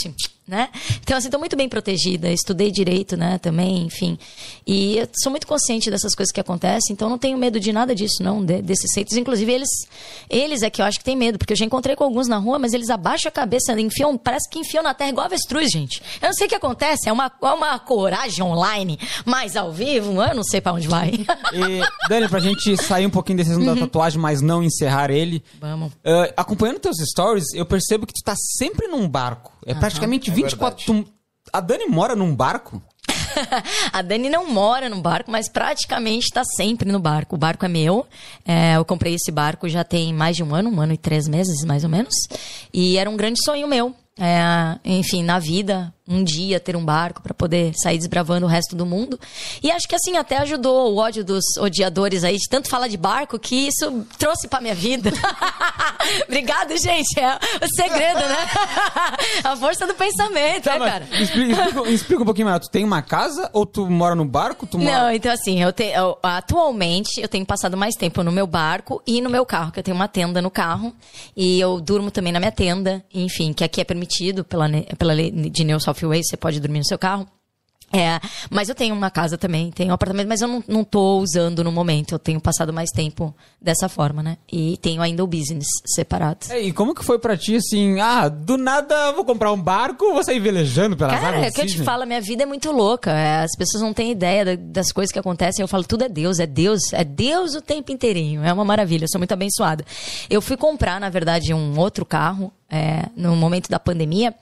né? Então, assim, tô muito bem protegida, estudei direito, né, também, enfim. E eu sou muito consciente dessas coisas que acontecem, então não tenho medo de nada disso, não, desses feitos. Inclusive, eles é que eu acho que tem medo, porque eu já encontrei com alguns na rua, mas eles abaixam a cabeça, parece que enfiam na terra igual avestruz, gente. Eu não sei o que acontece, é uma coragem online, mas ao vivo, eu não sei pra onde vai. E, Dani, pra gente sair um pouquinho desse assunto da tatuagem, mas não encerrar ele. Vamos. Acompanhando teus stories, eu percebo que tu tá sempre num barco. É praticamente 24... A Dani mora num barco? A Dani não mora no barco, mas praticamente está sempre no barco. O barco é meu. Eu comprei esse barco já tem mais de um ano e 3 meses, mais ou menos. E era um grande sonho meu. Enfim, na vida, um dia ter um barco para poder sair desbravando o resto do mundo. E acho que assim até ajudou o ódio dos odiadores aí de tanto falar de barco, que isso trouxe pra minha vida. Obrigado, gente. É o segredo, né? A força do pensamento, Tá, cara? Explica um pouquinho mais. Tu tem uma casa ou tu mora no barco? Não, então assim, atualmente eu tenho passado mais tempo no meu barco e no meu carro, que eu tenho uma tenda no carro. E eu durmo também na minha tenda, enfim, que aqui é permitido pela lei de New South Wales, você pode dormir no seu carro. Mas eu tenho uma casa também, tenho um apartamento, mas eu não tô usando no momento. Eu tenho passado mais tempo dessa forma, né? E tenho ainda o business separado. E como que foi pra ti, assim, do nada vou comprar um barco, vou sair velejando pelas águas? Cara, é o que eu te falo, a minha vida é muito louca. As pessoas não têm ideia das coisas que acontecem. Eu falo, tudo é Deus o tempo inteirinho. É uma maravilha, eu sou muito abençoada. Eu fui comprar, na verdade, um outro carro no momento da pandemia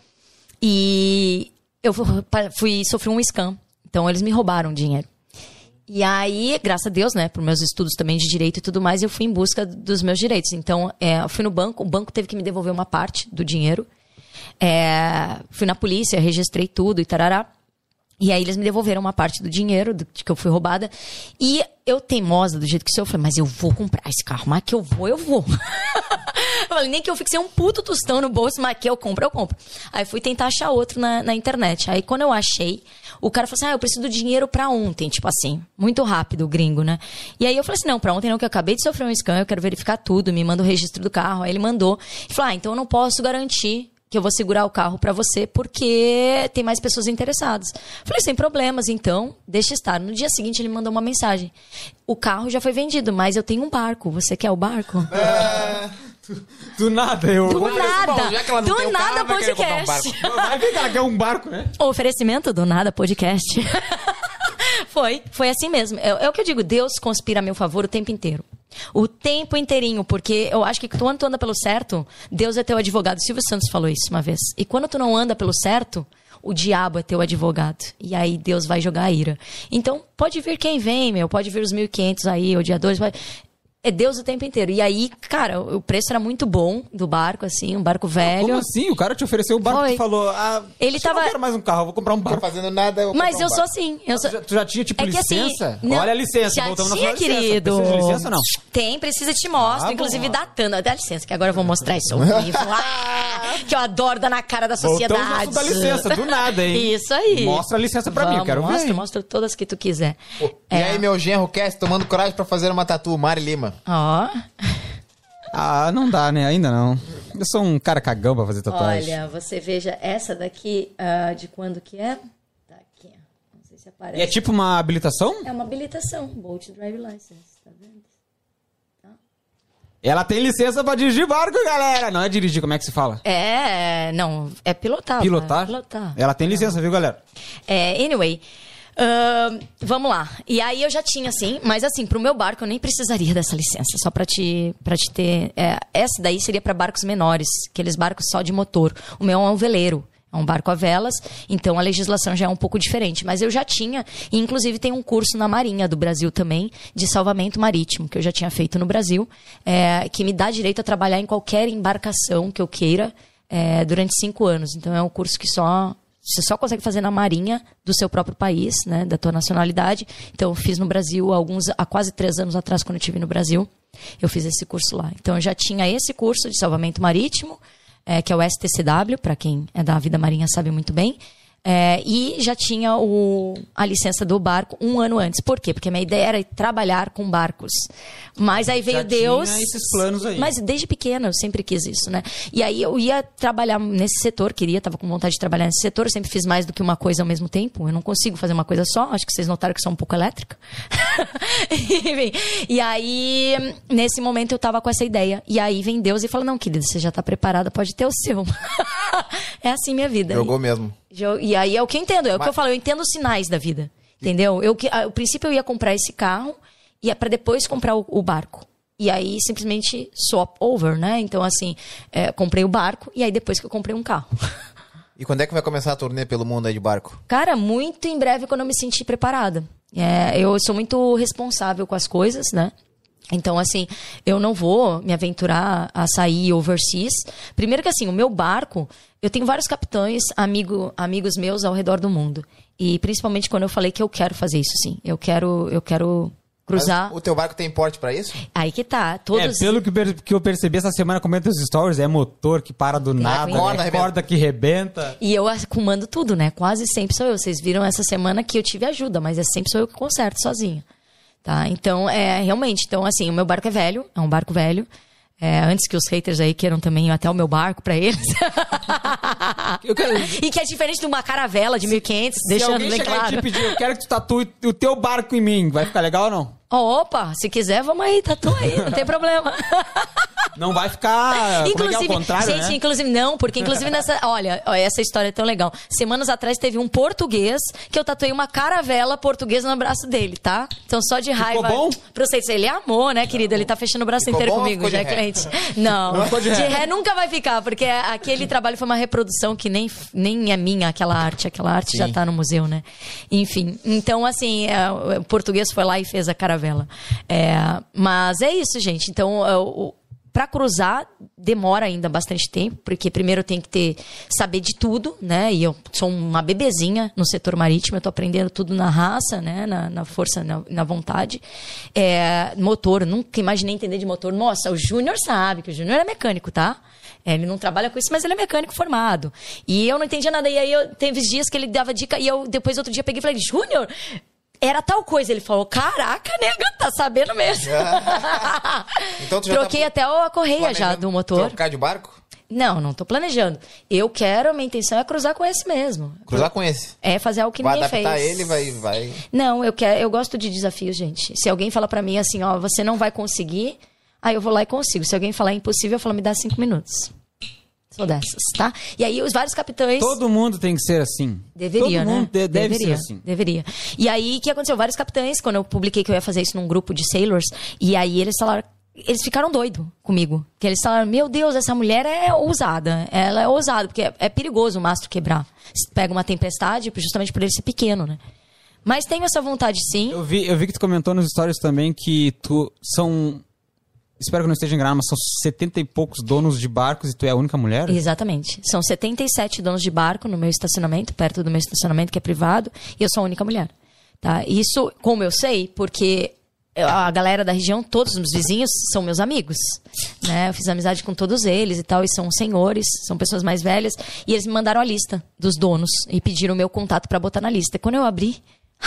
e eu sofri um scam. Então, eles me roubaram dinheiro. E aí, graças a Deus, né, por meus estudos também de direito e tudo mais, eu fui em busca dos meus direitos. Então, eu fui no banco, o banco teve que me devolver uma parte do dinheiro. Fui na polícia, registrei tudo e tarará. E aí, eles me devolveram uma parte do dinheiro que eu fui roubada. E eu, teimosa do jeito que sou, eu falei, mas eu vou comprar esse carro, mas que eu vou. Eu falei, nem que eu fixei um puto tostão no bolso, mas que eu compro. Aí fui tentar achar outro na internet. Aí quando eu achei, o cara falou assim, eu preciso do dinheiro pra ontem, tipo assim, muito rápido, o gringo, né? E aí eu falei assim, não, pra ontem não, que eu acabei de sofrer um scam, eu quero verificar tudo, me manda o registro do carro. Aí ele mandou, e falou, então eu não posso garantir que eu vou segurar o carro pra você, porque tem mais pessoas interessadas. Falei, sem problemas, então, deixa estar. No dia seguinte, ele mandou uma mensagem. O carro já foi vendido, mas eu tenho um barco. Você quer o barco? Do nada, Bom, já que ela não tem do um nada carro, vai querer comprar um podcast. barco. Vai ver que ela quer um barco, né? Oferecimento do Nada Podcast. Foi assim mesmo. É o que eu digo, Deus conspira a meu favor o tempo inteiro. O tempo inteirinho, porque eu acho que quando tu anda pelo certo, Deus é teu advogado. Silvio Santos falou isso uma vez. E quando tu não anda pelo certo, o diabo é teu advogado. E aí Deus vai jogar a ira. Então, pode vir quem vem, pode vir os 1.500 aí, odiadores, é Deus o tempo inteiro. E aí, cara, o preço era muito bom do barco, assim, um barco velho. Como assim? O cara te ofereceu o barco e falou, ele eu não quero mais um carro, eu vou comprar um Não barco. tá fazendo nada, eu vou Mas comprar um eu sou assim. Tu já tinha, tipo, É que licença? assim, não, Olha a licença, já voltamos tinha, na sua licença. querido. Precisa de licença ou não? Tem, precisa, te mostro. Inclusive, datando. Dá licença, que agora eu vou mostrar isso ao vivo. Que eu adoro dar na cara da sociedade. Voltamos no assunto da licença, do nada, hein? Isso aí. Mostra a licença pra mim, eu quero ver. Mostra todas que tu quiser. E aí, meu genro Cass tomando coragem pra fazer uma tatu, Mari Lima. Ó. Não dá, né? Ainda não. Eu sou um cara cagão pra fazer tatuagem. Olha, você veja essa daqui, de quando que é? Tá aqui, não sei se aparece. E é tipo uma habilitação? É uma habilitação, Boat Drive License, tá vendo? Ela tem licença pra dirigir barco, galera. Não é dirigir, como é que se fala? Não, é pilotar. Pilotar? Pilotar. Ela tem licença, viu, galera? Anyway, vamos lá. E aí eu já tinha, assim, mas assim, pro meu barco eu nem precisaria dessa licença, só pra te ter... essa daí seria pra barcos menores, aqueles barcos só de motor. O meu é um veleiro. É um barco a velas, então a legislação já é um pouco diferente. Mas eu já tinha, e inclusive tem um curso na Marinha do Brasil também, de salvamento marítimo, que eu já tinha feito no Brasil, que me dá direito a trabalhar em qualquer embarcação que eu queira durante 5 anos. Então é um curso que você só consegue fazer na Marinha do seu próprio país, né, da tua nacionalidade. Então eu fiz no Brasil há quase 3 anos atrás, quando eu estive no Brasil, eu fiz esse curso lá. Então eu já tinha esse curso de salvamento marítimo, que é o STCW, para quem é da vida marinha sabe muito bem. E já tinha a licença do barco 1 ano antes. Por quê? Porque a minha ideia era trabalhar com barcos. Mas aí veio Já Deus... tinha esses planos aí. Mas desde pequena eu sempre quis isso, né? E aí eu ia trabalhar nesse setor, tava com vontade de trabalhar nesse setor. Eu sempre fiz mais do que uma coisa ao mesmo tempo. Eu não consigo fazer uma coisa só. Acho que vocês notaram que eu sou um pouco elétrica. Enfim, e aí, nesse momento eu tava com essa ideia. E aí vem Deus e fala, não, querida, você já tá preparada, pode ter o seu. É assim minha vida. Jogou mesmo. E aí é o que eu entendo, o que eu falo, eu entendo os sinais da vida, entendeu? Ao princípio eu ia comprar esse carro, e para depois comprar o barco. E aí simplesmente swap over, né? Então assim, comprei o barco, e aí depois que eu comprei um carro. E quando é que vai começar a turnê pelo mundo aí de barco? Cara, muito em breve quando eu me sentir preparada. Eu sou muito responsável com as coisas, né? Então, assim, eu não vou me aventurar a sair overseas. Primeiro que, assim, o meu barco, eu tenho vários capitães, amigos meus ao redor do mundo. E principalmente quando eu falei que eu quero fazer isso, sim. Eu quero cruzar... Mas o teu barco tem porte pra isso? Aí que tá. Todos... Pelo que eu percebi essa semana, comenta os stories, é motor que para do nada, corda que rebenta. E eu comando tudo, né? Quase sempre sou eu. Vocês viram essa semana que eu tive ajuda, mas sempre sou eu que conserto sozinha. Tá? Então, realmente, então, assim, o meu barco é um barco velho. Antes que os haters aí queiram também ir até o meu barco pra eles. E que é diferente de uma caravela de 1.500, deixando bem claro. Se alguém chegar e te pedir, eu quero que tu tatue o teu barco em mim, vai ficar legal ou não? Opa, se quiser, vamos aí, tatua aí, não tem problema. Não vai ficar, como é que é, ao contrário, gente, né? Inclusive, não, porque inclusive olha, essa história é tão legal. Semanas atrás teve um português que eu tatuei uma caravela portuguesa no braço dele, tá? Então só de raiva. Ficou bom? Pra vocês, ele amou, né, querido? Ele tá fechando o braço Ficou inteiro bom, comigo, já é cliente. Não, de ré nunca vai ficar, porque aquele trabalho foi uma reprodução que nem é minha, aquela arte Sim. já tá no museu, né? Enfim, então assim, o português foi lá e fez a caravela. Mas é isso, gente. Então, para cruzar, demora ainda bastante tempo, porque primeiro eu tenho que saber de tudo, né? E eu sou uma bebezinha no setor marítimo, eu tô aprendendo tudo na raça, né? Na força, na vontade. Motor, nunca imaginei entender de motor. Nossa, o Júnior sabe, que o Júnior é mecânico, tá? Ele não trabalha com isso, mas ele é mecânico formado. E eu não entendia nada. E aí, teve dias que ele dava dica, e eu depois, outro dia, peguei e falei, Júnior... Era tal coisa. Ele falou, caraca, nega, tá sabendo mesmo. Então, tu já troquei até a correia já do motor. Trocar de barco? Não tô planejando. Minha intenção é cruzar com esse mesmo. Cruzar com esse? Fazer algo que ninguém fez. Vai adaptar ele, vai... Não, eu gosto de desafios, gente. Se alguém fala pra mim assim, ó, você não vai conseguir, aí eu vou lá e consigo. Se alguém falar impossível, eu falo, me dá 5 minutos. Sou dessas, tá? E aí os vários capitães... Todo mundo tem que ser assim. Deveria, Todo mundo deve ser assim. Deveria. E aí, o que aconteceu? Vários capitães, quando eu publiquei que eu ia fazer isso num grupo de sailors, e aí eles falaram... Eles ficaram doidos comigo. Que eles falaram, meu Deus, essa mulher é ousada. Ela é ousada, porque é perigoso o mastro quebrar. Pega uma tempestade, justamente por ele ser pequeno, né? Mas tenho essa vontade, sim. Eu vi que tu comentou nos stories também que espero que não esteja enganado, mas são 70 e poucos donos de barcos e tu é a única mulher? Exatamente. São 77 donos de barco no meu estacionamento, perto do meu estacionamento, que é privado, e eu sou a única mulher. Tá? Isso, como eu sei, porque a galera da região, todos os vizinhos, são meus amigos. Né? Eu fiz amizade com todos eles e tal, e são senhores, são pessoas mais velhas, e eles me mandaram a lista dos donos e pediram o meu contato para botar na lista. E quando eu abri,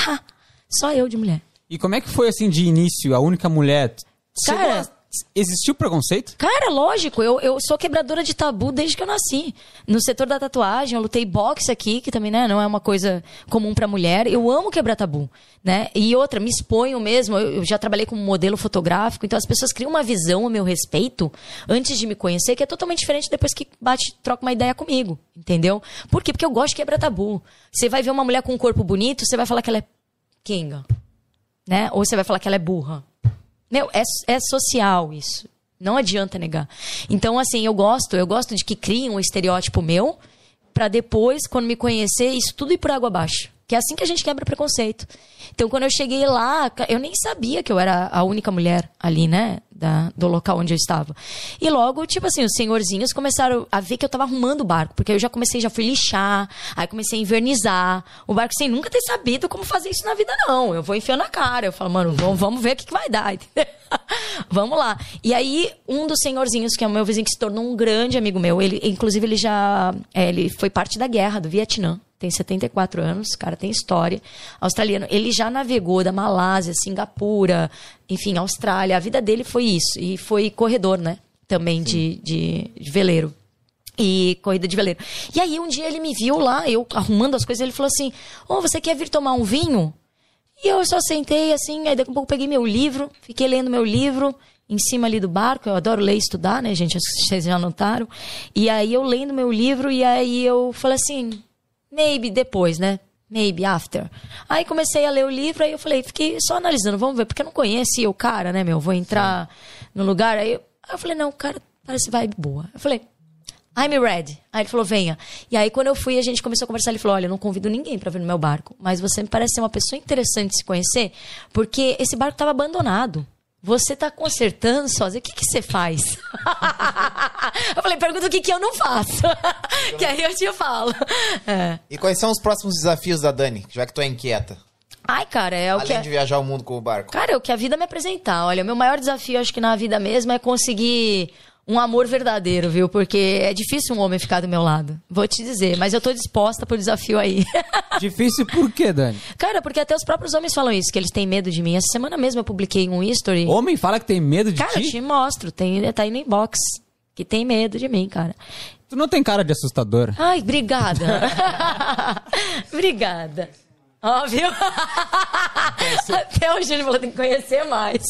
só eu de mulher. E como é que foi, assim, de início, a única mulher? Cara... Existiu preconceito? Cara, lógico, eu sou quebradora de tabu desde que eu nasci. No setor da tatuagem, eu lutei boxe aqui, que também, né, não é uma coisa comum pra mulher. Eu amo quebrar tabu, né? E outra, me exponho mesmo, eu já trabalhei como modelo fotográfico, então as pessoas criam uma visão a meu respeito antes de me conhecer, que é totalmente diferente depois que troca uma ideia comigo, entendeu? Por quê? Porque eu gosto de quebrar tabu. Você vai ver uma mulher com um corpo bonito, você vai falar que ela é kinga, né? Ou você vai falar que ela é burra. Meu, é social isso. Não adianta negar. Então, assim, eu gosto de que criem um estereótipo meu pra depois, quando me conhecer, isso tudo ir por água abaixo. Que é assim que a gente quebra preconceito. Então, quando eu cheguei lá, eu nem sabia que eu era a única mulher ali, né? Do local onde eu estava. E logo, tipo assim, os senhorzinhos começaram a ver que eu tava arrumando o barco. Porque eu já fui lixar, aí comecei a invernizar o barco sem nunca ter sabido como fazer isso na vida, não. Eu vou enfiando a cara. Eu falo, mano, vamos ver o que vai dar. Vamos lá. E aí, um dos senhorzinhos, que é o meu vizinho, que se tornou um grande amigo meu, inclusive ele foi parte da guerra do Vietnã. tem 74 anos, o cara tem história, australiano. Ele já navegou da Malásia, Singapura, enfim, Austrália. A vida dele foi isso. E foi corredor, né? Também de veleiro. E corrida de veleiro. E aí, um dia ele me viu lá, eu arrumando as coisas, ele falou assim, você quer vir tomar um vinho? E eu só sentei assim, aí daqui a pouco peguei meu livro, fiquei lendo meu livro em cima ali do barco. Eu adoro ler e estudar, né, gente? Vocês já notaram. E aí eu lendo meu livro, e aí eu falei assim, maybe depois, né? Maybe after. Aí comecei a ler o livro, aí eu falei, fiquei só analisando, vamos ver, porque eu não conhecia o cara, né, meu? Vou entrar no lugar. Aí eu falei, não, o cara parece vibe boa. Eu falei, I'm ready. Aí ele falou, venha. E aí, quando eu fui, a gente começou a conversar. Ele falou, olha, eu não convido ninguém pra vir no meu barco, mas você me parece ser uma pessoa interessante de se conhecer, porque esse barco estava abandonado. Você tá consertando sozinho, o que você faz? Eu falei, pergunta o que eu não faço. Que aí eu te falo. E quais são os próximos desafios da Dani, já que tu é inquieta? Ai, cara, é o que... Além de viajar o mundo com o barco. Cara, é o que a vida me apresentar. Olha, o meu maior desafio, acho que na vida mesmo, é conseguir um amor verdadeiro, viu? Porque é difícil um homem ficar do meu lado. Vou te dizer, mas eu tô disposta pro desafio aí. Difícil por quê, Dani? Cara, porque até os próprios homens falam isso, que eles têm medo de mim. Essa semana mesmo eu publiquei um history. Homem fala que tem medo de Cara, ti? eu te mostro, tá aí no inbox. Que tem medo de mim, cara. Tu não tem cara de assustador. Ai, obrigada. Obrigada. Ó, viu? Até hoje ele falou que tem que conhecer mais.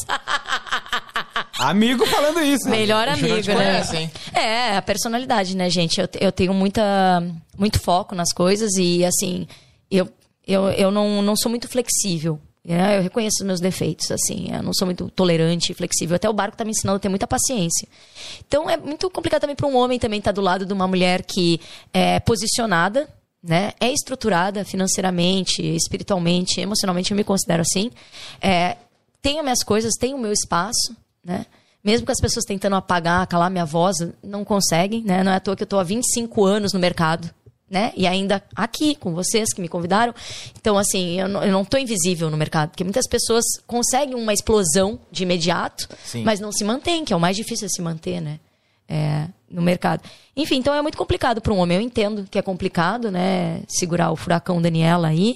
Amigo falando isso. Melhor A gente não te amigo, né? conhece, hein? É, a personalidade, né, gente? Eu tenho muito foco nas coisas e, assim, eu não sou muito flexível. Né? Eu reconheço os meus defeitos, assim. Eu não sou muito tolerante e flexível. Até o barco tá me ensinando a ter muita paciência. Então, é muito complicado também para um homem também estar do lado de uma mulher que é posicionada, né? É estruturada financeiramente, espiritualmente, emocionalmente, eu me considero assim. Tenho minhas coisas, tenho o meu espaço, né? Mesmo que as pessoas tentando apagar, calar minha voz, não conseguem, né? Não é à toa que eu estou há 25 anos no mercado, né? E ainda aqui com vocês que me convidaram. Então, assim, eu não estou invisível no mercado, porque muitas pessoas conseguem uma explosão de imediato, Sim. mas não se mantém, que é o mais difícil de se manter, né? No mercado. Enfim, então é muito complicado para um homem. Eu entendo que é complicado, né? Segurar o furacão Daniela aí.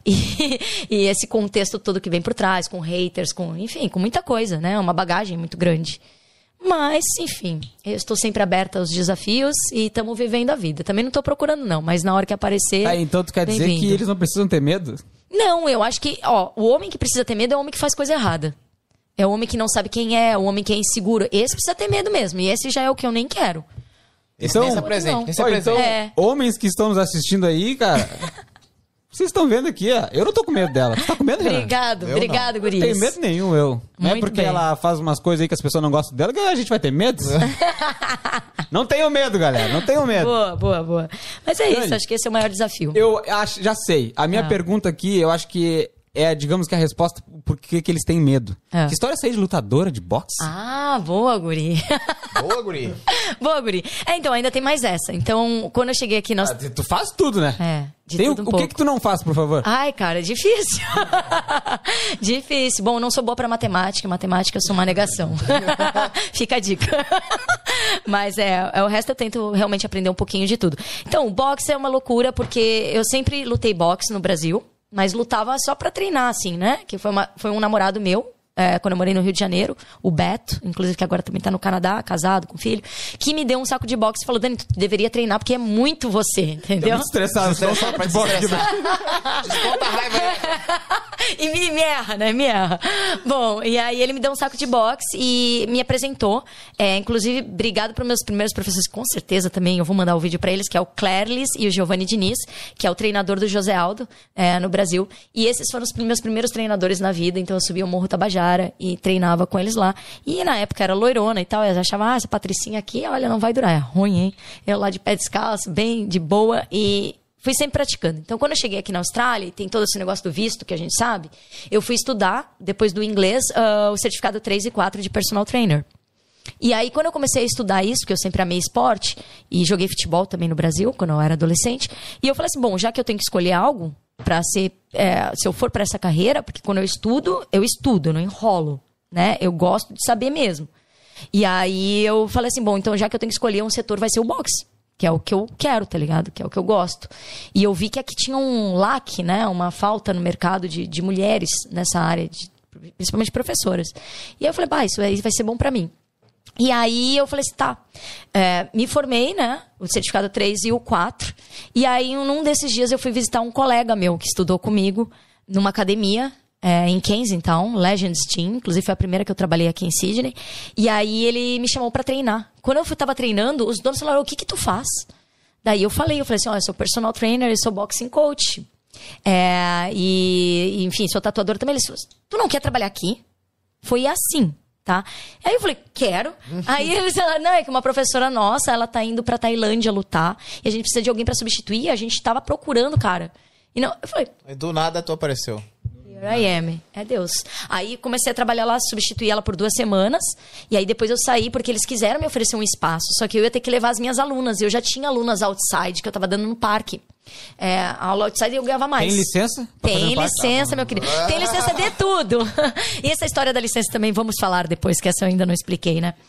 E esse contexto todo que vem por trás, com haters, enfim, com muita coisa, né? Uma bagagem muito grande. Mas, enfim, eu estou sempre aberta aos desafios e estamos vivendo a vida. Também não estou procurando, não, mas na hora que aparecer. Então tu quer dizer bem-vindo. que eles não precisam ter medo? Não, eu acho que, o homem que precisa ter medo é o homem que faz coisa errada. É o homem que não sabe quem é, o homem que é inseguro. Esse precisa ter medo mesmo. E esse já é o que eu nem quero. Esse Então- nem se apresente, não. nem se Ó, apresente. então, homens que estão nos assistindo aí, cara, vocês estão vendo aqui, ó. Eu não tô com medo dela. Você tá com medo, Renato? Obrigado, Não guris. tenho medo nenhum, eu. Não é Muito porque bem. ela faz umas coisas aí que as pessoas não gostam dela que a gente vai ter medo. Não tenho medo, galera. Não tenho medo. Boa. Mas é isso, Dani, acho que esse é o maior desafio. Eu acho, já sei. A minha pergunta aqui, eu acho que digamos que a resposta por que eles têm medo. Que história é essa aí de lutadora de boxe? Ah, boa, guri. Boa, guri. Boa, guri. Então, ainda tem mais essa. Então, quando eu cheguei aqui... Tu faz tudo, né? De Tem tudo um o pouco. que tu não faz, por favor? Ai, cara, é difícil. Difícil. Bom, eu não sou boa pra matemática. Matemática eu sou uma negação. Fica a dica. Mas o resto eu tento realmente aprender um pouquinho de tudo. Então, o boxe é uma loucura, porque eu sempre lutei boxe no Brasil, mas lutava só pra treinar, assim, né? Que foi um namorado meu, quando eu morei no Rio de Janeiro, o Beto, inclusive que agora também tá no Canadá, casado, com filho, que me deu um saco de boxe e falou, Dani, tu deveria treinar porque é muito você, entendeu? Muito estressado. Você dá um saco de boxe aqui. Desconta a raiva aí. E me erra, né? Me erra. Bom, e aí ele me deu um saco de boxe e me apresentou. Inclusive, obrigado para meus primeiros professores, com certeza também eu vou mandar o vídeo para eles, que é o Clerlis e o Giovanni Diniz, que é o treinador do José Aldo no Brasil. E esses foram os meus primeiros treinadores na vida, então eu subia o Morro Tabajara e treinava com eles lá. E na época era loirona e tal, eu achava, essa Patricinha aqui, olha, não vai durar, é ruim, hein? Eu lá de pé descalço, bem de boa, e fui sempre praticando. Então, quando eu cheguei aqui na Austrália, e tem todo esse negócio do visto, que a gente sabe, eu fui estudar, depois do inglês, o certificado 3 e 4 de personal trainer. E aí, quando eu comecei a estudar isso, porque eu sempre amei esporte, e joguei futebol também no Brasil, quando eu era adolescente, e eu falei assim, bom, já que eu tenho que escolher algo para ser, se eu for para essa carreira, porque quando eu estudo, eu não enrolo, né? Eu gosto de saber mesmo. E aí, eu falei assim, bom, então já que eu tenho que escolher um setor, vai ser o boxe. Que é o que eu quero, tá ligado? Que é o que eu gosto. E eu vi que aqui tinha um lack, né? Uma falta no mercado de mulheres nessa área, principalmente professoras. E aí eu falei, isso aí vai ser bom pra mim. E aí eu falei assim, tá. Me formei, né? O certificado 3 e o 4. E aí, num desses dias, eu fui visitar um colega meu que estudou comigo numa academia em Kensington, Legends Team. Inclusive, foi a primeira que eu trabalhei aqui em Sydney. E aí, ele me chamou pra treinar. Quando eu tava treinando, os donos falaram, o que tu faz? Daí eu falei assim, eu sou personal trainer e sou boxing coach. E enfim, sou tatuadora também. Eles falaram, tu não quer trabalhar aqui? Foi assim, tá? Aí eu falei, quero. Aí eles falaram, não, é que uma professora nossa, ela tá indo pra Tailândia lutar. E a gente precisa de alguém pra substituir. A gente tava procurando, cara. E não, eu falei... E do nada tu apareceu. Here I am. É Deus. Aí comecei a trabalhar lá, substituir ela por 2 semanas. E aí depois eu saí porque eles quiseram me oferecer um espaço. Só que eu ia ter que levar as minhas alunas. Eu já tinha alunas outside que eu tava dando no parque. A aula outside eu ganhava mais. Tem licença? Tem licença, meu querido. Tem licença de tudo. E essa história da licença também vamos falar depois, que essa eu ainda não expliquei, né?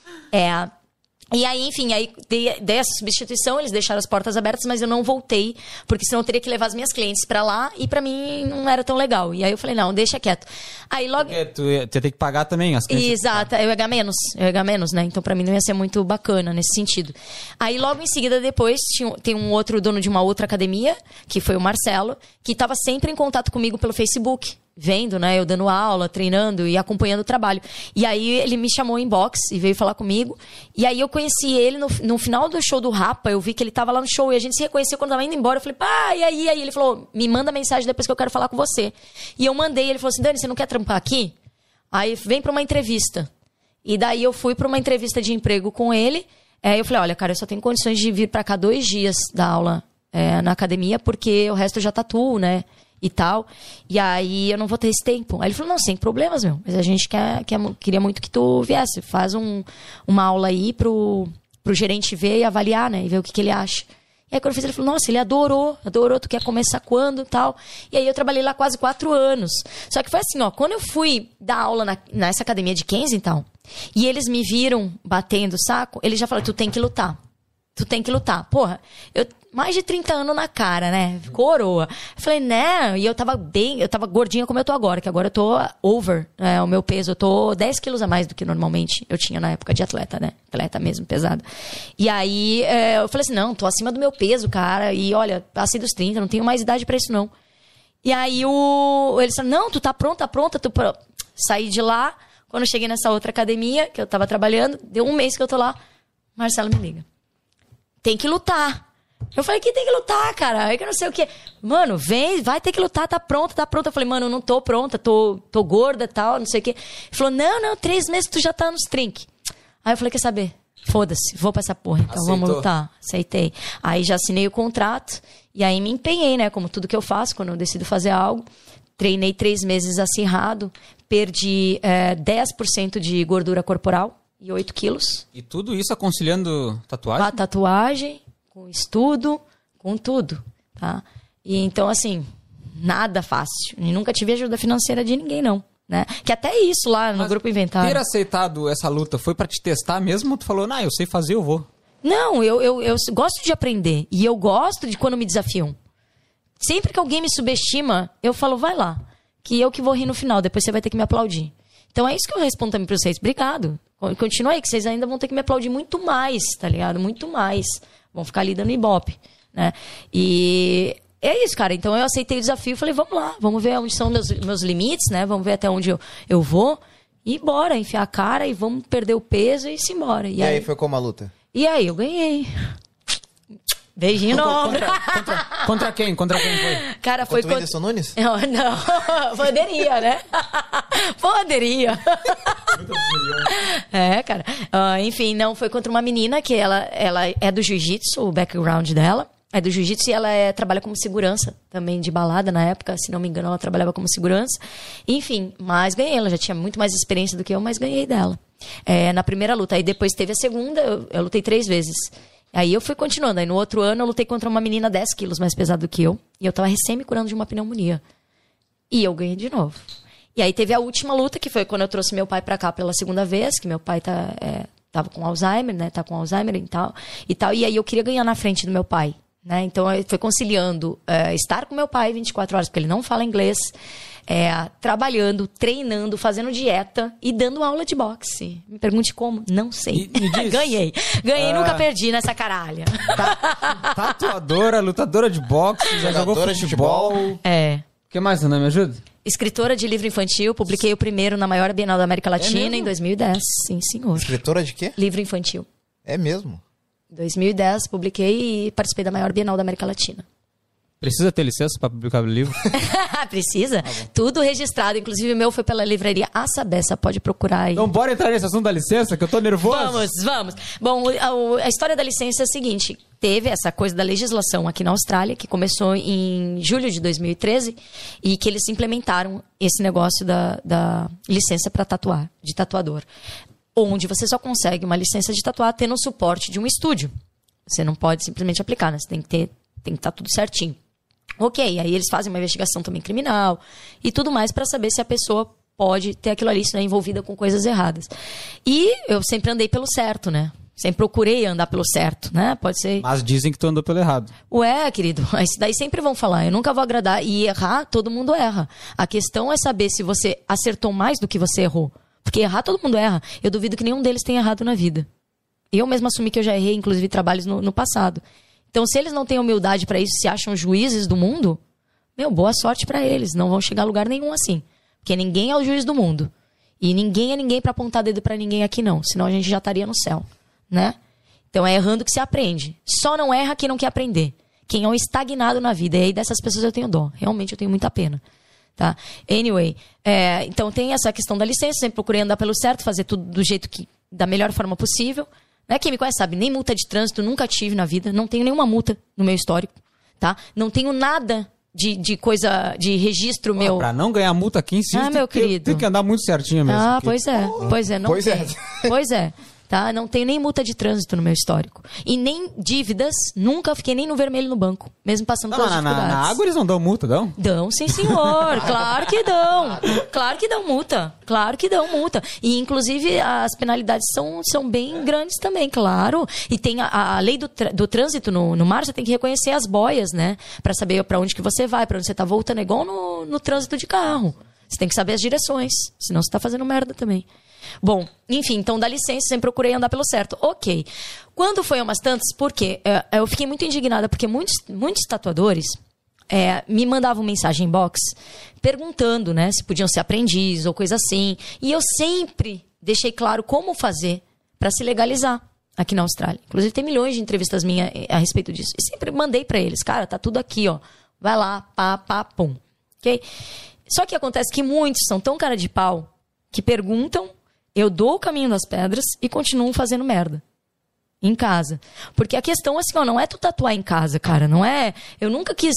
E aí, enfim, aí dei essa substituição, eles deixaram as portas abertas, mas eu não voltei, porque senão eu teria que levar as minhas clientes pra lá, e pra mim não era tão legal. E aí eu falei, não, deixa quieto. Aí logo... Porque tu ia ter que pagar também as clientes. Exato, eu ia ganhar menos, né? Então pra mim não ia ser muito bacana nesse sentido. Aí logo em seguida, depois, tem um outro dono de uma outra academia, que foi o Marcelo, que tava sempre em contato comigo pelo Facebook. Vendo, né, eu dando aula, treinando e acompanhando o trabalho. E aí ele me chamou em box e veio falar comigo. E aí eu conheci ele no final do show do Rapa, eu vi que ele tava lá no show e a gente se reconheceu quando tava indo embora. Eu falei, e aí? Aí ele falou, me manda mensagem depois que eu quero falar com você. E eu mandei, ele falou assim, Dani, você não quer trampar aqui? Aí vem pra uma entrevista. E daí eu fui pra uma entrevista de emprego com ele. Eu falei, olha, cara, eu só tenho condições de vir pra cá 2 dias dar aula na academia, porque o resto eu já tatuo, né? E tal, e aí eu não vou ter esse tempo. Aí ele falou, não, sem problemas, meu, mas a gente queria muito que tu viesse, faz uma aula aí pro gerente ver e avaliar, né, e ver o que ele acha. E aí quando eu fiz, ele falou, nossa, ele adorou, tu quer começar quando, tal. E aí eu trabalhei lá quase 4 anos. Só que foi assim, quando eu fui dar aula nessa academia de Kensington, e eles me viram batendo o saco, eles já falaram, tu tem que lutar. Porra, mais de 30 anos na cara, né? Coroa. Eu falei, né? E eu tava gordinha como eu tô agora, que agora eu tô over o meu peso. Eu tô 10 quilos a mais do que normalmente eu tinha na época de atleta, né? Atleta mesmo, pesado. E aí, eu falei assim, não, tô acima do meu peso, cara. E olha, passei dos 30, não tenho mais idade pra isso, não. E aí, eles falaram, não, tu tá pronta. Saí de lá, quando eu cheguei nessa outra academia, que eu tava trabalhando, deu 1 mês que eu tô lá, Marcelo me liga. Tem que lutar. Eu falei, que tem que lutar, cara? É que eu não sei o quê. Mano, vem, vai ter que lutar, tá pronta. Eu falei, mano, eu não tô pronta, tô gorda e tal, não sei o quê. Ele falou, não, 3 meses tu já tá nos trinques. Aí eu falei, quer saber? Foda-se, vou pra essa porra, então Aceitou. Vamos lutar. Aceitei. Aí já assinei o contrato, e aí me empenhei, né? Como tudo que eu faço, quando eu decido fazer algo. Treinei 3 meses acirrado, perdi 10% de gordura corporal e 8 quilos. E tudo isso aconselhando tatuagem? A tatuagem, com estudo, com tudo, tá? E então, assim, nada fácil. E nunca tive ajuda financeira de ninguém, não, né? Que até isso lá no Grupo Inventário. Ter aceitado essa luta foi pra te testar mesmo? Ou tu falou, eu sei fazer, eu vou? Não, eu gosto de aprender. E eu gosto de quando me desafiam. Sempre que alguém me subestima, eu falo, vai lá. Que eu que vou rir no final, depois você vai ter que me aplaudir. Então é isso que eu respondo também pra vocês. Obrigado. Continua aí, que vocês ainda vão ter que me aplaudir muito mais, tá ligado? Muito mais. Vão ficar ali dando ibope, né? E é isso, cara. Então eu aceitei o desafio e falei, vamos lá. Vamos ver onde são meus limites, né? Vamos ver até onde eu vou. E bora, enfiar a cara e vamos perder o peso e se embora. E aí foi como a luta? E aí eu ganhei. Beijinho no ombro. Contra quem? Contra quem foi? Cara, foi contra o Whindersson Nunes? Não, poderia, né? Poderia. Cara. Enfim, não, foi contra uma menina que ela é do jiu-jitsu, o background dela. É do jiu-jitsu e ela trabalha como segurança também de balada na época. Se não me engano, ela trabalhava como segurança. Enfim, mas ganhei. Ela já tinha muito mais experiência do que eu, mas ganhei dela. Na primeira luta. Aí depois teve a segunda, eu lutei 3 vezes. Aí eu fui continuando. Aí no outro ano eu lutei contra uma menina 10 quilos mais pesada do que eu. E eu tava recém me curando de uma pneumonia. E eu ganhei de novo. E aí teve a última luta, que foi quando eu trouxe meu pai pra cá pela segunda vez, que meu pai tava com Alzheimer, né? Tá com Alzheimer e tal. E aí eu queria ganhar na frente do meu pai, né? Então eu fui conciliando estar com meu pai 24 horas, porque ele não fala inglês, trabalhando, treinando, fazendo dieta e dando aula de boxe. Me pergunte como? Não sei. Me diz, Ganhei, nunca perdi nessa caralha. Tatuadora, lutadora de boxe, já jogou Jogadora de futebol. futebol. O que mais, Ana? Me ajuda? Escritora de livro infantil, publiquei o primeiro na maior Bienal da América Latina em 2010. Sim, senhor. Escritora de quê? Livro infantil. É mesmo? Em 2010, publiquei e participei da maior Bienal da América Latina. Precisa ter licença pra publicar o livro? Precisa? Tudo registrado. Inclusive, o meu foi pela livraria A Sabessa. Pode procurar aí. Então bora entrar nesse assunto da licença, que eu tô nervoso. Vamos. Bom, a história da licença é a seguinte. Teve essa coisa da legislação aqui na Austrália, que começou em julho de 2013, e que eles implementaram esse negócio da licença para tatuar, de tatuador. Onde você só consegue uma licença de tatuar tendo o suporte de um estúdio. Você não pode simplesmente aplicar, né? Você tem que estar tudo certinho. Ok, aí eles fazem uma investigação também criminal e tudo mais para saber se a pessoa pode ter aquilo ali, se não é envolvida com coisas erradas. E eu sempre andei pelo certo, né? Sempre procurei andar pelo certo, né? Pode ser... Mas dizem que tu andou pelo errado. Ué, querido, isso daí sempre vão falar. Eu nunca vou agradar. E errar, todo mundo erra. A questão é saber se você acertou mais do que você errou. Porque errar, todo mundo erra. Eu duvido que nenhum deles tenha errado na vida. Eu mesmo assumi que eu já errei, inclusive, trabalhos no passado. Então, se eles não têm humildade para isso, se acham juízes do mundo, boa sorte para eles. Não vão chegar a lugar nenhum assim. Porque ninguém é o juiz do mundo. E ninguém é ninguém para apontar dedo para ninguém aqui, não. Senão a gente já estaria no céu, né? Então, é errando que se aprende. Só não erra quem não quer aprender. Quem é um estagnado na vida. E aí, dessas pessoas eu tenho dó. Realmente, eu tenho muita pena. Tá? Anyway, então tem essa questão da licença. Sempre procurei andar pelo certo, fazer tudo do jeito da melhor forma possível. Né? Quem me conhece sabe, nem multa de trânsito nunca tive na vida. Não tenho nenhuma multa no meu histórico. Tá? Não tenho nada de coisa, de registro meu. Pra não ganhar multa aqui em cima, meu querido. Tem que andar muito certinho mesmo. Pois é. Não Pois tem. é. Pois é. Tá? Não tenho nem multa de trânsito no meu histórico. E nem dívidas, nunca fiquei nem no vermelho no banco. Mesmo passando todas as dificuldades. Na água eles não dão multa, não? Dão, sim, senhor. Claro que dão. Claro que dão multa. Claro que dão multa. E, inclusive, as penalidades são bem grandes também, claro. E tem a lei do trânsito no mar, você tem que reconhecer as boias, né? Pra saber pra onde que você vai, pra onde você tá voltando. É igual no trânsito de carro. Você tem que saber as direções. Senão você tá fazendo merda também. Bom, enfim, então dá licença, sempre procurei andar pelo certo. Ok. Quando foi umas tantas, por quê? Eu fiquei muito indignada, porque muitos tatuadores me mandavam mensagem inbox perguntando, né, se podiam ser aprendiz ou coisa assim. E eu sempre deixei claro como fazer para se legalizar aqui na Austrália. Inclusive, tem milhões de entrevistas minhas a respeito disso. E sempre mandei para eles, cara, tá tudo aqui, ó. Vai lá, pá, pum. Ok? Só que acontece que muitos são tão cara de pau que perguntam, eu dou o caminho das pedras e continuo fazendo merda. Em casa. Porque a questão, assim, ó, não é tu tatuar em casa, cara. Não é... Eu nunca quis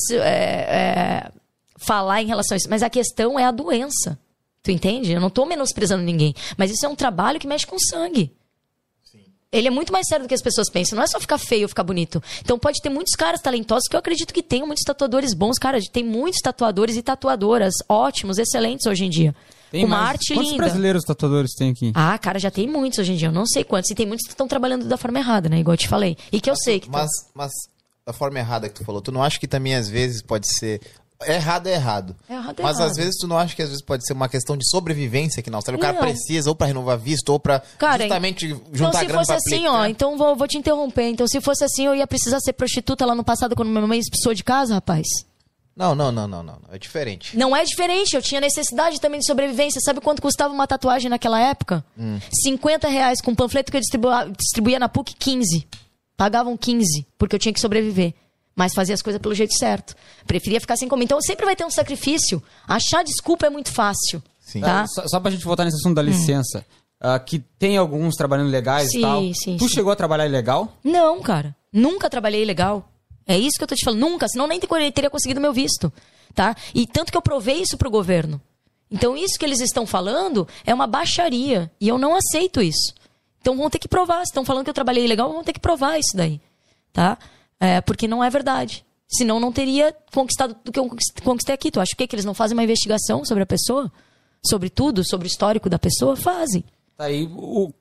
falar em relação a isso. Mas a questão é a doença. Tu entende? Eu não tô menosprezando ninguém. Mas isso é um trabalho que mexe com sangue. Sim. Ele é muito mais sério do que as pessoas pensam. Não é só ficar feio ou ficar bonito. Então pode ter muitos caras talentosos, que eu acredito que tenham muitos tatuadores bons. Cara, tem muitos tatuadores e tatuadoras ótimos, excelentes hoje em dia. Tem uma mais. arte Quantos linda. brasileiros tatuadores tem aqui? Ah, cara, já tem muitos hoje em dia. Eu não sei quantos. E tem muitos que estão trabalhando da forma errada, né? Igual eu te falei. E que eu sei que... Mas da forma errada que tu falou, tu não acha que também às vezes pode ser... Errado é errado. Mas às vezes tu não acha que às vezes pode ser uma questão de sobrevivência aqui na Austrália? O cara precisa ou pra renovar visto ou pra justamente juntar grana pra Então, se fosse assim, ó, então vou te interromper. Então, se fosse assim, eu ia precisar ser prostituta lá no passado quando minha mãe expulsou de casa, rapaz? Não. É diferente. Não é diferente. Eu tinha necessidade também de sobrevivência. Sabe quanto custava uma tatuagem naquela época? R$50 com um panfleto que eu distribuía na PUC, 15. Pagavam 15, porque eu tinha que sobreviver. Mas fazia as coisas pelo jeito certo. Preferia ficar sem comer. Então sempre vai ter um sacrifício. Achar desculpa é muito fácil. Sim. Tá? Só pra gente voltar nesse assunto da licença. Que tem alguns trabalhando legais e tal. Sim, tu chegou a trabalhar ilegal? Não, cara. Nunca trabalhei ilegal. É isso que eu tô te falando. Nunca. Senão nem teria conseguido meu visto. Tá? E tanto que eu provei isso pro governo. Então isso que eles estão falando é uma baixaria. E eu não aceito isso. Então vão ter que provar. Se estão falando que eu trabalhei ilegal, vão ter que provar isso daí. Tá? Porque não é verdade. Senão não teria conquistado tudo que eu conquistei aqui. Tu acha que eles não fazem uma investigação sobre a pessoa? Sobre tudo? Sobre o histórico da pessoa? Fazem. Tá aí,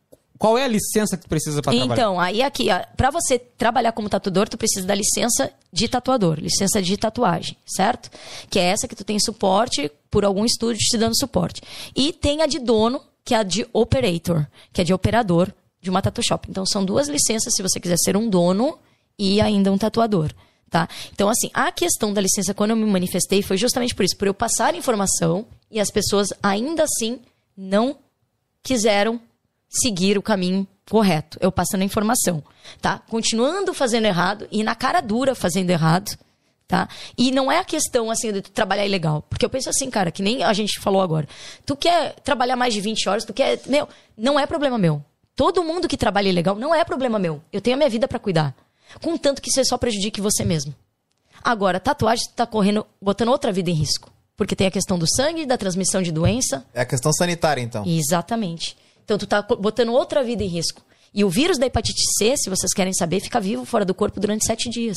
Qual é a licença que tu precisa para trabalhar? Então, aí aqui, para você trabalhar como tatuador, tu precisa da licença de tatuador, licença de tatuagem, certo? Que é essa que tu tem suporte por algum estúdio te dando suporte. E tem a de dono, que é a de operator, que é de operador de uma tattoo shop. Então, são 2 licenças se você quiser ser um dono e ainda um tatuador, tá? Então, assim, a questão da licença, quando eu me manifestei, foi justamente por isso, por eu passar informação e as pessoas ainda assim não quiseram seguir o caminho correto. Eu passando a informação, tá? Continuando fazendo errado e na cara dura fazendo errado, tá? E não é a questão, assim, de tu trabalhar ilegal. Porque eu penso assim, cara, que nem a gente falou agora. Tu quer trabalhar mais de 20 horas, tu quer... Meu, não é problema meu. Todo mundo que trabalha ilegal não é problema meu. Eu tenho a minha vida pra cuidar. Contanto que você só prejudique você mesmo. Agora, tatuagem tá correndo, botando outra vida em risco. Porque tem a questão do sangue, da transmissão de doença. É a questão sanitária, então. Exatamente. Então, tu tá botando outra vida em risco. E o vírus da hepatite C, se vocês querem saber, fica vivo fora do corpo durante 7 dias.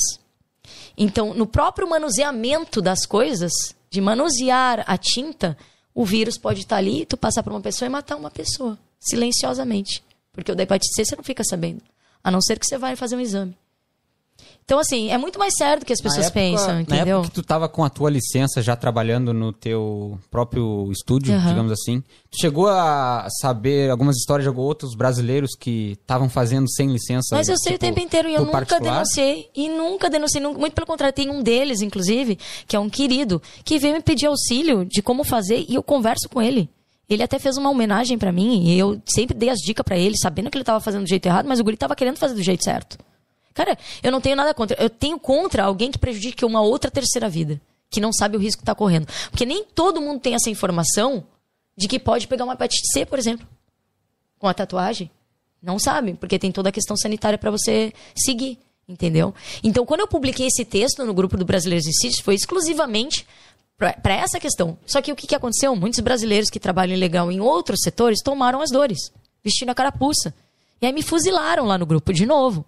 Então, no próprio manuseamento das coisas, de manusear a tinta, o vírus pode estar ali, tu passar por uma pessoa e matar uma pessoa, silenciosamente. Porque o da hepatite C você não fica sabendo. A não ser que você vai fazer um exame. Então, assim, é muito mais sério do que as pessoas pensam, entendeu? Na época que tu tava com a tua licença, já trabalhando no teu próprio estúdio, digamos assim, tu chegou a saber algumas histórias de outros brasileiros que estavam fazendo sem licença? Mas eu sei o tempo inteiro e eu nunca denunciei. E nunca denunciei. Muito pelo contrário, tem um deles, inclusive, que é um querido, que veio me pedir auxílio de como fazer e eu converso com ele. Ele até fez uma homenagem pra mim e eu sempre dei as dicas pra ele, sabendo que ele tava fazendo do jeito errado, mas o guri tava querendo fazer do jeito certo. Cara, eu não tenho nada contra. Eu tenho contra alguém que prejudique uma outra terceira vida. Que não sabe o risco que tá correndo. Porque nem todo mundo tem essa informação de que pode pegar uma hepatite C, por exemplo. Com a tatuagem. Não sabe, porque tem toda a questão sanitária pra você seguir. Entendeu? Então, quando eu publiquei esse texto no grupo do Brasileiros em Sítios, foi exclusivamente pra essa questão. Só que o que aconteceu? Muitos brasileiros que trabalham ilegal em outros setores tomaram as dores. Vestindo a carapuça. E aí me fuzilaram lá no grupo de novo.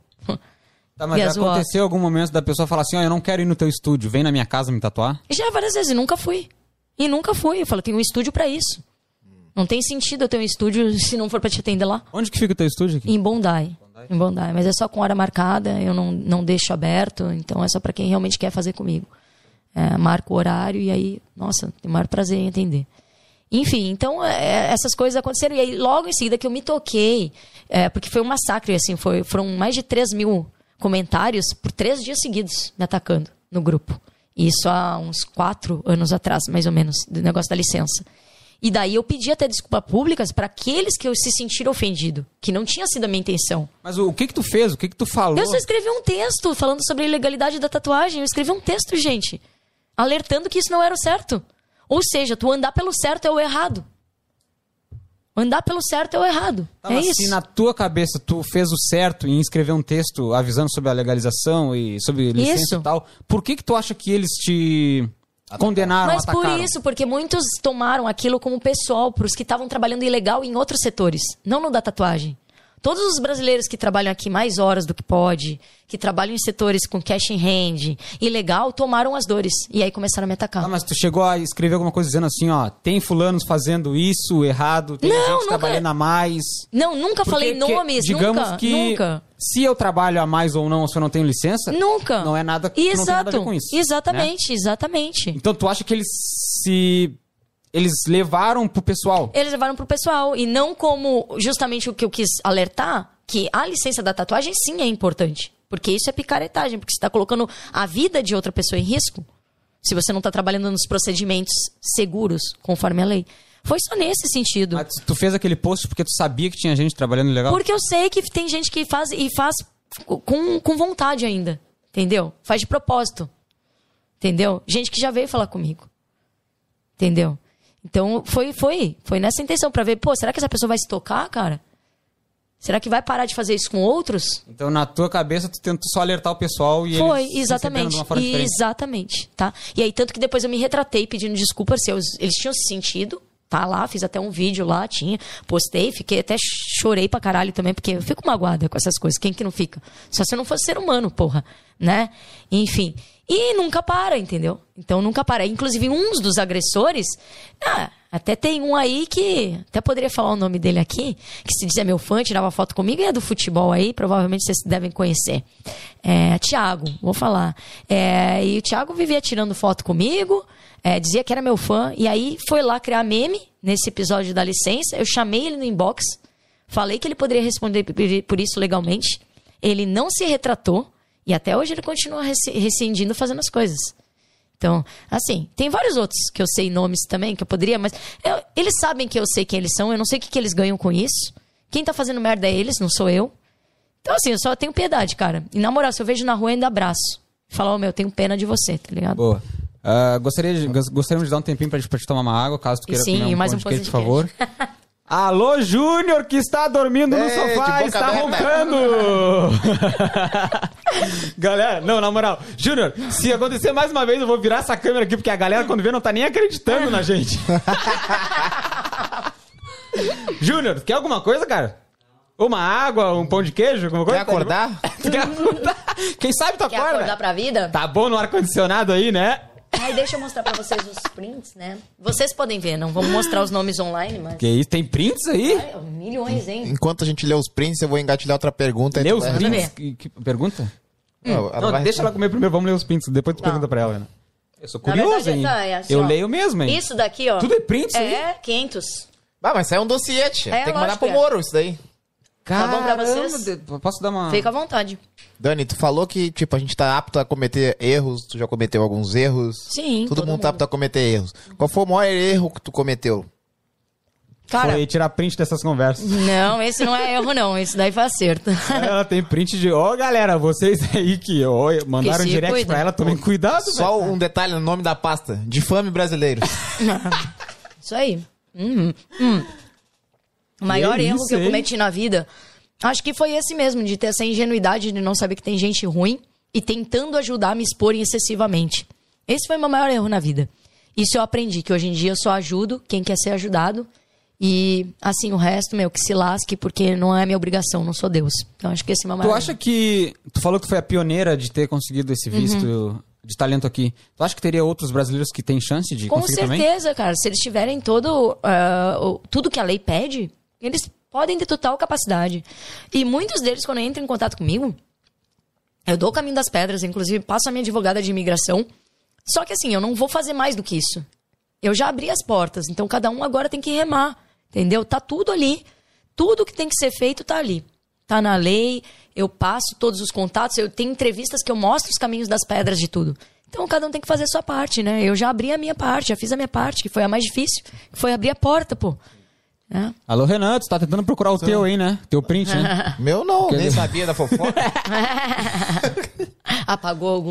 Tá, mas já aconteceu algum momento da pessoa falar assim, ó, eu não quero ir no teu estúdio, vem na minha casa me tatuar? Já várias vezes, e nunca fui. Eu falo, tem um estúdio pra isso. Não tem sentido eu ter um estúdio se não for pra te atender lá. Onde que fica o teu estúdio aqui? Em Bondi. Em Bondi, mas é só com hora marcada, eu não deixo aberto, então é só pra quem realmente quer fazer comigo. Marco o horário e aí, nossa, tem o maior prazer em atender. Enfim, então essas coisas aconteceram. E aí logo em seguida que eu me toquei, porque foi um massacre, assim, foram mais de 3.000 comentários por 3 dias seguidos me atacando no grupo. Isso há uns 4 anos atrás, mais ou menos, do negócio da licença. E daí eu pedi até desculpas públicas para aqueles que eu se sentiram ofendido, que não tinha sido a minha intenção. Mas o que tu fez? O que tu falou? Eu só escrevi um texto falando sobre a ilegalidade da tatuagem. Eu escrevi um texto, gente, alertando que isso não era o certo. Ou seja, tu andar pelo certo é o errado. Andar pelo certo é o errado. Tá, mas isso. Se na tua cabeça tu fez o certo em escrever um texto avisando sobre a legalização e sobre licença e tal, por que tu acha que eles te condenaram, Mas atacaram? por isso, porque muitos tomaram aquilo como pessoal, para os que estavam trabalhando ilegal em outros setores, não no da tatuagem. Todos os brasileiros que trabalham aqui mais horas do que pode, que trabalham em setores com cash in hand, ilegal, tomaram as dores. E aí começaram a me atacar. Ah, mas tu chegou a escrever alguma coisa dizendo assim, ó, tem fulanos fazendo isso errado, tem gente trabalhando a mais. Não, nunca falei nomes, digamos nunca. Se eu trabalho a mais ou não, se eu não tenho licença, nunca. Não é nada, não tem nada a ver com isso. Exatamente, né? Exatamente. Então tu acha que eles levaram pro pessoal? Eles levaram pro pessoal. E não como justamente o que eu quis alertar, que a licença da tatuagem sim é importante. Porque isso é picaretagem, porque você está colocando a vida de outra pessoa em risco. Se você não está trabalhando nos procedimentos seguros, conforme a lei. Foi só nesse sentido. Mas tu fez aquele post porque tu sabia que tinha gente trabalhando ilegal? Porque eu sei que tem gente que faz com vontade ainda. Entendeu? Faz de propósito. Entendeu? Gente que já veio falar comigo. Entendeu? Então, foi nessa intenção, pra ver, pô, será que essa pessoa vai se tocar, cara? Será que vai parar de fazer isso com outros? Então, na tua cabeça, tu tentou só alertar o pessoal e eles exatamente, de uma forma diferente. Exatamente, tá? E aí, tanto que depois eu me retratei pedindo desculpas se eles tinham se sentido, tá lá, fiz até um vídeo lá, postei, até chorei pra caralho também, porque eu fico magoada com essas coisas, quem que não fica? Só se eu não fosse ser humano, porra, né? Enfim... E nunca para, entendeu? Então nunca para. Inclusive, uns dos agressores... até tem um aí que... Até poderia falar o nome dele aqui. Que se dizer meu fã, tirava foto comigo. E é do futebol aí. Provavelmente vocês devem conhecer. Thiago, vou falar. E o Thiago vivia tirando foto comigo. Dizia que era meu fã. E aí foi lá criar meme nesse episódio da licença. Eu chamei ele no inbox. Falei que ele poderia responder por isso legalmente. Ele não se retratou. E até hoje ele continua rescindindo, fazendo as coisas. Então, assim, tem vários outros que eu sei nomes também, que eu poderia, mas eles sabem que eu sei quem eles são, eu não sei o que eles ganham com isso. Quem tá fazendo merda é eles, não sou eu. Então, assim, eu só tenho piedade, cara. E na moral, se eu vejo na rua, eu ainda abraço. Falo, eu tenho pena de você, tá ligado? Boa. Gostaríamos de dar um tempinho pra te tomar uma água, caso tu queira comer mais pão um de queijo, por pãozinho de favor. Alô, Júnior, que está dormindo no sofá, está roncando. Galera, não, na moral. Júnior, se acontecer mais uma vez, eu vou virar essa câmera aqui, porque a galera, quando vê, não tá nem acreditando na gente. Júnior, quer alguma coisa, cara? Uma água, um pão de queijo, alguma coisa? Quer acordar? Quer acordar? Quem sabe tu acorda? Quer acordar pra vida? Tá bom no ar-condicionado aí, né? Aí deixa eu mostrar pra vocês os prints, né? Vocês podem ver, não vamos mostrar os nomes online, mas... Que isso, tem prints aí? Milhões, hein? Enquanto a gente lê os prints, eu vou engatilhar outra pergunta. Lê os vai... prints? Que pergunta? Não, deixa ela comer primeiro, vamos ler os prints, depois tu pergunta pra ela, né? Eu sou curioso, hein? Assim, eu leio mesmo, hein? Isso daqui, ó. Tudo é prints aí? 500. Mas isso é um dossiê, tia. Tem que mandar pro Moro isso daí. Tá bom pra vocês? Posso dar uma... Fica à vontade. Dani, tu falou que, tipo, a gente tá apto a cometer erros, tu já cometeu alguns erros. Sim, todo mundo tá apto a cometer erros. Qual foi o maior erro que tu cometeu? Cara, foi tirar print dessas conversas. Não, esse não é erro, não. Esse daí foi acerto. Ela tem print de... Galera, vocês aí que mandaram que direct pra ela, tomem cuidado. Só um detalhe no nome da pasta. Difame brasileiro. Isso aí. O maior erro que eu cometi na vida, acho que foi esse mesmo, de ter essa ingenuidade de não saber que tem gente ruim e tentando ajudar a me exporem excessivamente. Esse foi o meu maior erro na vida. Isso eu aprendi, que hoje em dia eu só ajudo quem quer ser ajudado. E, assim, o resto, que se lasque, porque não é minha obrigação, não sou Deus. Então, acho que esse é o meu maior erro. Tu acha que... Tu falou que tu foi a pioneira de ter conseguido esse visto de talento aqui. Tu acha que teria outros brasileiros que têm chance de conseguir também? Com certeza, cara. Se eles tiverem tudo que a lei pede, eles podem ter total capacidade. E muitos deles, quando entram em contato comigo, eu dou o caminho das pedras, inclusive passo a minha advogada de imigração. Só que assim, eu não vou fazer mais do que isso. Eu já abri as portas, então cada um agora tem que remar, entendeu? Tá tudo ali. Tudo que tem que ser feito tá ali. Tá na lei, eu passo todos os contatos, eu tenho entrevistas que eu mostro os caminhos das pedras de tudo. Então cada um tem que fazer a sua parte, né? Eu já abri a minha parte, já fiz a minha parte, que foi a mais difícil, que foi abrir a porta, pô. Alô, Renan, tu tá tentando procurar o teu aí, né? Teu print, né? Meu não, nem sabia da fofoca. Apagou algum?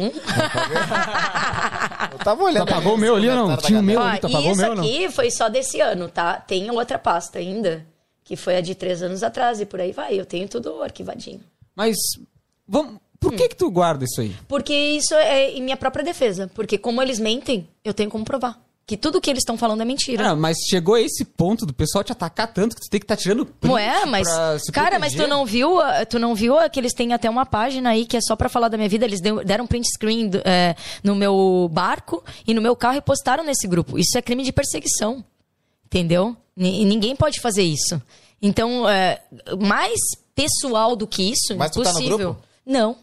Eu tava olhando. Tu apagou o meu ali ou não? Tinha o meu ali, tu apagou o meu ou não? Isso aqui foi só desse ano, tá? Tem outra pasta ainda, que foi a de 3 anos atrás, e por aí vai. Eu tenho tudo arquivadinho. Mas, por que tu guarda isso aí? Porque isso é em minha própria defesa. Porque como eles mentem, eu tenho como provar. Que tudo que eles estão falando é mentira. Mas chegou a esse ponto do pessoal te atacar tanto que tu tem que estar tirando print mas pra se cara, proteger. mas tu não viu que eles têm até uma página aí que é só pra falar da minha vida. Eles deram print screen no meu barco e no meu carro e postaram nesse grupo. Isso é crime de perseguição. Entendeu? E ninguém pode fazer isso. Então, mais pessoal do que isso, mas tu impossível. tá no grupo? Não.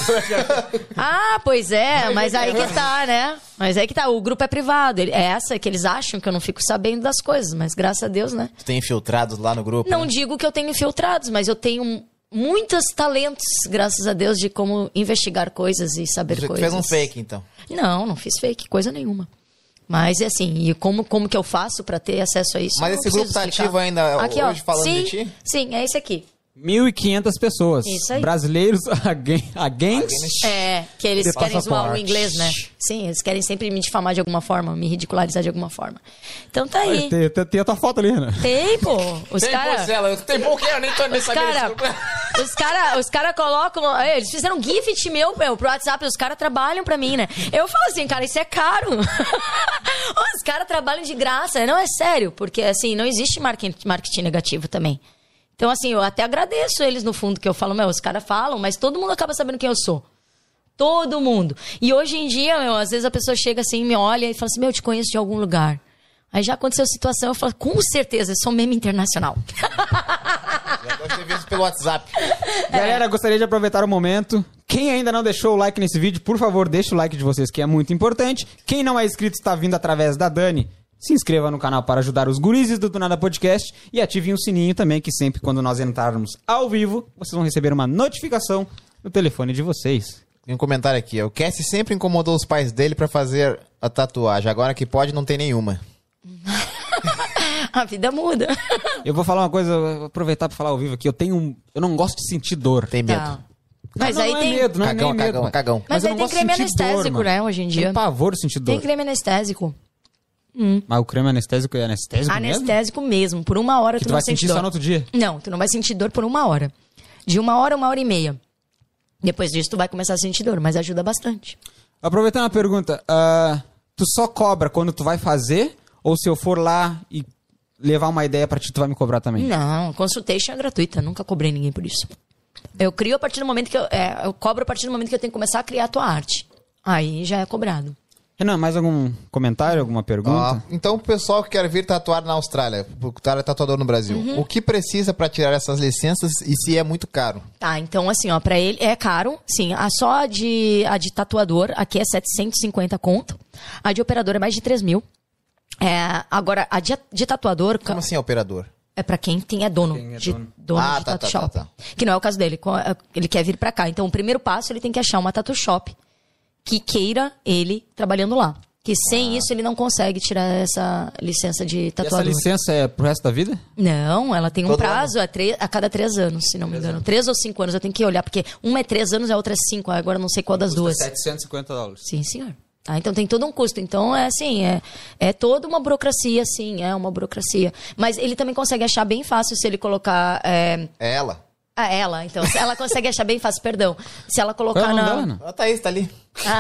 Pois é, mas aí que tá, né? Mas aí que tá, o grupo é privado. É essa que eles acham que eu não fico sabendo das coisas, mas graças a Deus, né? Tu tem infiltrados lá no grupo? Não né? digo que eu tenho infiltrados, mas eu tenho muitos talentos, graças a Deus, de como investigar coisas e saber Tu coisas. fez um fake, então? Não fiz fake, coisa nenhuma. Mas assim, e como que eu faço pra ter acesso a isso? Mas esse grupo tá ativo ainda aqui, hoje falando de ti? Sim, é esse aqui. 1.500 pessoas. Isso aí. Brasileiros against... Que eles de querem zoar o passaporte. inglês, né? Sim, eles querem sempre me difamar de alguma forma, me ridicularizar de alguma forma. Então tá aí. Tem a tua foto ali, Renan. Tem, pô. Os caras... Tem pouco, eu nem tô nem sabendo. Os cara colocam... Eles fizeram um gift meu pro WhatsApp. Os caras trabalham pra mim, né? Eu falo assim, cara, isso é caro. Os caras trabalham de graça. Não, é sério. Porque, assim, não existe marketing negativo também. Então, assim, eu até agradeço eles no fundo, que eu falo, os caras falam, mas todo mundo acaba sabendo quem eu sou. Todo mundo. E hoje em dia, meu, às vezes a pessoa chega assim, me olha e fala assim, meu, eu te conheço de algum lugar. Aí já aconteceu a situação, eu falo, com certeza, eu sou meme internacional. Já deve ter visto pelo WhatsApp. Galera, gostaria de aproveitar o momento. Quem ainda não deixou o like nesse vídeo, por favor, deixa o like de vocês, que é muito importante. Quem não é inscrito está vindo através da Dani, se inscreva no canal para ajudar os gurizes do Nada Podcast e ativem o sininho também, que sempre quando nós entrarmos ao vivo, vocês vão receber uma notificação no telefone de vocês. Tem um comentário aqui, ó. O Cassie sempre incomodou os pais dele pra fazer a tatuagem. Agora que pode, não tem nenhuma. A vida muda. Eu vou falar uma coisa, vou aproveitar para falar ao vivo aqui. Eu não gosto de sentir dor. Tem medo. Tá. Mas não, aí não tem... é medo, não Cagão, é nem medo. cagão. Mas eu aí não tem gosto de creme sentir dor, anestésico, mano. né, hoje em dia. Tem pavor de sentir dor. Tem creme anestésico. Mas o creme anestésico é anestésico mesmo? Anestésico mesmo. Por 1 hora Que tu tu não vai sente sentir dor. só no outro dia? Não, tu não vai sentir dor por 1 hora. De 1 hora, 1h30. Depois disso, tu vai começar a sentir dor, mas ajuda bastante. Aproveitando a pergunta, tu só cobra quando tu vai fazer? Ou se eu for lá e levar uma ideia pra ti, tu vai me cobrar também? Não, consultation é gratuita. Nunca cobrei ninguém por isso. Eu crio a partir do momento que eu cobro a partir do momento que eu tenho que começar a criar a tua arte. Aí já é cobrado. Renan, mais algum comentário, alguma pergunta? Então, o pessoal que quer vir tatuar na Austrália, o cara é tatuador no Brasil, o que precisa pra tirar essas licenças e se é muito caro? Tá, então assim, ó, pra ele é caro, sim. A de tatuador aqui é 750 conto. A de operador é mais de 3 mil. Agora, a de tatuador... Como assim, operador? É pra quem é dono Quem é de dono. de tattoo shop. tá. Que não é o caso dele. Ele quer vir pra cá. Então, o primeiro passo, ele tem que achar uma tattoo shop que queira ele trabalhando lá. Que sem isso, ele não consegue tirar essa licença de E essa tatuador. licença é pro resto da vida? Não, ela tem um Todo prazo a cada 3 anos, se não me engano. 3 ou 5 anos, eu tenho que olhar, porque uma é 3 anos e a outra é 5. Agora eu não sei qual das duas. $750. Sim, senhor. Tá, então tem todo um custo. Então é assim, é toda uma burocracia, sim, é uma burocracia. Mas ele também consegue achar bem fácil se ele colocar. É ela. Ela, então. Ela consegue achar bem fácil, perdão. Se ela Qual é colocar o nome na. dela, Ana? Ela tá aí, tá ali.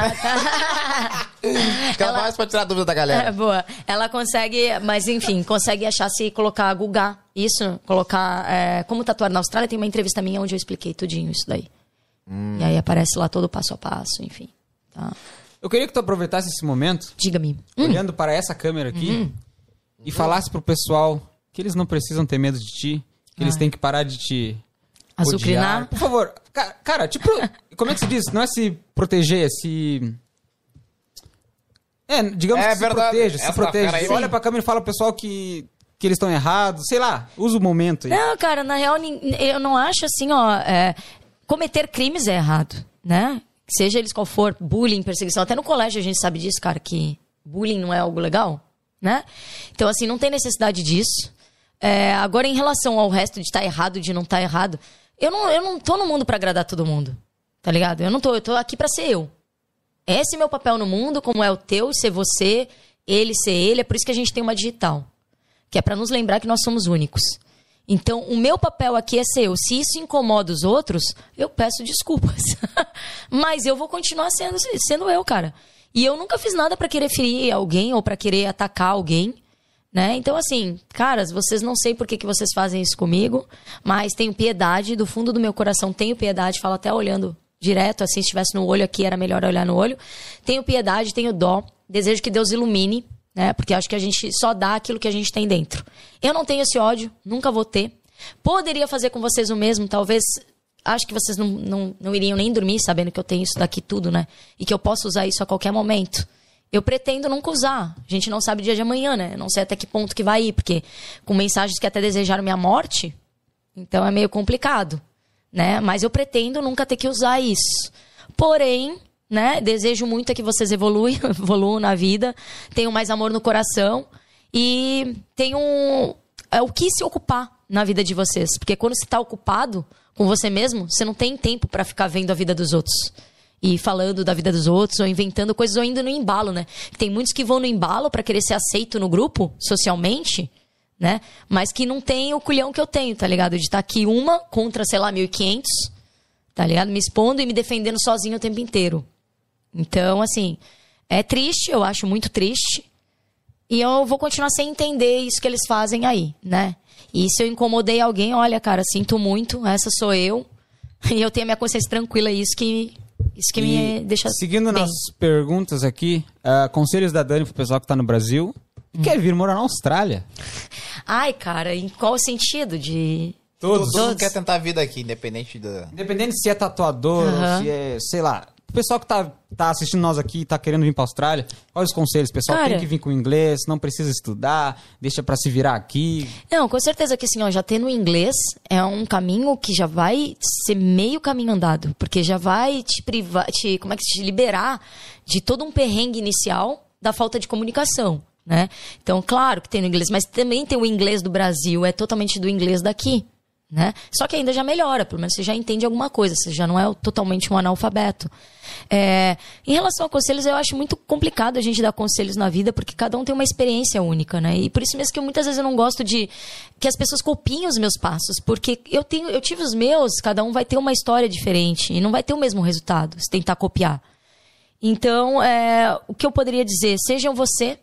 Fica Ela- mais pra tirar a dúvida da galera. Boa. Ela consegue, mas enfim, consegue achar se colocar Guga. Isso, colocar. Como tatuar na Austrália, tem uma entrevista minha onde eu expliquei tudinho isso daí. E aí aparece lá todo o passo a passo, enfim. Tá. Eu queria que tu aproveitasse esse momento, Diga-me. olhando para essa câmera aqui, e falasse pro pessoal que eles não precisam ter medo de ti, que eles têm que parar de te Azucrinar? odiar. Por favor, cara, tipo, como é que se diz? Não é se proteger, é se... digamos que se verdade. protege, se Essa protege. fera aí- Olha pra câmera e fala pro pessoal que eles estão errados, sei lá, usa o momento aí. Não, cara, na real, eu não acho assim, ó. Cometer crimes é errado, né? Seja eles qual for, bullying, perseguição. Até no colégio a gente sabe disso, cara, que bullying não é algo legal, né? Então, assim, não tem necessidade disso. Agora, em relação ao resto de estar errado, de não estar errado, eu não tô no mundo pra agradar todo mundo, tá ligado? Eu tô aqui pra ser eu. Esse é meu papel no mundo, como é o teu, ser você, ele ser ele. É por isso que a gente tem uma digital, que é pra nos lembrar que nós somos únicos. Então, o meu papel aqui é ser eu. Se isso incomoda os outros, eu peço desculpas. Mas eu vou continuar sendo eu, cara. E eu nunca fiz nada pra querer ferir alguém ou pra querer atacar alguém, né? Então, assim, caras, vocês não sei por que vocês fazem isso comigo, mas tenho piedade, do fundo do meu coração tenho piedade, falo até olhando direto, assim, se estivesse no olho aqui era melhor olhar no olho. Tenho piedade, tenho dó, desejo que Deus ilumine, né? Porque acho que a gente só dá aquilo que a gente tem dentro. Eu não tenho esse ódio, nunca vou ter. Poderia fazer com vocês o mesmo, talvez. Acho que vocês não iriam nem dormir sabendo que eu tenho isso daqui tudo, né? E que eu posso usar isso a qualquer momento. Eu pretendo nunca usar. A gente não sabe o dia de amanhã, né? Não sei até que ponto que vai ir, porque com mensagens que até desejaram minha morte, então é meio complicado, né? Mas eu pretendo nunca ter que usar isso. Porém, né? Desejo muito é que vocês evoluam na vida, tenham mais amor no coração e tenham o que se ocupar na vida de vocês. Porque quando você está ocupado com você mesmo, você não tem tempo para ficar vendo a vida dos outros e falando da vida dos outros, ou inventando coisas, ou indo no embalo, né? Tem muitos que vão no embalo para querer ser aceito no grupo, socialmente, né? Mas que não tem o culhão que eu tenho, tá ligado? De estar aqui uma contra, sei lá, 1.500, tá ligado? Me expondo e me defendendo sozinho o tempo inteiro. Então, assim, é triste, eu acho muito triste. E eu vou continuar sem entender isso que eles fazem aí, né? E se eu incomodei alguém, olha, cara, sinto muito, essa sou eu. E eu tenho a minha consciência tranquila, isso que Isso que me deixa Seguindo bem. nas perguntas aqui, conselhos da Dani pro pessoal que tá no Brasil e quer vir morar na Austrália. Ai, cara, em qual sentido de... Todo Todos. mundo quer tentar a vida aqui, independente da... Independente se é tatuador, Aham. se é, sei lá. O pessoal que tá assistindo nós aqui e tá querendo vir pra Austrália, quais os conselhos? O pessoal Cara. tem que vir com inglês, não precisa estudar, deixa pra se virar aqui. Não, com certeza que assim, ó, já tendo inglês é um caminho que já vai ser meio caminho andado, porque já vai te privar, te liberar de todo um perrengue inicial da falta de comunicação, né? Então, claro que tem o inglês, mas também tem o inglês do Brasil, é totalmente do inglês daqui, né? Só que ainda já melhora, pelo menos você já entende alguma coisa, você já não é totalmente um analfabeto. Em relação a conselhos, eu acho muito complicado a gente dar conselhos na vida, porque cada um tem uma experiência única, né? E por isso mesmo que muitas vezes eu não gosto de que as pessoas copiem os meus passos, porque eu tive os meus, cada um vai ter uma história diferente e não vai ter o mesmo resultado se tentar copiar. Então, o que eu poderia dizer, sejam você,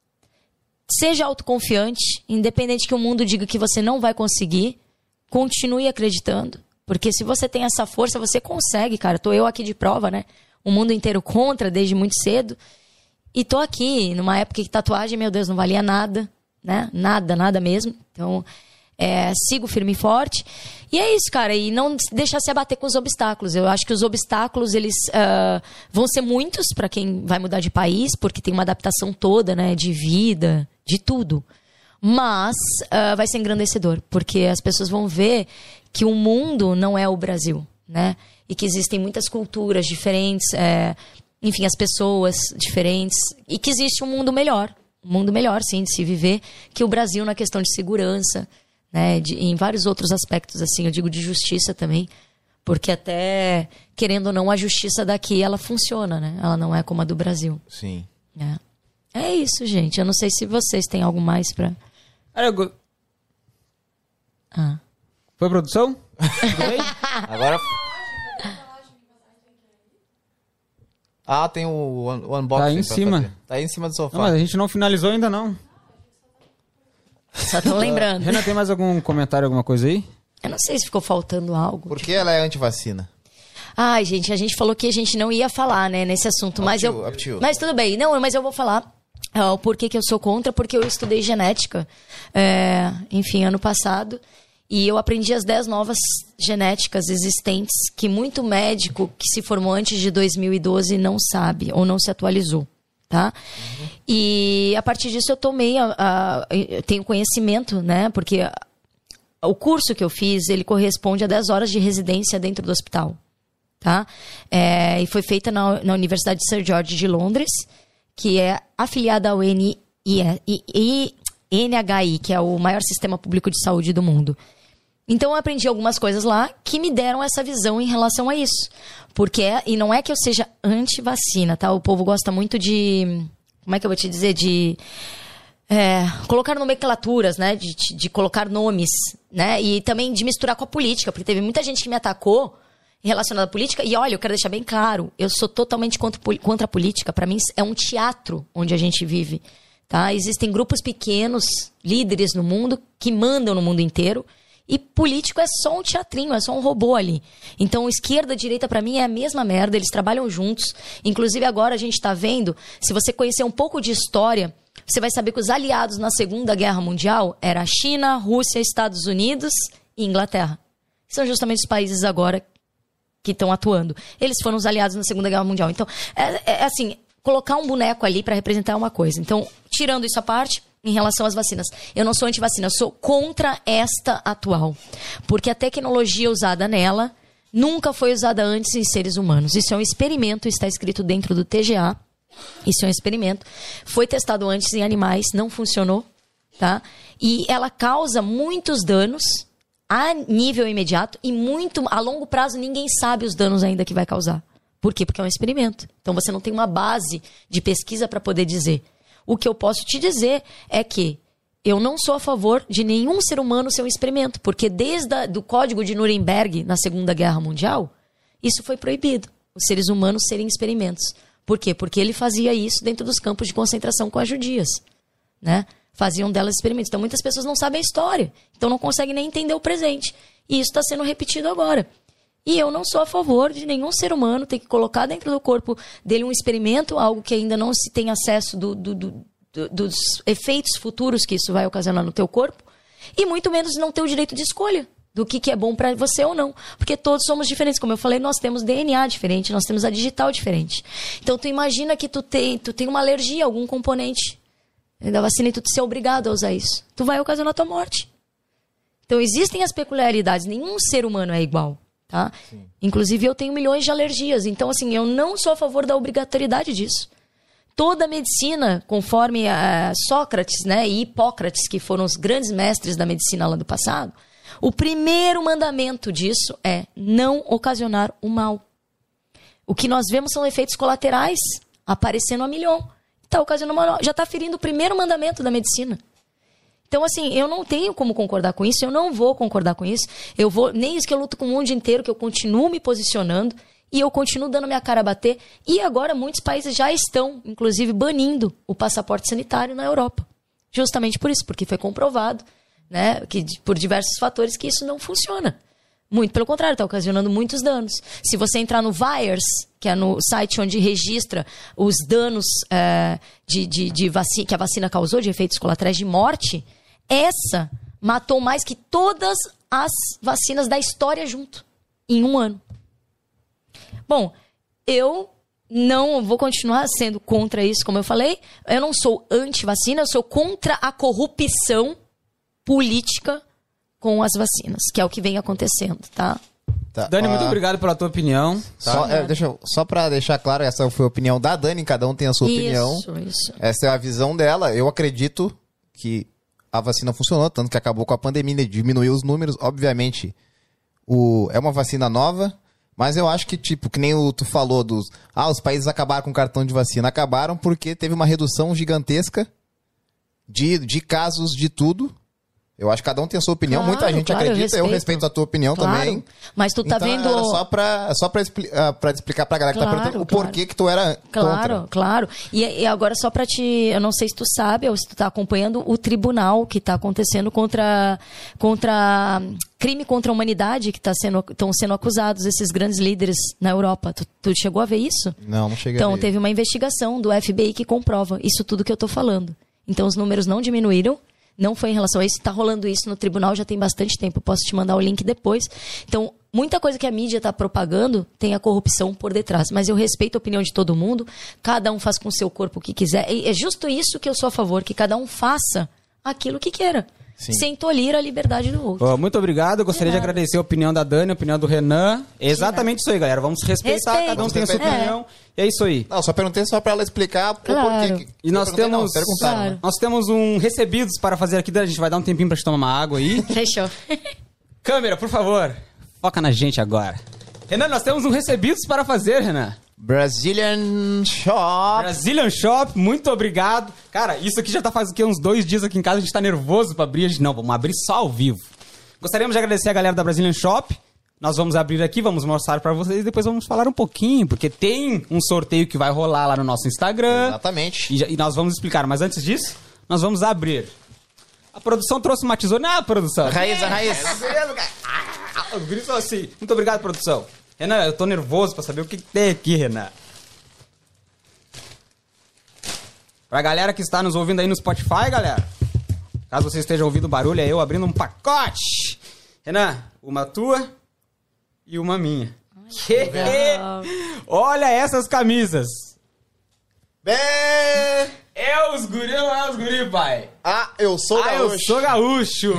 seja autoconfiante, independente que o mundo diga que você não vai conseguir, continue acreditando. Porque se você tem essa força, você consegue, cara. Tô eu aqui de prova, né? O mundo inteiro contra, desde muito cedo. E tô aqui, numa época que tatuagem, meu Deus, não valia nada, né? Nada mesmo. Então, sigo firme e forte. E é isso, cara. E não deixar se abater com os obstáculos. Eu acho que os obstáculos, eles vão ser muitos para quem vai mudar de país, porque tem uma adaptação toda, né? De vida, de tudo. Mas vai ser engrandecedor, porque as pessoas vão ver que o mundo não é o Brasil, né? E que existem muitas culturas diferentes, enfim, as pessoas diferentes, e que existe um mundo melhor, sim, de se viver, que o Brasil na questão de segurança, né? Em vários outros aspectos, assim, eu digo de justiça também, porque até, querendo ou não, a justiça daqui, ela funciona, né? Ela não é como a do Brasil. Sim. É isso, gente. Eu não sei se vocês têm algo mais pra... Foi produção? Tudo bem? Agora... tem o unboxing. Tá aí em pra cima. fazer. Tá aí em cima do sofá. Não, mas a gente não finalizou ainda, não. Só tô lembrando. Renan, tem mais algum comentário, alguma coisa aí? Eu não sei se ficou faltando algo. Por que ela é antivacina? Ai, gente, a gente falou que a gente não ia falar, né, nesse assunto, mas Up to you. Mas tudo bem. Não, mas eu vou falar o porquê que eu sou contra, porque eu estudei genética, enfim, ano passado, e eu aprendi as 10 novas genéticas existentes que muito médico que se formou antes de 2012 não sabe, ou não se atualizou, tá? Uhum. E a partir disso eu tomei, eu tenho conhecimento, né, porque o curso que eu fiz, ele corresponde a 10 horas de residência dentro do hospital. Tá? E foi feita na Universidade de St. George de Londres, que é afiliada ao NHI, que é o maior sistema público de saúde do mundo. Então eu aprendi algumas coisas lá que me deram essa visão em relação a isso. E não é que eu seja anti-vacina, tá? O povo gosta muito de... Como é que eu vou te dizer? De... colocar nomenclaturas, né? De colocar nomes, né? E também de misturar com a política, porque teve muita gente que me atacou relacionada à política. E olha, eu quero deixar bem claro, eu sou totalmente contra a política. Para mim é um teatro onde a gente vive, tá? Existem grupos pequenos, líderes no mundo, que mandam no mundo inteiro. E político é só um teatrinho, é só um robô ali. Então, esquerda, direita, pra mim, é a mesma merda. Eles trabalham juntos. Inclusive, agora a gente tá vendo, se você conhecer um pouco de história, você vai saber que os aliados na Segunda Guerra Mundial eram a China, Rússia, Estados Unidos e Inglaterra. São justamente os países agora que estão atuando. Eles foram os aliados na Segunda Guerra Mundial. Então, assim, colocar um boneco ali para representar uma coisa. Então, tirando isso à parte, em relação às vacinas, eu não sou anti-vacina, eu sou contra esta atual. Porque a tecnologia usada nela nunca foi usada antes em seres humanos. Isso é um experimento, está escrito dentro do TGA. Isso é um experimento. Foi testado antes em animais, não funcionou, tá? E ela causa muitos danos a nível imediato e muito a longo prazo ninguém sabe os danos ainda que vai causar. Por quê? Porque é um experimento. Então você não tem uma base de pesquisa para poder dizer. O que eu posso te dizer é que eu não sou a favor de nenhum ser humano ser um experimento, porque desde o Código de Nuremberg, na Segunda Guerra Mundial, isso foi proibido, os seres humanos serem experimentos. Por quê? Porque ele fazia isso dentro dos campos de concentração com as judias, né? Faziam delas experimentos. Então muitas pessoas não sabem a história, então não conseguem nem entender o presente. E isso está sendo repetido agora. E eu não sou a favor de nenhum ser humano ter que colocar dentro do corpo dele um experimento, algo que ainda não se tem acesso dos efeitos futuros que isso vai ocasionar no teu corpo, e muito menos não ter o direito de escolha do que é bom para você ou não. Porque todos somos diferentes. Como eu falei, nós temos DNA diferente, nós temos a digital diferente. Então, tu imagina que tu tem uma alergia a algum componente da vacina e tu ser obrigado a usar isso. Tu vai ocasionar a tua morte. Então, existem as peculiaridades. Nenhum ser humano é igual. Tá? Inclusive, eu tenho milhões de alergias. Então, assim, eu não sou a favor da obrigatoriedade disso. Toda a medicina, conforme Sócrates, né, e Hipócrates, que foram os grandes mestres da medicina lá do passado, o primeiro mandamento disso é não ocasionar o mal. O que nós vemos são efeitos colaterais aparecendo a milhão. Está ocasionando mal. Já está ferindo o primeiro mandamento da medicina. Então, assim, eu não tenho como concordar com isso, eu não vou concordar com isso. Nem isso que eu luto com o mundo inteiro, que eu continuo me posicionando e eu continuo dando minha cara a bater. E agora muitos países já estão, inclusive, banindo o passaporte sanitário na Europa. Justamente por isso, porque foi comprovado, né, que por diversos fatores que isso não funciona. Muito pelo contrário, está ocasionando muitos danos. Se você entrar no VAERS, que é no site onde registra os danos que a vacina causou, de efeitos colaterais de morte, essa matou mais que todas as vacinas da história junto, em um ano. Bom, eu não vou continuar sendo contra isso, como eu falei. Eu não sou anti-vacina, eu sou contra a corrupção política com as vacinas, que é o que vem acontecendo, tá? Dani, muito obrigado pela tua opinião. Tá? Só pra deixar claro, essa foi a opinião da Dani, cada um tem a sua opinião. Isso. Essa é a visão dela. Eu acredito que a vacina funcionou, tanto que acabou com a pandemia, diminuiu os números. Obviamente, é uma vacina nova, mas eu acho que, tipo, que nem tu falou os países acabaram com o cartão de vacina. Acabaram porque teve uma redução gigantesca de casos de tudo. Eu acho que cada um tem a sua opinião. Muita gente acredita, eu respeito a tua opinião também. Mas tu tá então, vendo... Era só pra explicar pra galera que tá perguntando o porquê que tu era contra. Claro. E agora só pra eu não sei se tu sabe ou se tu tá acompanhando o tribunal que tá acontecendo contra crime contra a humanidade, que estão sendo acusados esses grandes líderes na Europa. Tu chegou a ver isso? Não cheguei a ver. Então, teve uma investigação do FBI que comprova isso tudo que eu tô falando. Então, os números não diminuíram. Não foi em relação a isso, está rolando isso no tribunal já tem bastante tempo, eu posso te mandar o link depois. Então, muita coisa que a mídia está propagando tem a corrupção por detrás, mas eu respeito a opinião de todo mundo, cada um faz com o seu corpo o que quiser, e é justo isso que eu sou a favor, que cada um faça aquilo que queira. Sim. Sem tolir a liberdade do outro. Muito obrigado, eu gostaria de agradecer a opinião da Dani, a opinião do Renan. É exatamente isso aí, galera. Vamos respeitar, cada um tem a sua opinião. E é isso aí. Não, só perguntei só pra ela explicar o porquê. E nós temos um recebidos para fazer aqui, a gente vai dar um tempinho pra gente tomar uma água aí. Fechou. Câmera, por favor, foca na gente agora. Renan, nós temos um recebidos para fazer, Renan. Brazilian Shop, muito obrigado. Cara, isso aqui já tá faz uns 2 dias aqui em casa, a gente tá nervoso pra abrir. Não, vamos abrir só ao vivo. Gostaríamos de agradecer a galera da Brazilian Shop. Nós vamos abrir aqui, vamos mostrar pra vocês e depois vamos falar um pouquinho, porque tem um sorteio que vai rolar lá no nosso Instagram. Exatamente. E nós vamos explicar, mas antes disso, nós vamos abrir. A produção trouxe uma tesoura. Não, produção. A raiz. Os gritos assim. Muito obrigado, produção. Renan, eu tô nervoso pra saber o que tem aqui, Renan. Pra galera que está nos ouvindo aí no Spotify, galera. Caso você esteja ouvindo barulho, é eu abrindo um pacote. Renan, uma tua e uma minha. Olha essas camisas. É os guri ou é os guri, pai? Eu sou gaúcho. Eu sou gaúcho.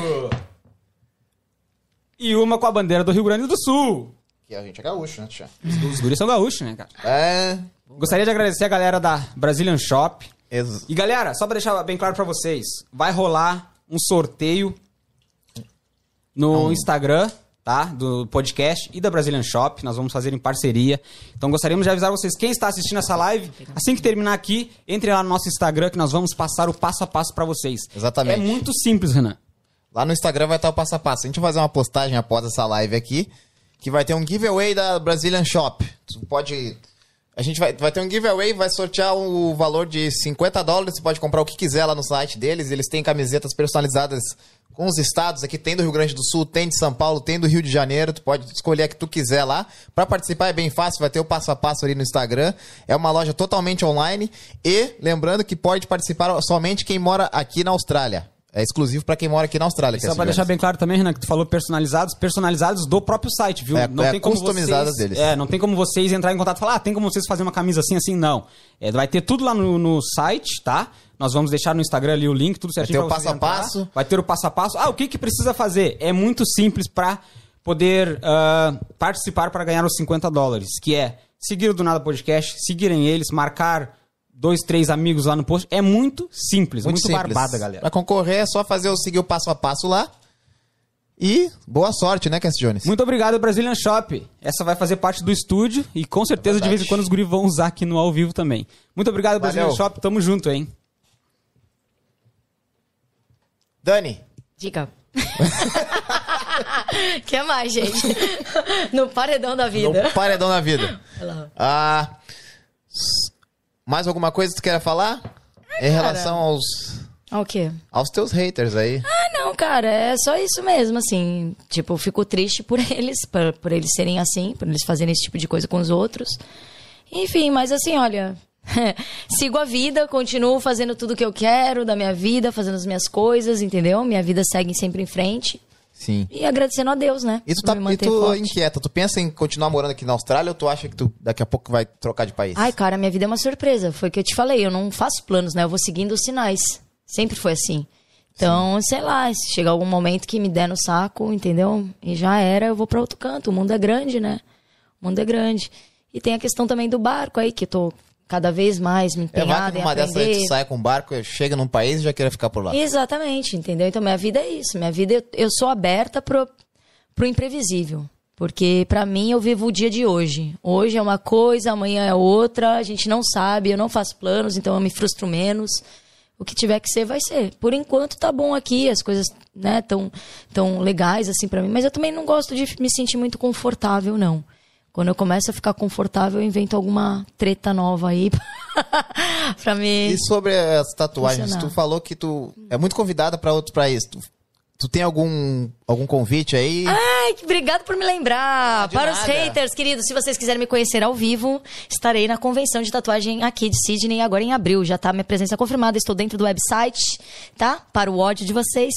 E uma com a bandeira do Rio Grande do Sul. Que a gente é gaúcho, né, tia? Os guris são gaúchos, né, cara? Gostaria de agradecer a galera da Brazilian Shop. E galera, só pra deixar bem claro pra vocês, vai rolar um sorteio no Instagram, tá? Do podcast e da Brazilian Shop. Nós vamos fazer em parceria. Então gostaríamos de avisar vocês, quem está assistindo essa live, assim que terminar aqui, entre lá no nosso Instagram que nós vamos passar o passo a passo pra vocês. Exatamente. É muito simples, Renan. Lá no Instagram vai estar o passo a passo. A gente vai fazer uma postagem após essa live aqui, que vai ter um giveaway da Brazilian Shop. Tu pode A gente vai ter um giveaway, vai sortear o valor de $50. Você pode comprar o que quiser lá no site deles. Eles têm camisetas personalizadas com os estados. Aqui tem do Rio Grande do Sul, tem de São Paulo, tem do Rio de Janeiro. Tu pode escolher a que tu quiser lá. Pra participar é bem fácil, vai ter o passo a passo ali no Instagram. É uma loja totalmente online. E lembrando que pode participar somente quem mora aqui na Austrália. É exclusivo pra quem mora aqui na Austrália. Só pra deixar bem claro também, Renan, que tu falou personalizados do próprio site, viu? Não tem como customizadas deles. Não tem como vocês entrar em contato e falar, tem como vocês fazerem uma camisa assim, não. Vai ter tudo lá no site, tá? Nós vamos deixar no Instagram ali o link, tudo certinho. Vai ter o passo a passo. Vai ter o passo a passo. O que precisa fazer? É muito simples pra poder participar para ganhar os $50, que é seguir o Do Nada Podcast, seguirem eles, marcar 2, 3 amigos lá no post. É muito simples, muito barbada, galera. Pra concorrer é só seguir o passo a passo lá. E boa sorte, né, Cass Jones? Muito obrigado, Brazilian Shop. Essa vai fazer parte do estúdio e com certeza de vez em quando os guris vão usar aqui no ao vivo também. Muito obrigado, Brazilian Shop. Tamo junto, hein? Dani. Diga. Que mais, gente? No paredão da vida. No paredão da vida. Mais alguma coisa que tu queira falar? Em relação ao quê? Aos teus haters aí. Não, cara, é só isso mesmo, assim. Tipo, eu fico triste por eles, por eles serem assim, por eles fazerem esse tipo de coisa com os outros. Enfim, mas assim, olha... sigo a vida, continuo fazendo tudo que eu quero da minha vida, fazendo as minhas coisas, entendeu? Minha vida segue sempre em frente. Sim. E agradecendo a Deus, né? E tu inquieta, tu pensa em continuar morando aqui na Austrália ou tu acha que tu daqui a pouco vai trocar de país? Ai, cara, minha vida é uma surpresa. Foi o que eu te falei, eu não faço planos, né? Eu vou seguindo os sinais. Sempre foi assim. Então, sei lá, se chegar algum momento que me der no saco, entendeu? E já era, eu vou pra outro canto. O mundo é grande, né? O mundo é grande. E tem a questão também do barco aí, que eu tô cada vez mais me empenhada em aprender. Dessa aí tu sai com um barco, chega num país e já quer ficar por lá. Exatamente, entendeu? Então minha vida é isso. Minha vida, eu sou aberta pro imprevisível. Porque pra mim eu vivo o dia de hoje. Hoje é uma coisa, amanhã é outra. A gente não sabe, eu não faço planos, então eu me frustro menos. O que tiver que ser, vai ser. Por enquanto tá bom aqui, as coisas, né, tão legais assim pra mim. Mas eu também não gosto de me sentir muito confortável, não. Quando eu começo a ficar confortável, eu invento alguma treta nova aí pra mim. E sobre as tatuagens, tu falou que tu é muito convidada pra outros países. Tu tem algum convite aí? Ai, obrigado por me lembrar. Para os haters, queridos, se vocês quiserem me conhecer ao vivo, estarei na convenção de tatuagem aqui de Sydney agora em abril. Já tá minha presença confirmada, estou dentro do website, tá? Para o ódio de vocês.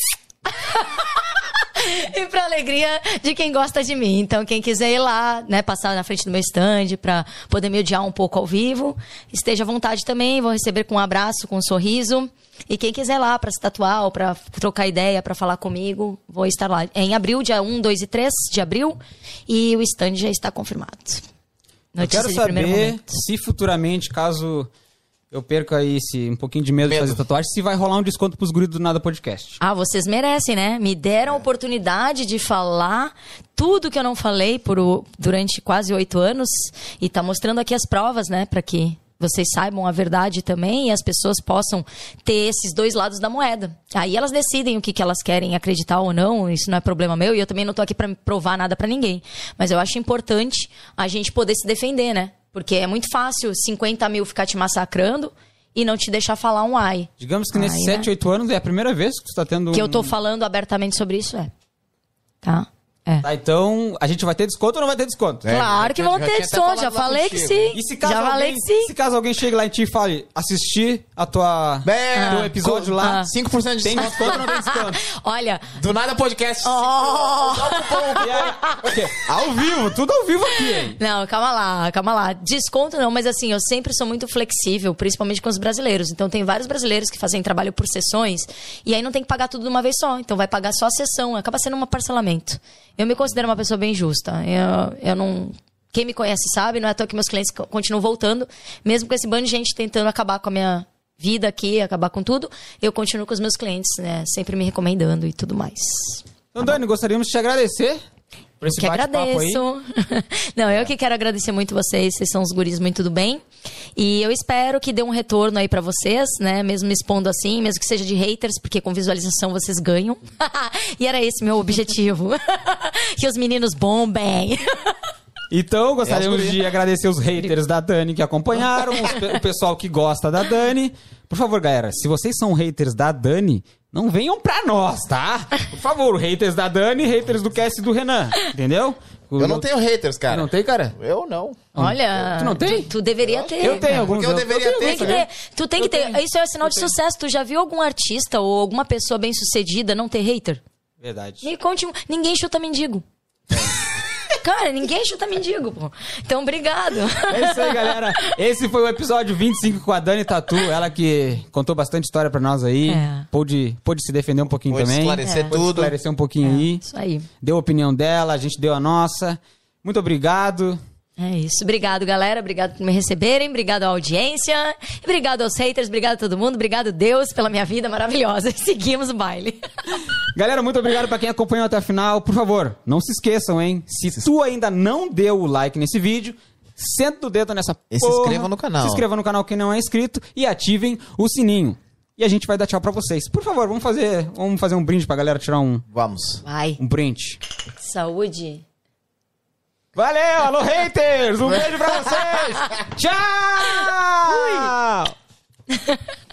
E pra alegria de quem gosta de mim. Então, quem quiser ir lá, né, passar na frente do meu stand pra poder me odiar um pouco ao vivo, esteja à vontade também. Vou receber com um abraço, com um sorriso. E quem quiser ir lá pra se tatuar ou pra trocar ideia, pra falar comigo, vou estar lá. É em abril, dia 1, 2 e 3 de abril. E o stand já está confirmado. Notícia eu quero saber se futuramente, caso... eu perco aí um pouquinho de medo de fazer tatuagem, se vai rolar um desconto pros guris do Nada Podcast. Ah, vocês merecem, né? Me deram a oportunidade de falar tudo que eu não falei durante quase 8 anos. E tá mostrando aqui as provas, né? Pra que vocês saibam a verdade também e as pessoas possam ter esses dois lados da moeda. Aí elas decidem o que elas querem acreditar ou não, isso não é problema meu. E eu também não tô aqui pra provar nada pra ninguém. Mas eu acho importante a gente poder se defender, né? Porque é muito fácil 50 mil ficar te massacrando e não te deixar falar um ai. Digamos que nesses 7, 8 anos é a primeira vez que tu tá tendo... que eu tô falando abertamente sobre isso, Tá? Tá, então a gente vai ter desconto ou não vai ter desconto? Claro que vão ter desconto, já falei que sim. E se caso alguém chegue lá em ti e fale, assistir a teu episódio lá, 5% de tem desconto ou não tem desconto? Olha... Do Nada Podcast. Ao vivo, tudo ao vivo aqui, hein? Não, calma lá. Desconto não, mas assim, eu sempre sou muito flexível, principalmente com os brasileiros. Então tem vários brasileiros que fazem trabalho por sessões e aí não tem que pagar tudo de uma vez só. Então vai pagar só a sessão, acaba sendo um parcelamento. Eu me considero uma pessoa bem justa. Eu não... Quem me conhece sabe, não é à toa que meus clientes continuam voltando. Mesmo com esse bando de gente tentando acabar com a minha vida aqui, acabar com tudo, eu continuo com os meus clientes, né? Sempre me recomendando e tudo mais. Então, Dani, gostaríamos de te agradecer por esse bate-papo aí. Não, eu que quero agradecer muito vocês são os guris muito do bem. E eu espero que dê um retorno aí pra vocês, né? Mesmo me expondo assim, mesmo que seja de haters, porque com visualização vocês ganham. E era esse meu objetivo. Que os meninos bombem. Então, gostaríamos de agradecer os haters da Dani que acompanharam, o pessoal que gosta da Dani. Por favor, galera, se vocês são haters da Dani, não venham pra nós, tá? Por favor, haters da Dani, haters do Cast e do Renan, entendeu? Eu não tenho haters, cara. Não tem, cara? Eu não. Olha, Tu não tem? Tu deveria ter. Eu tenho alguns. Porque eu deveria ter. Tem que ter. Tu tem que ter. Isso é sinal de sucesso. Tu já viu algum artista ou alguma pessoa bem-sucedida não ter hater? Verdade. Me conte um. Ninguém chuta mendigo. Cara, ninguém chuta mendigo, pô. Então, obrigado. É isso aí, galera. Esse foi o episódio 25 com a Dani Tatu. Ela que contou bastante história pra nós aí. É. Pôde se defender um pouquinho Pôde também. esclarecer Pôde tudo. esclarecer um pouquinho aí. Isso aí. Deu a opinião dela, a gente deu a nossa. Muito obrigado. É isso. Obrigado, galera. Obrigado por me receberem. Obrigado à audiência. Obrigado aos haters. Obrigado a todo mundo. Obrigado, Deus, pela minha vida maravilhosa. Seguimos o baile. Galera, muito obrigado pra quem acompanhou até o final. Por favor, não se esqueçam, hein? Se tu ainda não deu o like nesse vídeo, senta o dedo nessa E se inscreva no canal. Se inscreva no canal quem não é inscrito e ativem o sininho. E a gente vai dar tchau pra vocês. Por favor, vamos fazer um brinde pra galera tirar um Vamos. Vai. print. Saúde. Valeu, alô haters! Um beijo pra vocês! Tchau!